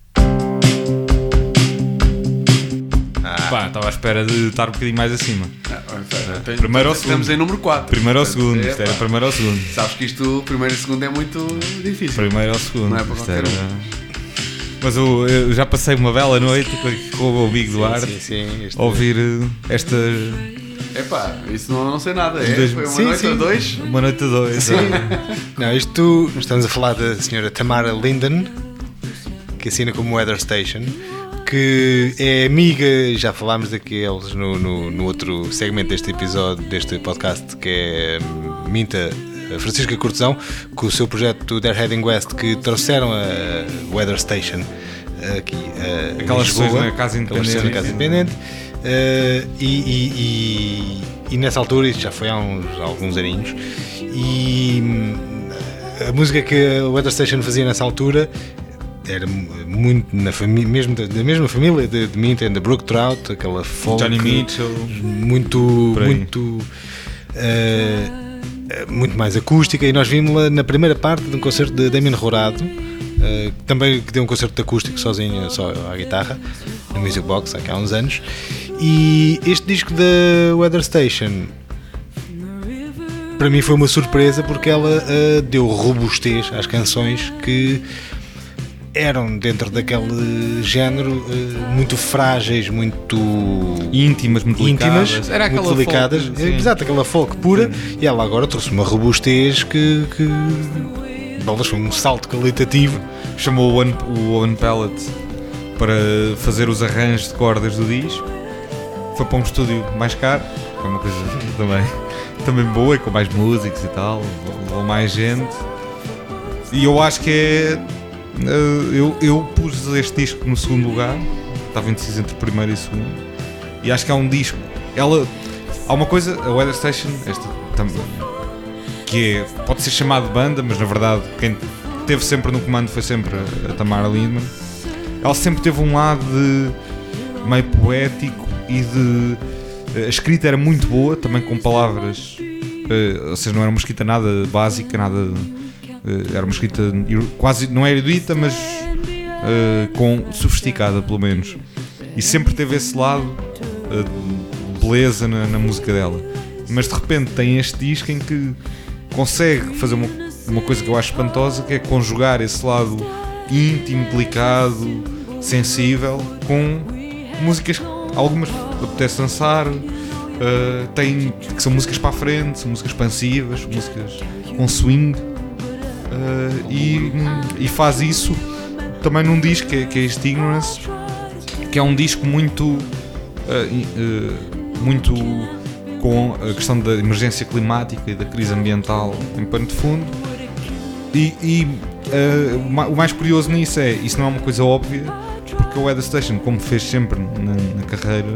Ah. Pá, estava à espera de estar um bocadinho mais acima. Ah, ah, tem, primeiro ou segundo? Estamos em número quatro. Primeiro ou segundo, é, isto era primeiro ou segundo. Sabes que isto, primeiro e segundo, é muito difícil. Primeiro ou segundo. Não é para qualquer era... um. Mas eu, eu já passei uma bela noite com o Big Duarte sim, sim, sim, este... a ouvir esta. Epá, isso não, não sei nada. É? Dois... Foi uma sim, noite sim. a dois? Uma noite a dois. Sim. Não, isto estamos a falar da senhora Tamara Linden, que assina como Weather Station, que é amiga, já falámos daqueles no, no, no outro segmento deste episódio, deste podcast, que é Minta. Francisca Cortesão, com o seu projeto They're Heading West, que trouxeram a Weather Station aqui a aquelas Lisboa, pessoas na Casa Independente, na Casa Independente. Uh, e, e, e, e nessa altura, isto já foi há uns, há alguns aninhos, e a música que a Weather Station fazia nessa altura era muito na família, mesmo da, da mesma família de, de Minta and the Brook Trout, aquela folk, Johnny Mitchell, muito, muito uh, muito mais acústica, e nós vimos-la na primeira parte de um concerto de Damien Rorado, uh, também que deu um concerto de acústico sozinho, só à guitarra, na Music Box, há uns anos. E este disco da Weather Station para mim foi uma surpresa, porque ela uh, deu robustez às canções que eram, dentro daquele género, uh, muito frágeis, muito íntimas, muito íntimas, delicadas. Era muito aquela delicadas. folk, Exato, aquela folk pura. Sim. E ela agora trouxe uma robustez que, que bolas, foi um salto qualitativo. Chamou o One, o One Palette para fazer os arranjos de cordas do disco. Foi para um estúdio mais caro, foi uma coisa também, também boa, com mais músicos e tal, ou mais gente. E eu acho que é. Eu, eu pus este disco no segundo lugar, estava indeciso entre primeiro e segundo, e acho que é um disco. Ela, há uma coisa, a Weather Station, esta também, que é, pode ser chamada de banda, mas na verdade quem esteve sempre no comando foi sempre a, a Tamara Lindman. Ela sempre teve um lado de meio poético e de. A escrita era muito boa, também com palavras, ou seja, não era uma escrita nada básica, nada. Era uma escrita quase, não era erudita, mas uh, com sofisticada, pelo menos. E sempre teve esse lado uh, de beleza na, na música dela. Mas de repente tem este disco em que consegue fazer uma, uma coisa que eu acho espantosa, que é conjugar esse lado íntimo, delicado, sensível, com músicas que algumas apetece dançar, uh, tem, que são músicas para a frente, são músicas expansivas, músicas com swing. uh, e, e faz isso também num disco que é, que é este Ignorance, que é um disco muito uh, uh, muito com a questão da emergência climática e da crise ambiental em pano de fundo. E, e uh, o mais curioso nisso é, isso não é uma coisa óbvia, porque o Weather Station, como fez sempre na, na carreira,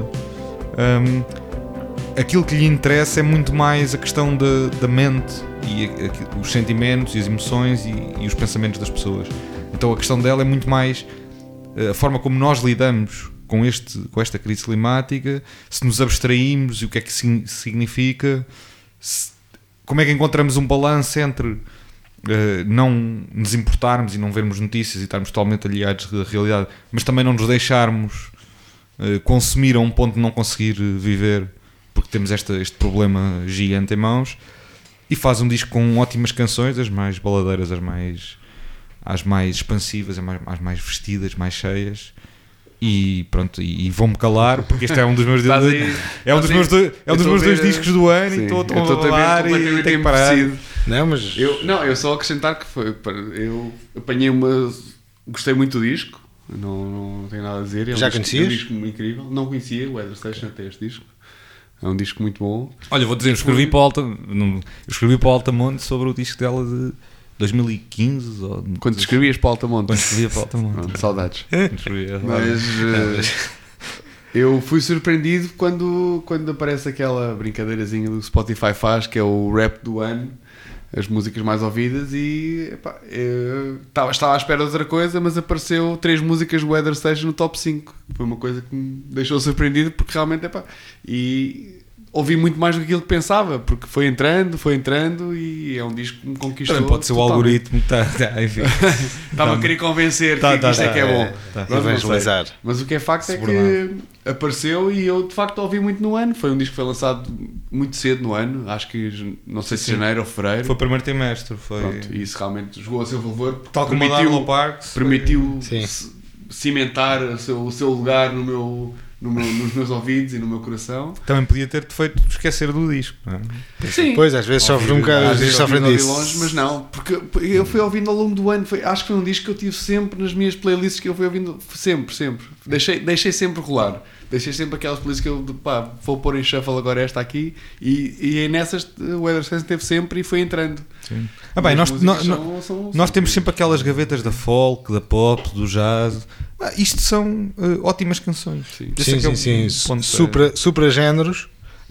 um, aquilo que lhe interessa é muito mais a questão da, da mente e a, a, os sentimentos e as emoções e, e os pensamentos das pessoas. Então a questão dela é muito mais a forma como nós lidamos com, este, com esta crise climática, se nos abstraímos e o que é que significa, se, como é que encontramos um balanço entre uh, não nos importarmos e não vermos notícias e estarmos totalmente aliados da realidade, mas também não nos deixarmos uh, consumir a um ponto de não conseguir viver porque temos esta, este problema gigante em mãos. E faz um disco com ótimas canções, as mais baladeiras, as mais, as mais expansivas, as mais, as mais vestidas, mais cheias. E pronto, e, e vou-me calar porque este é um dos meus dois, é um dos meus dois, é um dos meus dois discos do ano. Sim, e estou a falar e tenho que parar. Não, mas eu, não, eu só acrescentar que foi, eu apanhei uma, gostei muito do disco, não, não tenho nada a dizer. É um Já disco, conhecias? É um disco incrível, não conhecia o Weather Station até este disco. É um disco muito bom. Olha, vou dizer, eu escrevi para o Alta, eu escrevi para o Altamonte sobre o disco dela de dois mil e quinze. Ou, quando escrevias para o Altamonte? Quando escrevia para o Altamonte. Pronto, saudades. Escrevia, mas uh, eu fui surpreendido quando, quando aparece aquela brincadeirazinha do Spotify faz, que é o rap do ano, as músicas mais ouvidas, e epá, eu estava, estava à espera de outra coisa, mas apareceu três músicas do Weather Station no top cinco. Foi uma coisa que me deixou surpreendido, porque realmente, epá, e ouvi muito mais do que aquilo que pensava, porque foi entrando, foi entrando, e é um disco que me conquistou. Também pode ser totalmente. O algoritmo, tá, tá, enfim. Estava a querer convencer tá, que tá, isto tá, é que é bom. tá, Pronto, evangelizar. mas o que é facto é que apareceu e eu de facto ouvi muito no ano. Foi um disco que foi lançado muito cedo no ano, acho que não sei se Sim. janeiro ou fevereiro. Foi o primeiro trimestre. Foi... Pronto, e isso realmente jogou a seu favor. Tal como a Darlow Parks. Permitiu Sim. cimentar o seu, o seu lugar no meu, no meu, nos meus ouvidos e no meu coração. Também podia ter-te feito esquecer do disco, não é? Sim. Pois, às vezes sofre um bocado, às vezes sofrem ouvi disso. longe, mas não, porque eu fui ouvindo ao longo do ano. Foi, acho que foi um disco que eu tive sempre nas minhas playlists, que eu fui ouvindo sempre, sempre. Deixei, deixei sempre rolar. Deixei sempre aquelas playlists que eu, pá, vou pôr em shuffle agora esta aqui, e, e nessas o Weather Station teve sempre e foi entrando. Sim. Ah, bem, nós, nós, são, são, nós são temos sempre aquelas gavetas da folk, da pop, do jazz. Ah, isto são uh, ótimas canções. Sim, Esse Sim, é que é sim, o sim. ponto. Supra, supra géneros.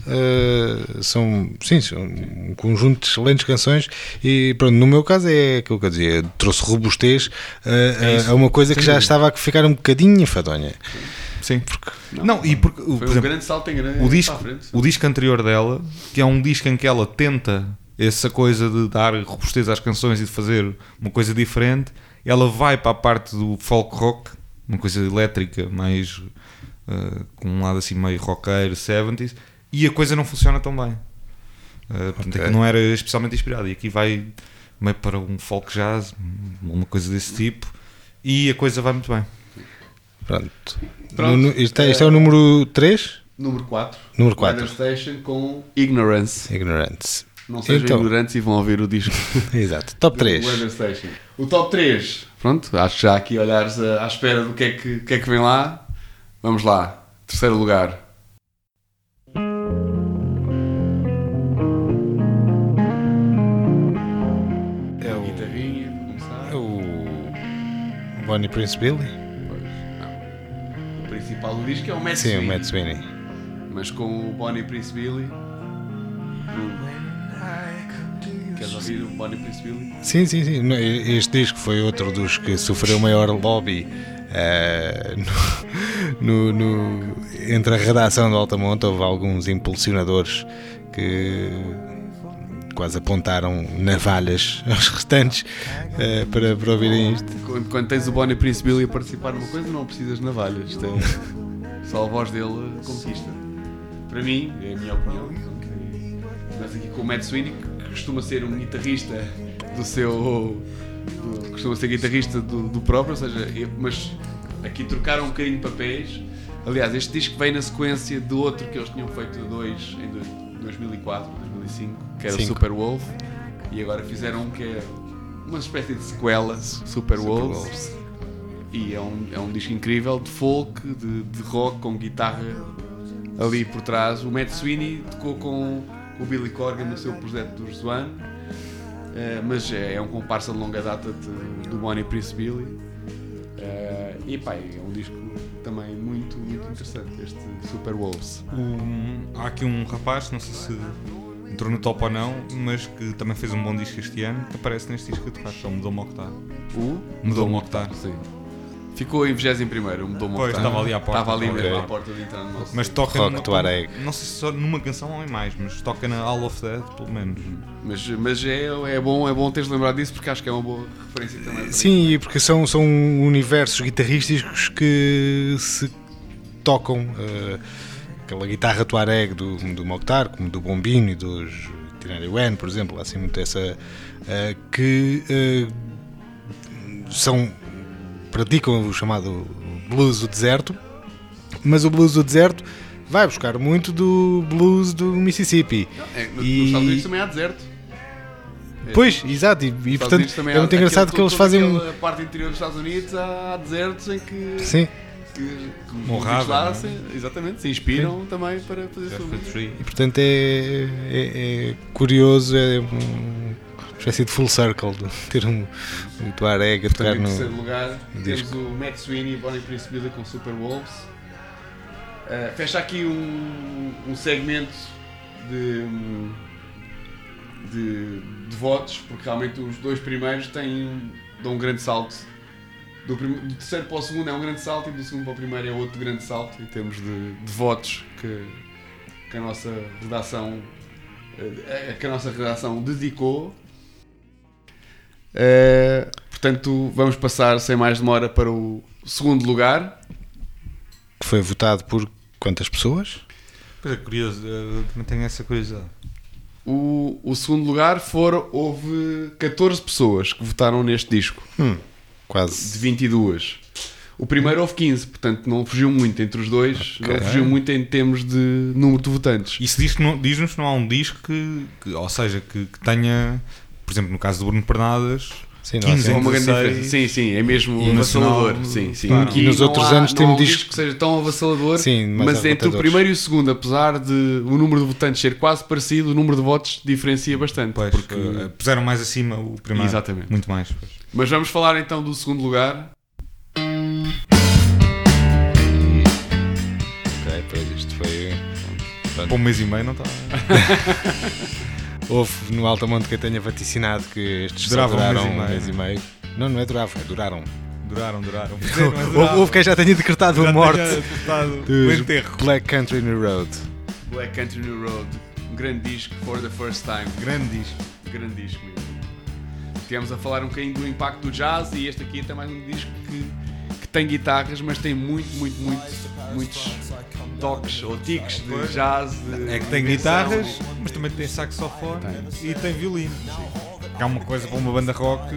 Uh, são, sim, são um conjunto de excelentes canções. E pronto, no meu caso é aquilo que eu dizia, trouxe robustez uh, É a uma coisa Sem que já dúvida. estava a ficar um bocadinho enfadonha. Sim. Porque, Não, Não, e porque, foi por um exemplo, grande salto em grande o disco, para a frente. o disco anterior dela, que é um disco em que ela tenta essa coisa de dar robustez às canções e de fazer uma coisa diferente, ela vai para a parte do folk rock, uma coisa elétrica, mais uh, com um lado assim meio roqueiro, setenta, e a coisa não funciona tão bem. Uh, portanto, Ok. é que não era especialmente inspirado. E aqui vai meio para um folk jazz, uma coisa desse tipo, e a coisa vai muito bem. pronto. Pronto. No- isto, é, isto é o número três? Número quatro. Número quatro. Weather Station com Ignorance. Ignorance. Não sejam Então. ignorantes e vão ouvir o disco. Exato. Top do três. Weather Station. O top três. Pronto, acho que já aqui olhares à, à espera do que é que, que é que vem lá. Vamos lá. Terceiro lugar. É o, Guitarrinha, para começar. é o Bonnie Prince Billy? Pois, não. O principal do disco é o Matt Sim, o Sweeney. Matt Sweeney. Mas com o Bonnie Prince Billy. Hum. Queres ouvir o Bonnie Prince Billy? Sim, sim, sim. No- Este disco foi outro dos que sofreu maior lobby eh, no, no- no- entre a redação do Altamonte. Houve alguns impulsionadores que quase apontaram navalhas aos restantes eh, para, para ouvirem isto. Quando, quando tens o Bonnie Prince Billy a participar numa coisa, não precisas de navalhas. Isto é, só a voz dele conquista. Para mim, é a minha opinião. Começa aqui com o Matt Sweeney, que costuma ser um guitarrista do seu. do- costuma ser guitarrista do, do próprio, ou seja, eu- mas aqui trocaram um bocadinho de papéis. Aliás, este disco vem na sequência do outro que eles tinham feito dois em dois- dois mil e quatro, dois mil e cinco, que era o Cinco. Super Wolf, e agora fizeram um que é uma espécie de sequela, Super, Super Wolves. Wolves. E é um, é um disco incrível de folk, de, de rock, com guitarra ali por trás. O Matt Sweeney tocou com o Billy Corgan no seu projeto dos Zwan, uh, mas é, é um comparsa de longa data de, do Bonnie Prince Billy. Uh, e pá, é um disco também muito, muito interessante, este Super Wolves. Um, há aqui um rapaz, não sei se entrou no top ou não, mas que também fez um bom disco este ano, que aparece neste disco que tocaste, é o Mudou Mokhtar. O? Mudou Mokhtar, sim. Ficou em vigésimo primeiro, mudou Mokhtar. Pois, estava ali à porta. Estava ali okay. mesmo à porta de entrar no nosso. Mas toca Rock numa, Tuareg. não sei se só numa canção ou em mais, mas toca na All of Dead, pelo menos. Mas, mas é, é, bom, é bom teres lembrado disso, porque acho que é uma boa referência também. Sim, porque são, são universos guitarrísticos que se tocam. Uh, aquela guitarra Tuareg do, do Mokhtar, como do Bombino e dos Tirani Wen, por exemplo, assim muito essa. Uh, que uh, são. praticam o chamado blues do deserto, mas o blues do deserto vai buscar muito do blues do Mississippi. É, no, e... Nos Estados Unidos também há deserto. Pois, exato, e, e portanto é muito engraçado que eles fazem um... A parte interior dos Estados Unidos há desertos em que... Sim. Que, que Morrava, lá, não é? se, exatamente, se inspiram sim. também para fazer sua música. E portanto é, é, é curioso, é um... espécie de full circle, de ter um, um Tuareg a tocar no. Em terceiro lugar, no temos disco. o Matt Sweeney e Bonnie Prince Billy com Super Wolves. Uh, fecha aqui um, um segmento de, de, de votos, porque realmente os dois primeiros têm, dão um grande salto. Do, prim, do terceiro para o segundo é um grande salto e do segundo para o primeiro é outro grande salto em termos de, de votos que, que a nossa redação que a nossa redação dedicou. Uh, portanto, vamos passar sem mais demora para o segundo lugar, que foi votado por quantas pessoas? Pois é, curioso, eu também tenho essa curiosidade. O, o segundo lugar foram, houve catorze pessoas que votaram neste disco, hum, quase de vinte e duas. O primeiro houve quinze, portanto não fugiu muito entre os dois, okay. Não fugiu muito em termos de número de votantes. Isso diz que não, diz-nos que não há um disco que, que ou seja, que, que tenha, por exemplo, no caso do Bruno Pernadas, sim, quinze não, uma grande dezesseis, diferença. Sim, sim, é mesmo e avassalador. nacional, sim, sim. claro. E nos não outros há, anos não tem há um um disco disco que seja tão avassalador, sim, mas entre o primeiro e o segundo, apesar de o número de votantes ser quase parecido, o número de votos diferencia bastante. Pois, porque uh, puseram mais acima o primeiro. Exatamente. Muito mais. Pois. Mas vamos falar então do segundo lugar. Ok, pois isto foi... Para um mês e meio não está... Houve no Altamonte quem tenha vaticinado que estes Duravam só duraram um mês e meio. um mês e meio. Não, não é duravam, é duraram. Duraram, duraram. Houve, houve quem já tenha decretado já a morte do enterro. Black Country New Road. Black Country New Road, um grande disco, For the First Time. Grande disco. Grande disco mesmo. Estivemos a falar um bocadinho do impacto do jazz e este aqui é também um disco que, que tem guitarras, mas tem muito, muito, muito, muitos toques ou tiques de jazz. De é que tem guitarras, mas também tem saxofone tem. E tem violino. Que é uma coisa para uma banda rock,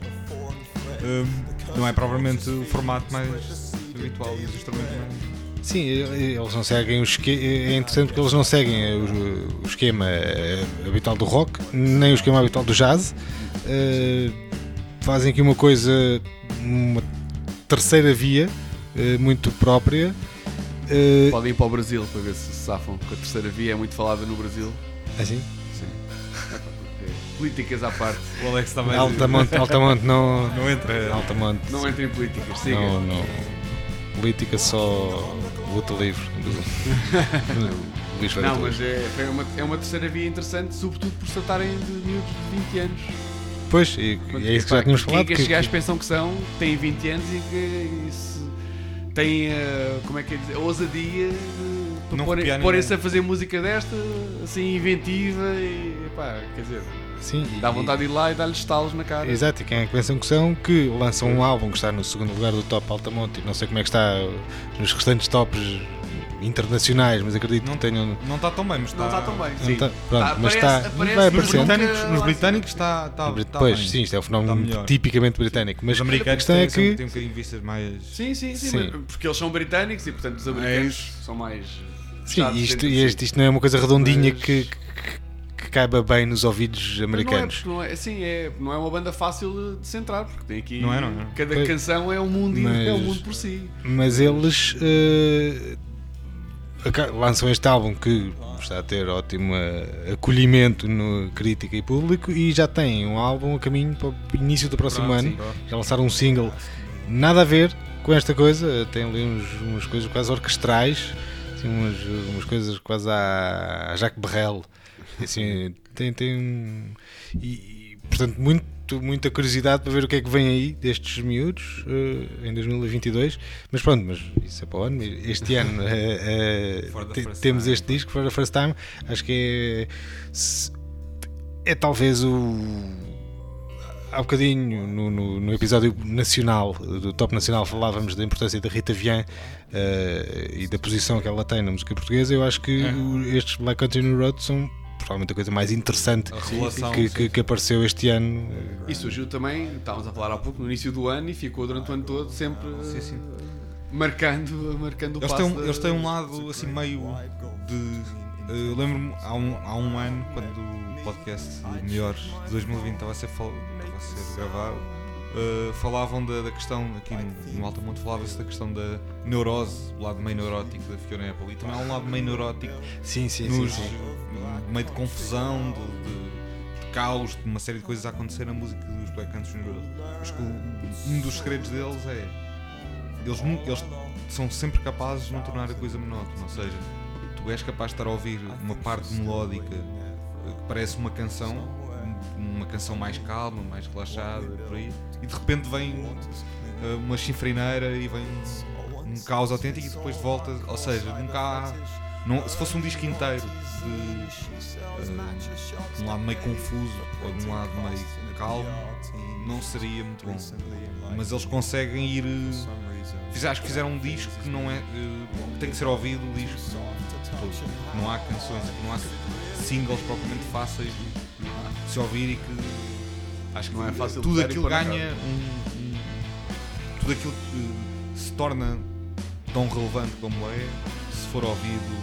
um, não é propriamente o formato mais habitual dos instrumentos. Sim, eles não seguem o esquema, é interessante porque eles não seguem o, o esquema habitual do rock, nem o esquema habitual do jazz. Uh, fazem aqui uma coisa, uma terceira via, uh, muito própria. Uh, Podem ir para o Brasil para ver se se safam, porque a terceira via é muito falada no Brasil. Assim? Sim. Políticas à parte. O Alex também. Altamonte, Altamonte não, não entra. Altamonte, não entra em políticas, siga. Não, não. Política só luta livre. Do, do não, mas é, é, uma, é uma terceira via interessante, sobretudo por se tratarem de miúdos de vinte anos. Pois, e, e é isso que já tínhamos falado. Quem é que as pensam que são, têm vinte anos e que isso, têm, uh, como é que é dizer, a ousadia de porem, porem-se a fazer música desta, assim, inventiva e, pá, quer dizer... Sim, dá vontade de ir lá e dar-lhes estalos na cara. Exato, e quem é que pensam que são, que lançam um álbum que está no segundo lugar do top Altamonte, e não sei como é que está nos restantes tops internacionais, mas acredito que não tenham... Não está tão bem, mas está... Não está tão bem, sim. Está, pronto, tá, mas aparece, está... aparece vai nos, britânicos, nos britânicos está, está, está pois, bem. sim, isto é um fenómeno tipicamente britânico, mas os americanos a questão têm, é que... têm um bocadinho vistas mais... Sim, sim, sim, sim. porque eles são britânicos e, portanto, os americanos é são mais... Sim, isto, isto, isto não é uma coisa redondinha mas... que... que caiba bem nos ouvidos Mas americanos. Não é, não é, assim, é, não é uma banda fácil de se entrar, porque tem aqui. Não é, não é. Cada Pois. canção é um mundo, Mas- é um mundo por si. Mas eles eh, aca- lançam este álbum que está a ter ótimo eh, acolhimento no crítica e público e já têm um álbum a caminho para o início do próximo Pronto, ano. sim. Já lançaram um single, nada a ver com esta coisa, tem ali uns, umas coisas quase orquestrais, assim, umas, umas coisas quase à, à Jacques Brel. Assim, tem, tem um- e, e, portanto, muito, muita curiosidade para ver o que é que vem aí destes miúdos eh, em dois mil e vinte e dois. Mas pronto, mas isso é para o ano. Este ano eh, eh, For the te- first temos time. este disco, For the First Time. Acho que é, se- é talvez o. Há bocadinho no, no, no episódio nacional, do Top Nacional, falávamos da importância da Rita Vian eh, e da posição que ela tem na música portuguesa. Eu acho que É. o- estes Black Country New Road são provavelmente a coisa mais interessante A relação, que, sim. que, que apareceu este ano. E surgiu também, estávamos a falar há pouco, no início do ano e ficou durante o ano todo sempre Sim, sim. marcando, marcando o Eles passo. têm, um- da- eles têm um lado assim meio de. Eu lembro-me há um, há um ano, quando o podcast Melhores de dois mil e vinte estava a ser, fal- estava a ser gravado, uh, falavam da, da questão, aqui no, no Altamonte falava-se da questão da neurose, o lado meio neurótico da Fiona Apple. E também há um lado meio neurótico Sim, sim, nos, sim, sim. meio de confusão, de, de, de caos, de uma série de coisas a acontecer na música dos Black Country New Road. Acho que o- um dos segredos deles é eles, nu- eles são sempre capazes de não tornar a coisa monótona, ou seja, tu és capaz de estar a ouvir uma parte melódica eh, que parece uma canção, um- uma canção mais calma, mais relaxada, por aí, e de repente vem eh, uma chinfrineira e vem um, um caos autêntico e depois volta, ou seja, nunca há, não, se fosse um disco inteiro de, eh, de um lado meio confuso ou de um lado meio calmo, não seria muito bom. Mas eles conseguem ir. eh, fiz- Acho que fizeram um disco que não é. eh, tem que ser ouvido o disco todo. Não há canções, não há singles propriamente fáceis de se ouvir e que. Acho que Não é fácil de tudo pegar e aquilo pôr na ganha um, um- tudo aquilo que se torna tão relevante como é se for ouvido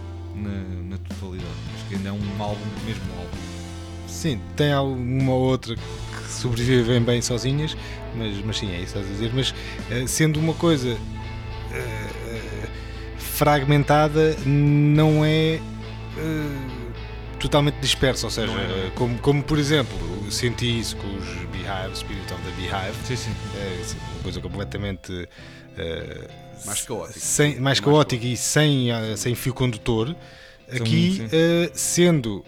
na, na totalidade. Acho que ainda é um álbum, mesmo álbum. Sim, tem alguma outra que sobrevivem bem sozinhas, mas, mas sim, é isso que estás a dizer. Mas eh, sendo uma coisa eh, eh, fragmentada, não é eh, totalmente dispersa. Ou seja, Não é, não é. eh, como, como por exemplo, eu senti isso com os Beehive, Spirit of the Beehive, Sim, sim. é isso, uma coisa completamente eh, Mais caótica. sem, mais Mais caótica e sem, ah, sem fio condutor. Sim, Aqui, sim. eh, sendo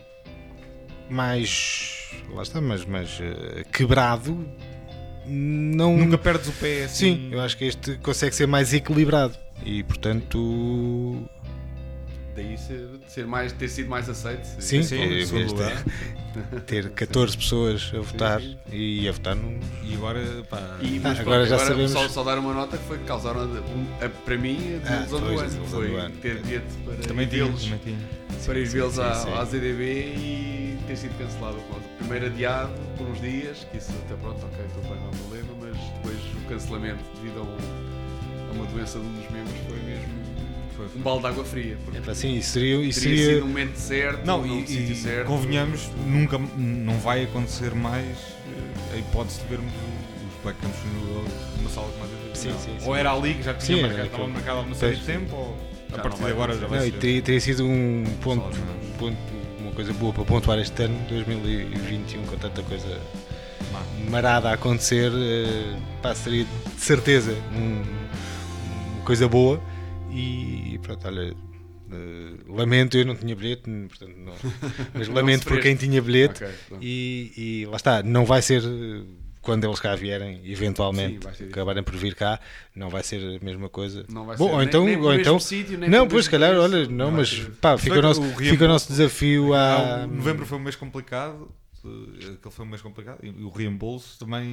mais, lá está, mas mais eh, quebrado, não. Nunca perdes o pé assim. Sim, eu acho que este consegue ser mais equilibrado e, portanto, Daí ser, ser mais, ter sido mais aceito. sim, sim, em em segundo vez de lugar. ter catorze pessoas a votar sim. e a votar num. E agora, pá, E, mas Ah, pronto, agora já agora sabemos. Só, só dar uma nota que foi que causaram, a, a, para mim, a Ah, desilusão do pois, a ano. desilusão Foi do ano. ter bilhete para também ir tinha, vê-los, também tinha. para ir Sim, vê-los sim, à, sim. à Z D B e ter sido cancelado. Primeiro adiado por uns dias, que isso até pronto, ok, estou bem, não me lembro, mas depois o cancelamento devido a, um, a uma doença de um dos membros foi mesmo Foi, um foi. balde de água fria. Porque É para assim, isso seria, isso teria seria sido no momento certo, Não, no e, sítio e certo. convenhamos, nunca, não vai acontecer mais eh, a hipótese de vermos os Black Country New Road numa sala como a D D B. Sim, sim, sim. Ou era ali que já tinha Sim, marcado, era estava aquilo. marcado há uma série de Pois. tempo, ou a Já partir não de vai agora já vai Não, e ser. teria, teria sido um ponto, Só, não. um ponto, uma coisa boa para pontuar este ano, dois mil e vinte e um, com tanta coisa Má. marada a acontecer, eh, pá, seria de certeza um- uma coisa boa. E pronto, olha, eh, lamento, eu não tinha bilhete, portanto, não, mas Não lamento por quem sofreste. tinha bilhete. Ok, pronto. e, e lá está, não vai ser eh, quando eles cá vierem, eventualmente, Sim, vai ser acabarem por vir cá, não vai ser a mesma coisa. Não vai Bom, ser ou nem- então, nem no ou mesmo então sítio, nem não, pelo pois se mesmo calhar, preço. olha, não, Não mas vai ser. pá, Se fica bem o nosso, que o fica o reembolso- nosso desafio a. Ah, o novembro foi um mês complicado, eh, aquele foi um mês complicado, e o reembolso também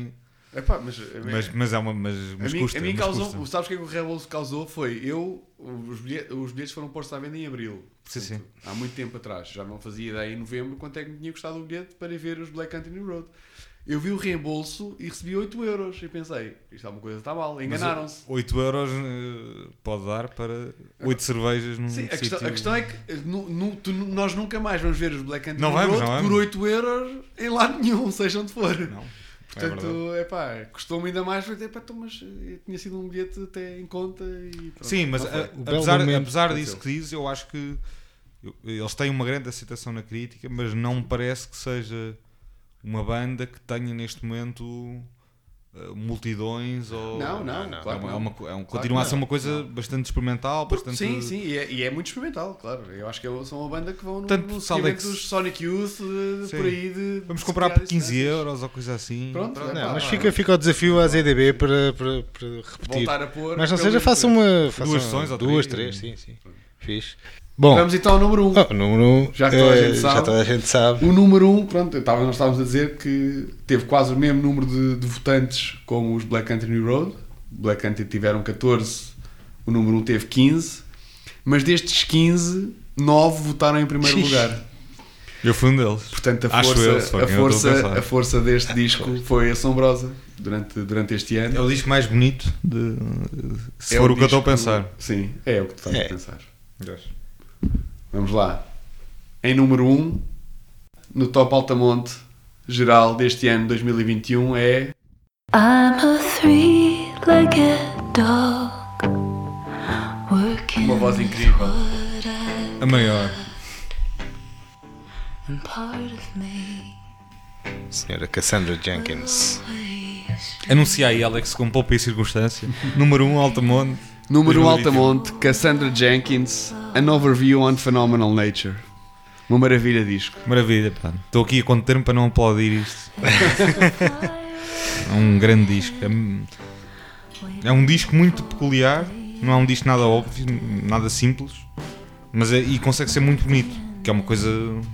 Epá, mas, Mas, mas é uma. Mas, mas a mim, custa, a mim mas causou, custa. sabes o que é que o reembolso causou? Foi eu, os bilhetes, os bilhetes foram postos à venda em abril. Sim, sim. Há muito tempo atrás, já não fazia ideia em novembro quanto é que me tinha custado o bilhete para ir ver os Black Country Road. Eu vi o reembolso e recebi oito euros e pensei, isto é uma coisa que está mal, enganaram-se. oito euros uh, pode dar para oito cervejas num Sim, a sítio... questão, a questão é que no, no, tu, nós nunca mais vamos ver os Black Country Não Road vamos, não por vamos. oito euros em lado nenhum, seja onde for. Não, Portanto, é pá, custou-me ainda mais, porque, epá, então, mas eh, tinha sido um bilhete até em conta e pronto. Sim, mas Não foi. a, O belo apesar, momento apesar aconteceu. disso que diz, eu acho que eu- eles têm uma grande aceitação na crítica, mas não me parece que seja uma banda que tenha neste momento uh, multidões ou... Não, não, não, não. claro é que uma, não. é uma, co- é um, Claro continua que a ser não. uma coisa bastante experimental, bastante... Sim, sim, e é, e é muito experimental, claro. Eu acho que é- são uma banda que vão no, Tanto no pessoal é seguimento que se- dos Sonic Youth, de, Sim. por aí de... Vamos de comprar criar por quinze esse- euros ou coisa assim. Pronto, é Não, pá, mas pá, fica, fica o desafio à Z D B para, para, para repetir. voltar a pôr... Mas não pelo seja, menos faça por- uma. Faça Duas uma- sessões ou duas, três. três, sim, sim. Fixe. Bom, Vamos então ao número um. oh, número, Já que toda a eh, gente sabe. já toda a gente sabe. O número um, pronto, eu estava, nós estávamos a dizer que teve quase o mesmo número de, de votantes como os Black Country Road. Black Country tiveram catorze, o número um teve quinze, mas destes quinze, nove votaram em primeiro Ixi. lugar. Eu fui um deles. Portanto, a Acho força, eu, se for a, quem eu estou a força, pensar. a força deste disco foi assombrosa durante, durante este ano. É o disco mais bonito, de, se É for o que eu estou a disco- pensar. Sim, é o que tu estás É. a pensar. Vamos lá. Em número um, no Top Altamonte geral deste ano dois mil e vinte e um é... I'm a three-legged dog working Uma voz incrível. A maior. and part of me Senhora Cassandra Jenkins. Anunciei Alex com poupa e circunstância. Número um, Altamonte. Número um dois mil e vinte e um. Altamonte, Cassandra Jenkins, An Overview on Phenomenal Nature. Uma maravilha disco. Maravilha, pá. Estou aqui a conter-me para não aplaudir isto. É um grande disco. É, é um disco muito peculiar. Não é um disco nada óbvio, nada simples. Mas é, e consegue ser muito bonito. Que é uma coisa...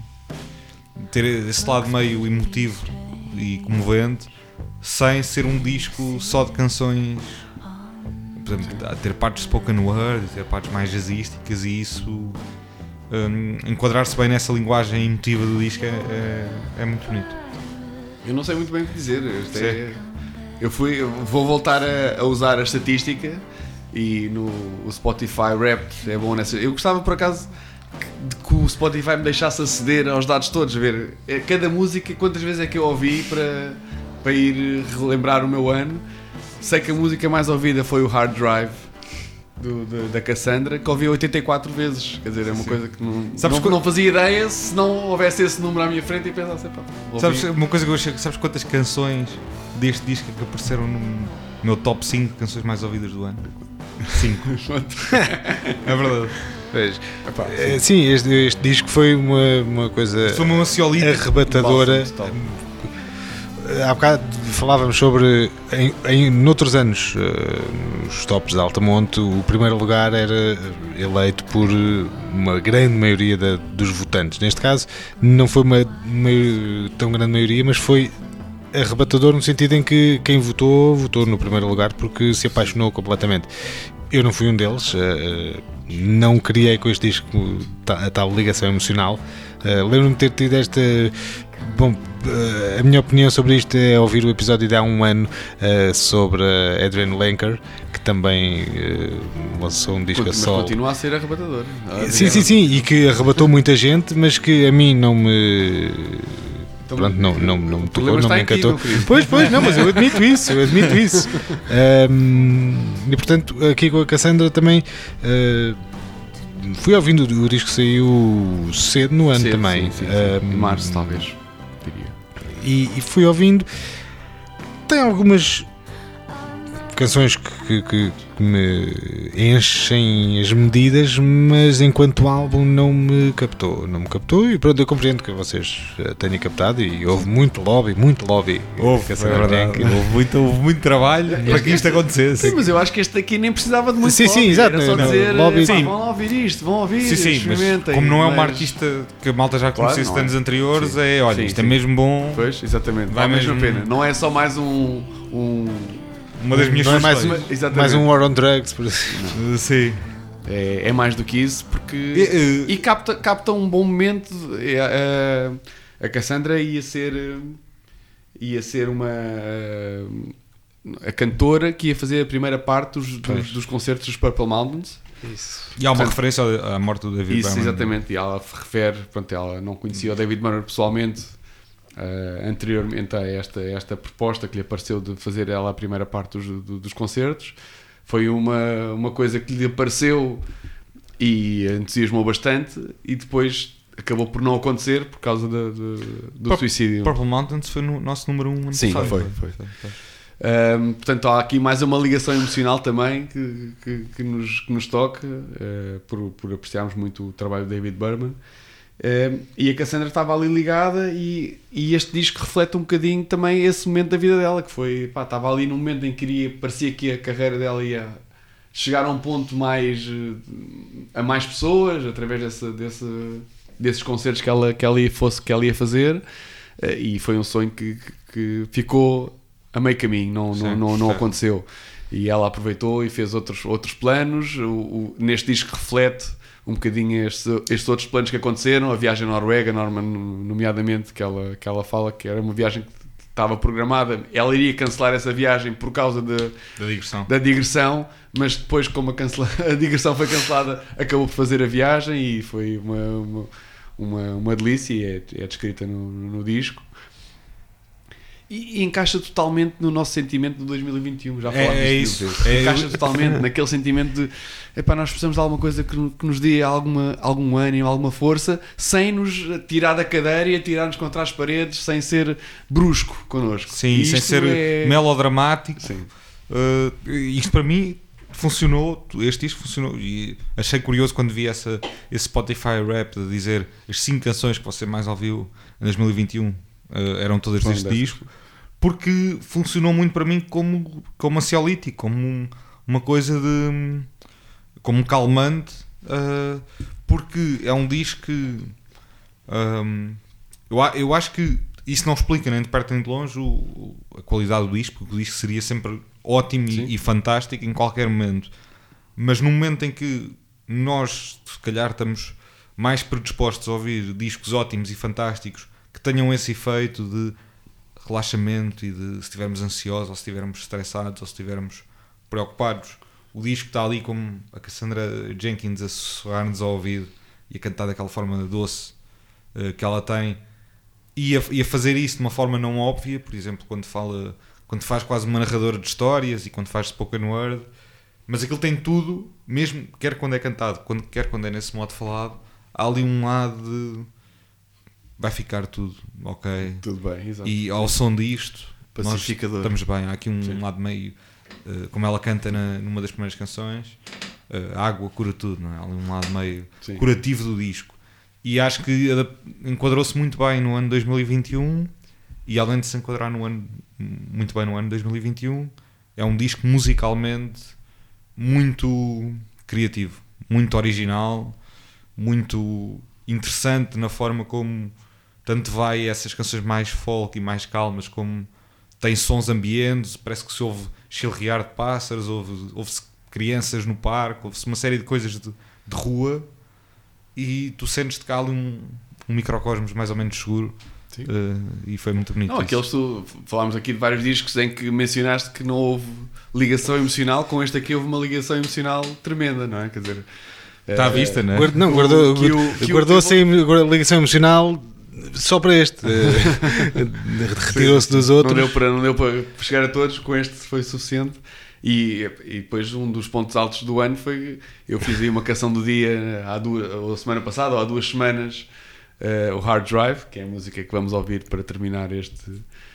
Ter esse lado meio emotivo e comovente, sem ser um disco só de canções... Por exemplo, a ter partes de spoken word, ter partes mais jazzísticas, e isso um, enquadrar-se bem nessa linguagem emotiva do disco é, é, é muito bonito. Eu não sei muito bem o que dizer. Isto é- eu fui, eu vou voltar a, a usar a estatística e no o Spotify Wrapped é bom nessa. Eu gostava por acaso de que o Spotify me deixasse aceder aos dados todos, ver eh, cada música, quantas vezes é que eu ouvi para, para ir relembrar o meu ano. Sei que a música mais ouvida foi o Hard Drive do, do- da Cassandra, que ouvi oitenta e quatro vezes. Quer dizer, é uma coisa que não, Sabes não, que- não fazia ideia se não houvesse esse número à minha frente e pensasse, pá, ouvi. Sabes uma coisa que eu achei? Sabes quantas canções deste disco que apareceram no meu top cinco de canções mais ouvidas do ano? cinco. É verdade. Pois, Epá, eh, sim, este, este disco foi uma, uma coisa Foi uma ansiolite. arrebatadora. Bálsamo de top. Há bocado falávamos sobre, em, em noutros anos, eh, nos tops de Altamonte, o primeiro lugar era eleito por uma grande maioria da- dos votantes. Neste caso, não foi uma, uma tão grande maioria, mas foi arrebatador no sentido em que quem votou, votou no primeiro lugar porque se apaixonou completamente. Eu não fui um deles, eh, não criei com este disco ta- a tal ligação emocional. Eh, Lembro-me de ter tido esta... Bom, eh, a minha opinião sobre isto é ouvir o episódio de há um ano eh, sobre a Adrienne Lenker, que também eh, lançou um disco a Mas solo. continua a ser arrebatador. Ah, Sim, sim, sim, e que arrebatou muita gente, mas que a mim não me... Então, Pronto, não, não, não me o tocou, problema não está me em ti, encantou. meu querido. Pois, pois, não, mas eu admito isso, eu admito isso. Ahm, e portanto, aqui com a Cassandra também ah, fui ouvindo o disco que saiu cedo no ano Cedo, também. sim, sim, sim. Ahm, Em março, talvez. Diria. e, e fui ouvindo. Tem algumas canções que, que, que me enchem as medidas, mas enquanto álbum não me captou, não me captou e pronto, eu compreendo que vocês tenham captado e houve muito lobby, muito lobby. Houve, é verdade, houve, muito, houve muito trabalho para que isto acontecesse. Sim, mas eu acho que este aqui nem precisava de muito sim, lobby, sim, exato, era só não, dizer, lobby, pá, sim. vão lá ouvir isto, vão ouvir, Sim, sim, mas experimentem. como não é uma mas- artista que a malta já Claro, conhecesse não de é. anos anteriores, Sim. é olha, Sim, isto sim. é mesmo bom. Pois, exatamente, Vai vale mesmo a mesmo- pena. Não é só mais um... um Uma das minhas Não é mais, sugestões. uma, Exatamente. mais um War on Drugs, por assim. Sim. É, é mais do que isso, porque... E, E, eh, capta, capta um bom momento. É, é, a Cassandra ia ser... Ia ser uma... A cantora que ia fazer a primeira parte dos, dos, dos concertos dos Purple Mountains. Isso. E há uma Portanto, referência à à morte do David Isso, Berman. exatamente. E ela refere... Pronto, ela não conhecia o David Murray pessoalmente... Uh, anteriormente a esta, esta proposta que lhe apareceu de fazer ela a primeira parte dos, do, dos concertos, foi uma, uma coisa que lhe apareceu e entusiasmou bastante e depois acabou por não acontecer por causa de, de, do Pur- suicídio. Purple Mountains foi no nosso número um ano Sim, passado. foi, foi. Um, portanto, há aqui mais uma ligação emocional também que, que, que, nos, que nos toca uh, por, por apreciarmos muito o trabalho de David Berman. Um, e a Cassandra estava ali ligada e, e este disco reflete um bocadinho também esse momento da vida dela, que foi, pá, estava ali num momento em que queria, parecia que a carreira dela ia chegar a um ponto mais uh, a mais pessoas através desse, desse, desses concertos que ela, que ela ia, fosse, que ela ia fazer, uh, e foi um sonho que, que, que ficou a meio caminho, não, Sim, não, não, não certo. aconteceu, e ela aproveitou e fez outros, outros planos. O, o, neste disco reflete um bocadinho estes, estes outros planos que aconteceram, a viagem à Noruega, nomeadamente, que ela, que ela fala que era uma viagem que estava programada, ela iria cancelar essa viagem por causa de, Da digressão. da digressão, mas depois, como a, cancela, a digressão foi cancelada, acabou por fazer a viagem e foi uma, uma, uma, uma delícia, e é, é descrita no, no disco. E, e encaixa totalmente no nosso sentimento de dois mil e vinte e um, já falámos É disto. isso. É- Encaixa totalmente naquele sentimento de epá, nós precisamos de alguma coisa que, que nos dê alguma, algum ânimo, alguma força, sem nos tirar da cadeira e atirar-nos contra as paredes, sem ser brusco connosco. Sim, E sem isto ser é... melodramático. Sim. Uh, isto para mim funcionou, este disco funcionou e achei curioso quando vi essa, esse Spotify Rap de dizer as cinco canções que você mais ouviu em dois mil e vinte e um uh, eram todas deste Bom, disco, porque funcionou muito para mim como, como ansiolítico, como um, uma coisa de como um calmante, uh, porque é um disco que um, eu, a- eu acho que isso não explica nem de perto nem de longe o, o- a qualidade do disco, porque o disco seria sempre ótimo Sim. e, e fantástico em qualquer momento, mas no momento em que nós se calhar estamos mais predispostos a ouvir discos ótimos e fantásticos que tenham esse efeito de relaxamento e de se estivermos ansiosos ou se estivermos estressados ou se estivermos preocupados, o disco está ali como a Cassandra Jenkins a sussurrar-nos ao ouvido e a cantar daquela forma doce uh, que ela tem, e a, e a fazer isso de uma forma não óbvia, por exemplo, quando fala, quando faz quase uma narradora de histórias e quando faz spoken word, mas aquilo tem tudo, mesmo quer quando é cantado, quando, quer quando é nesse modo falado, há ali um lado de vai ficar tudo ok, Tudo bem, exato. e ao som disto nós Pacificador. estamos bem. Há aqui um Sim. lado meio uh, como ela canta na, numa das primeiras canções, uh, a água cura tudo, não é? Há ali um lado meio Sim. curativo do disco, e acho que adap- enquadrou-se muito bem no ano dois mil e vinte e um, e além de se enquadrar no ano, muito bem no ano dois mil e vinte e um, é um disco musicalmente muito criativo, muito original, muito interessante na forma como tanto vai essas canções mais folk e mais calmas, como tem sons ambientes, parece que se ouve chilrear de pássaros, ouve, ouve-se crianças no parque, ouve-se uma série de coisas de, de rua, e tu sentes-te cá ali um, um microcosmos mais ou menos seguro. Sim. Uh, e foi muito bonito. Não, isso. aqueles tu falámos aqui de vários discos em que mencionaste que não houve ligação emocional, com este aqui houve uma ligação emocional tremenda, não é? Quer dizer, Está à eh, vista, não é? Guarda- não, O- guardou, que o- que o- guardou-se a ligação emocional só para este. Eh, Retirou-se dos Não outros. deu, para, não deu para chegar a todos, com este foi suficiente. E, e depois um dos pontos altos do ano foi, eu fiz aí uma canção do dia há duas, ou semana passada, ou há duas semanas, eh, o Hard Drive, que é a música que vamos ouvir para terminar este,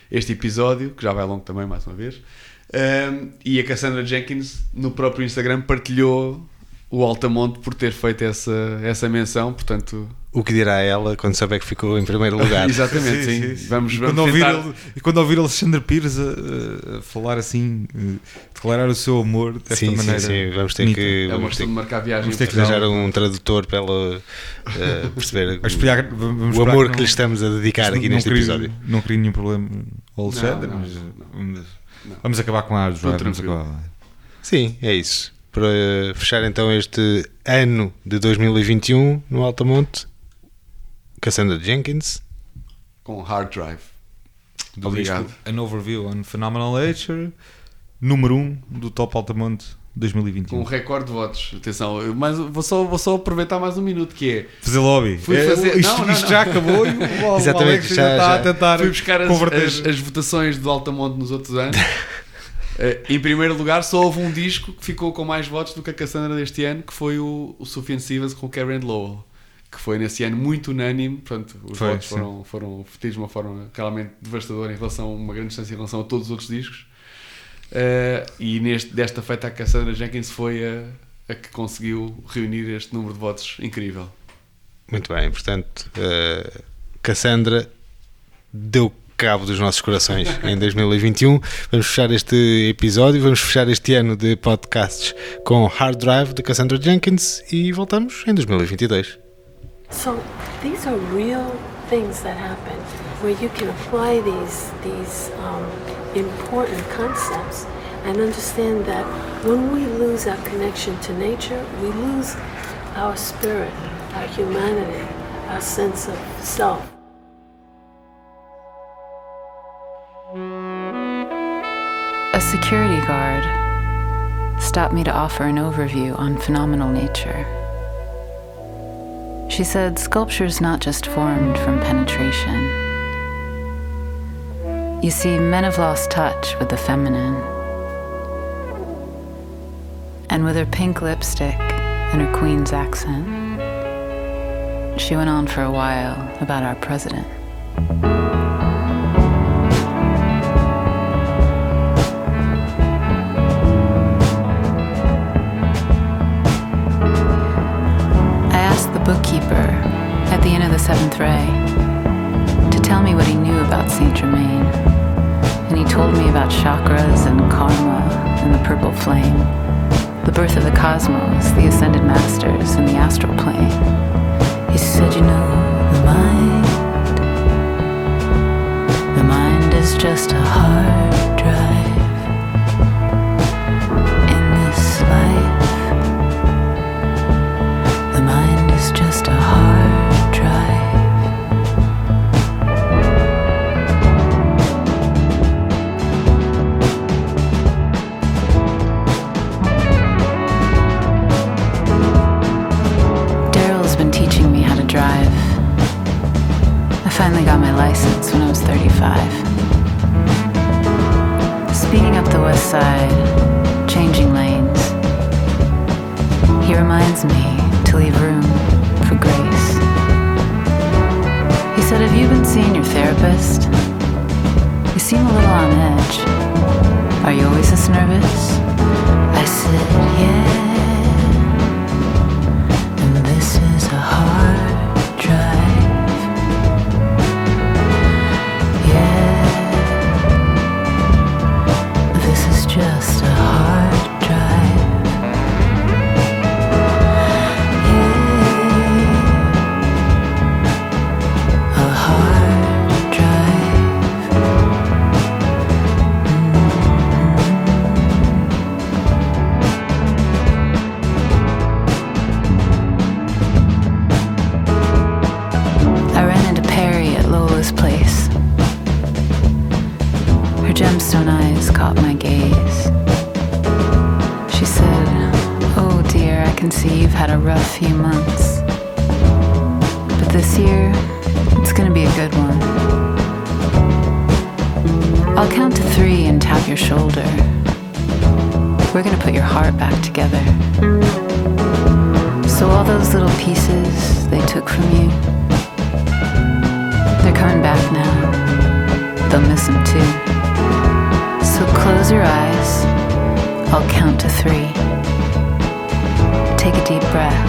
este episódio, que já vai longo também, mais uma vez. Um, e a Cassandra Jenkins, no próprio Instagram, partilhou o Altamonte por ter feito essa, essa menção, portanto... O que dirá ela quando souber que ficou em primeiro lugar? Exatamente, sim. sim, sim. Vamos, E vamos quando, ouvir tentar... ele, e quando ouvir Alexandre Pires a, a falar assim, a declarar o seu amor desta Sim, maneira. sim, sim. Vamos ter bonita. que, É uma vamos questão ter, de marcar viagem. vamos ter que que arranjar um tradutor para ela uh, perceber Vamos esperar- vamos o esperar amor que que, não- lhe estamos a dedicar Isto aqui não neste cria- episódio. Não cria nenhum problema ao Alexandre, Não, não, mas não. vamos, Não. vamos acabar com a Hard Drive. Vamos tranquilo. acabar. Sim, é isso. Para fechar então este ano de dois mil e vinte e um no Altamonte, Cassandra Jenkins. Com Hard Drive. Do Obrigado. disco An Overview on Phenomenal Nature, número um do Top Altamonte dois mil e vinte e Com um. um recorde de votos. Atenção, eu- mas vou só, vou só aproveitar mais um minuto, que é... Fazer lobby. Fui É, fazer- isto não, não, isto não. já acabou e o, o Exatamente, Alex já- já está já. a tentar Fui buscar as, converter. as, as votações do Altamonte nos outros anos. Eh, em primeiro lugar, só houve um disco que ficou com mais votos do que a Cassandra deste ano, que foi o, o Sufjan Stevens com Karen Lowell, que foi nesse ano muito unânime. Portanto, os Foi, votos sim. foram, foram obtidos de uma forma claramente devastadora em relação a uma grande distância em relação a todos os outros discos. Eh, e neste, desta feita, a Cassandra Jenkins foi a, a que conseguiu reunir este número de votos incrível. Muito bem, portanto, uh, Cassandra deu cabo dos nossos corações em dois mil e vinte e um. Vamos fechar este episódio, vamos fechar este ano de podcasts com Hard Drive de Cassandra Jenkins e voltamos em dois mil e vinte e dois. So these are real things that happen where you can apply these these um, important concepts and understand that when we lose our connection to nature, we lose our spirit, our humanity, our sense of self. A security guard stopped me to offer an overview on phenomenal nature. She said sculpture's not just formed from penetration. You see, men have lost touch with the feminine. And with her pink lipstick and her queen's accent, she went on for a while about our president. Bookkeeper at the end of the seventh ray to tell me what he knew about Saint Germain, and he told me about chakras and karma and the purple flame, the birth of the cosmos, the ascended masters, and the astral plane. He said, you know, the mind, the mind is just a hard drive in this life. The mind is just a hard drive. Daryl's been teaching me how to drive. I finally got my license when I was thirty-five. Speeding up the west side, changing lanes. He reminds me to leave room for grace. He said, have you been seeing your therapist? You seem a little on edge. Are you always this nervous? I said, yeah. And this is a hard drive. Yeah. This is just a hard drive. A hard drive. I ran into Perry at Lola's place. Her gemstone eyes caught my gaze. She said, oh dear, I can see you've had a rough few months. But this year, it's gonna be a good one. I'll count to three and tap your shoulder. We're gonna put your heart back together. So all those little pieces they took from you, they're coming back now. they'll miss him too. So close your eyes, I'll count to three. Take a deep breath.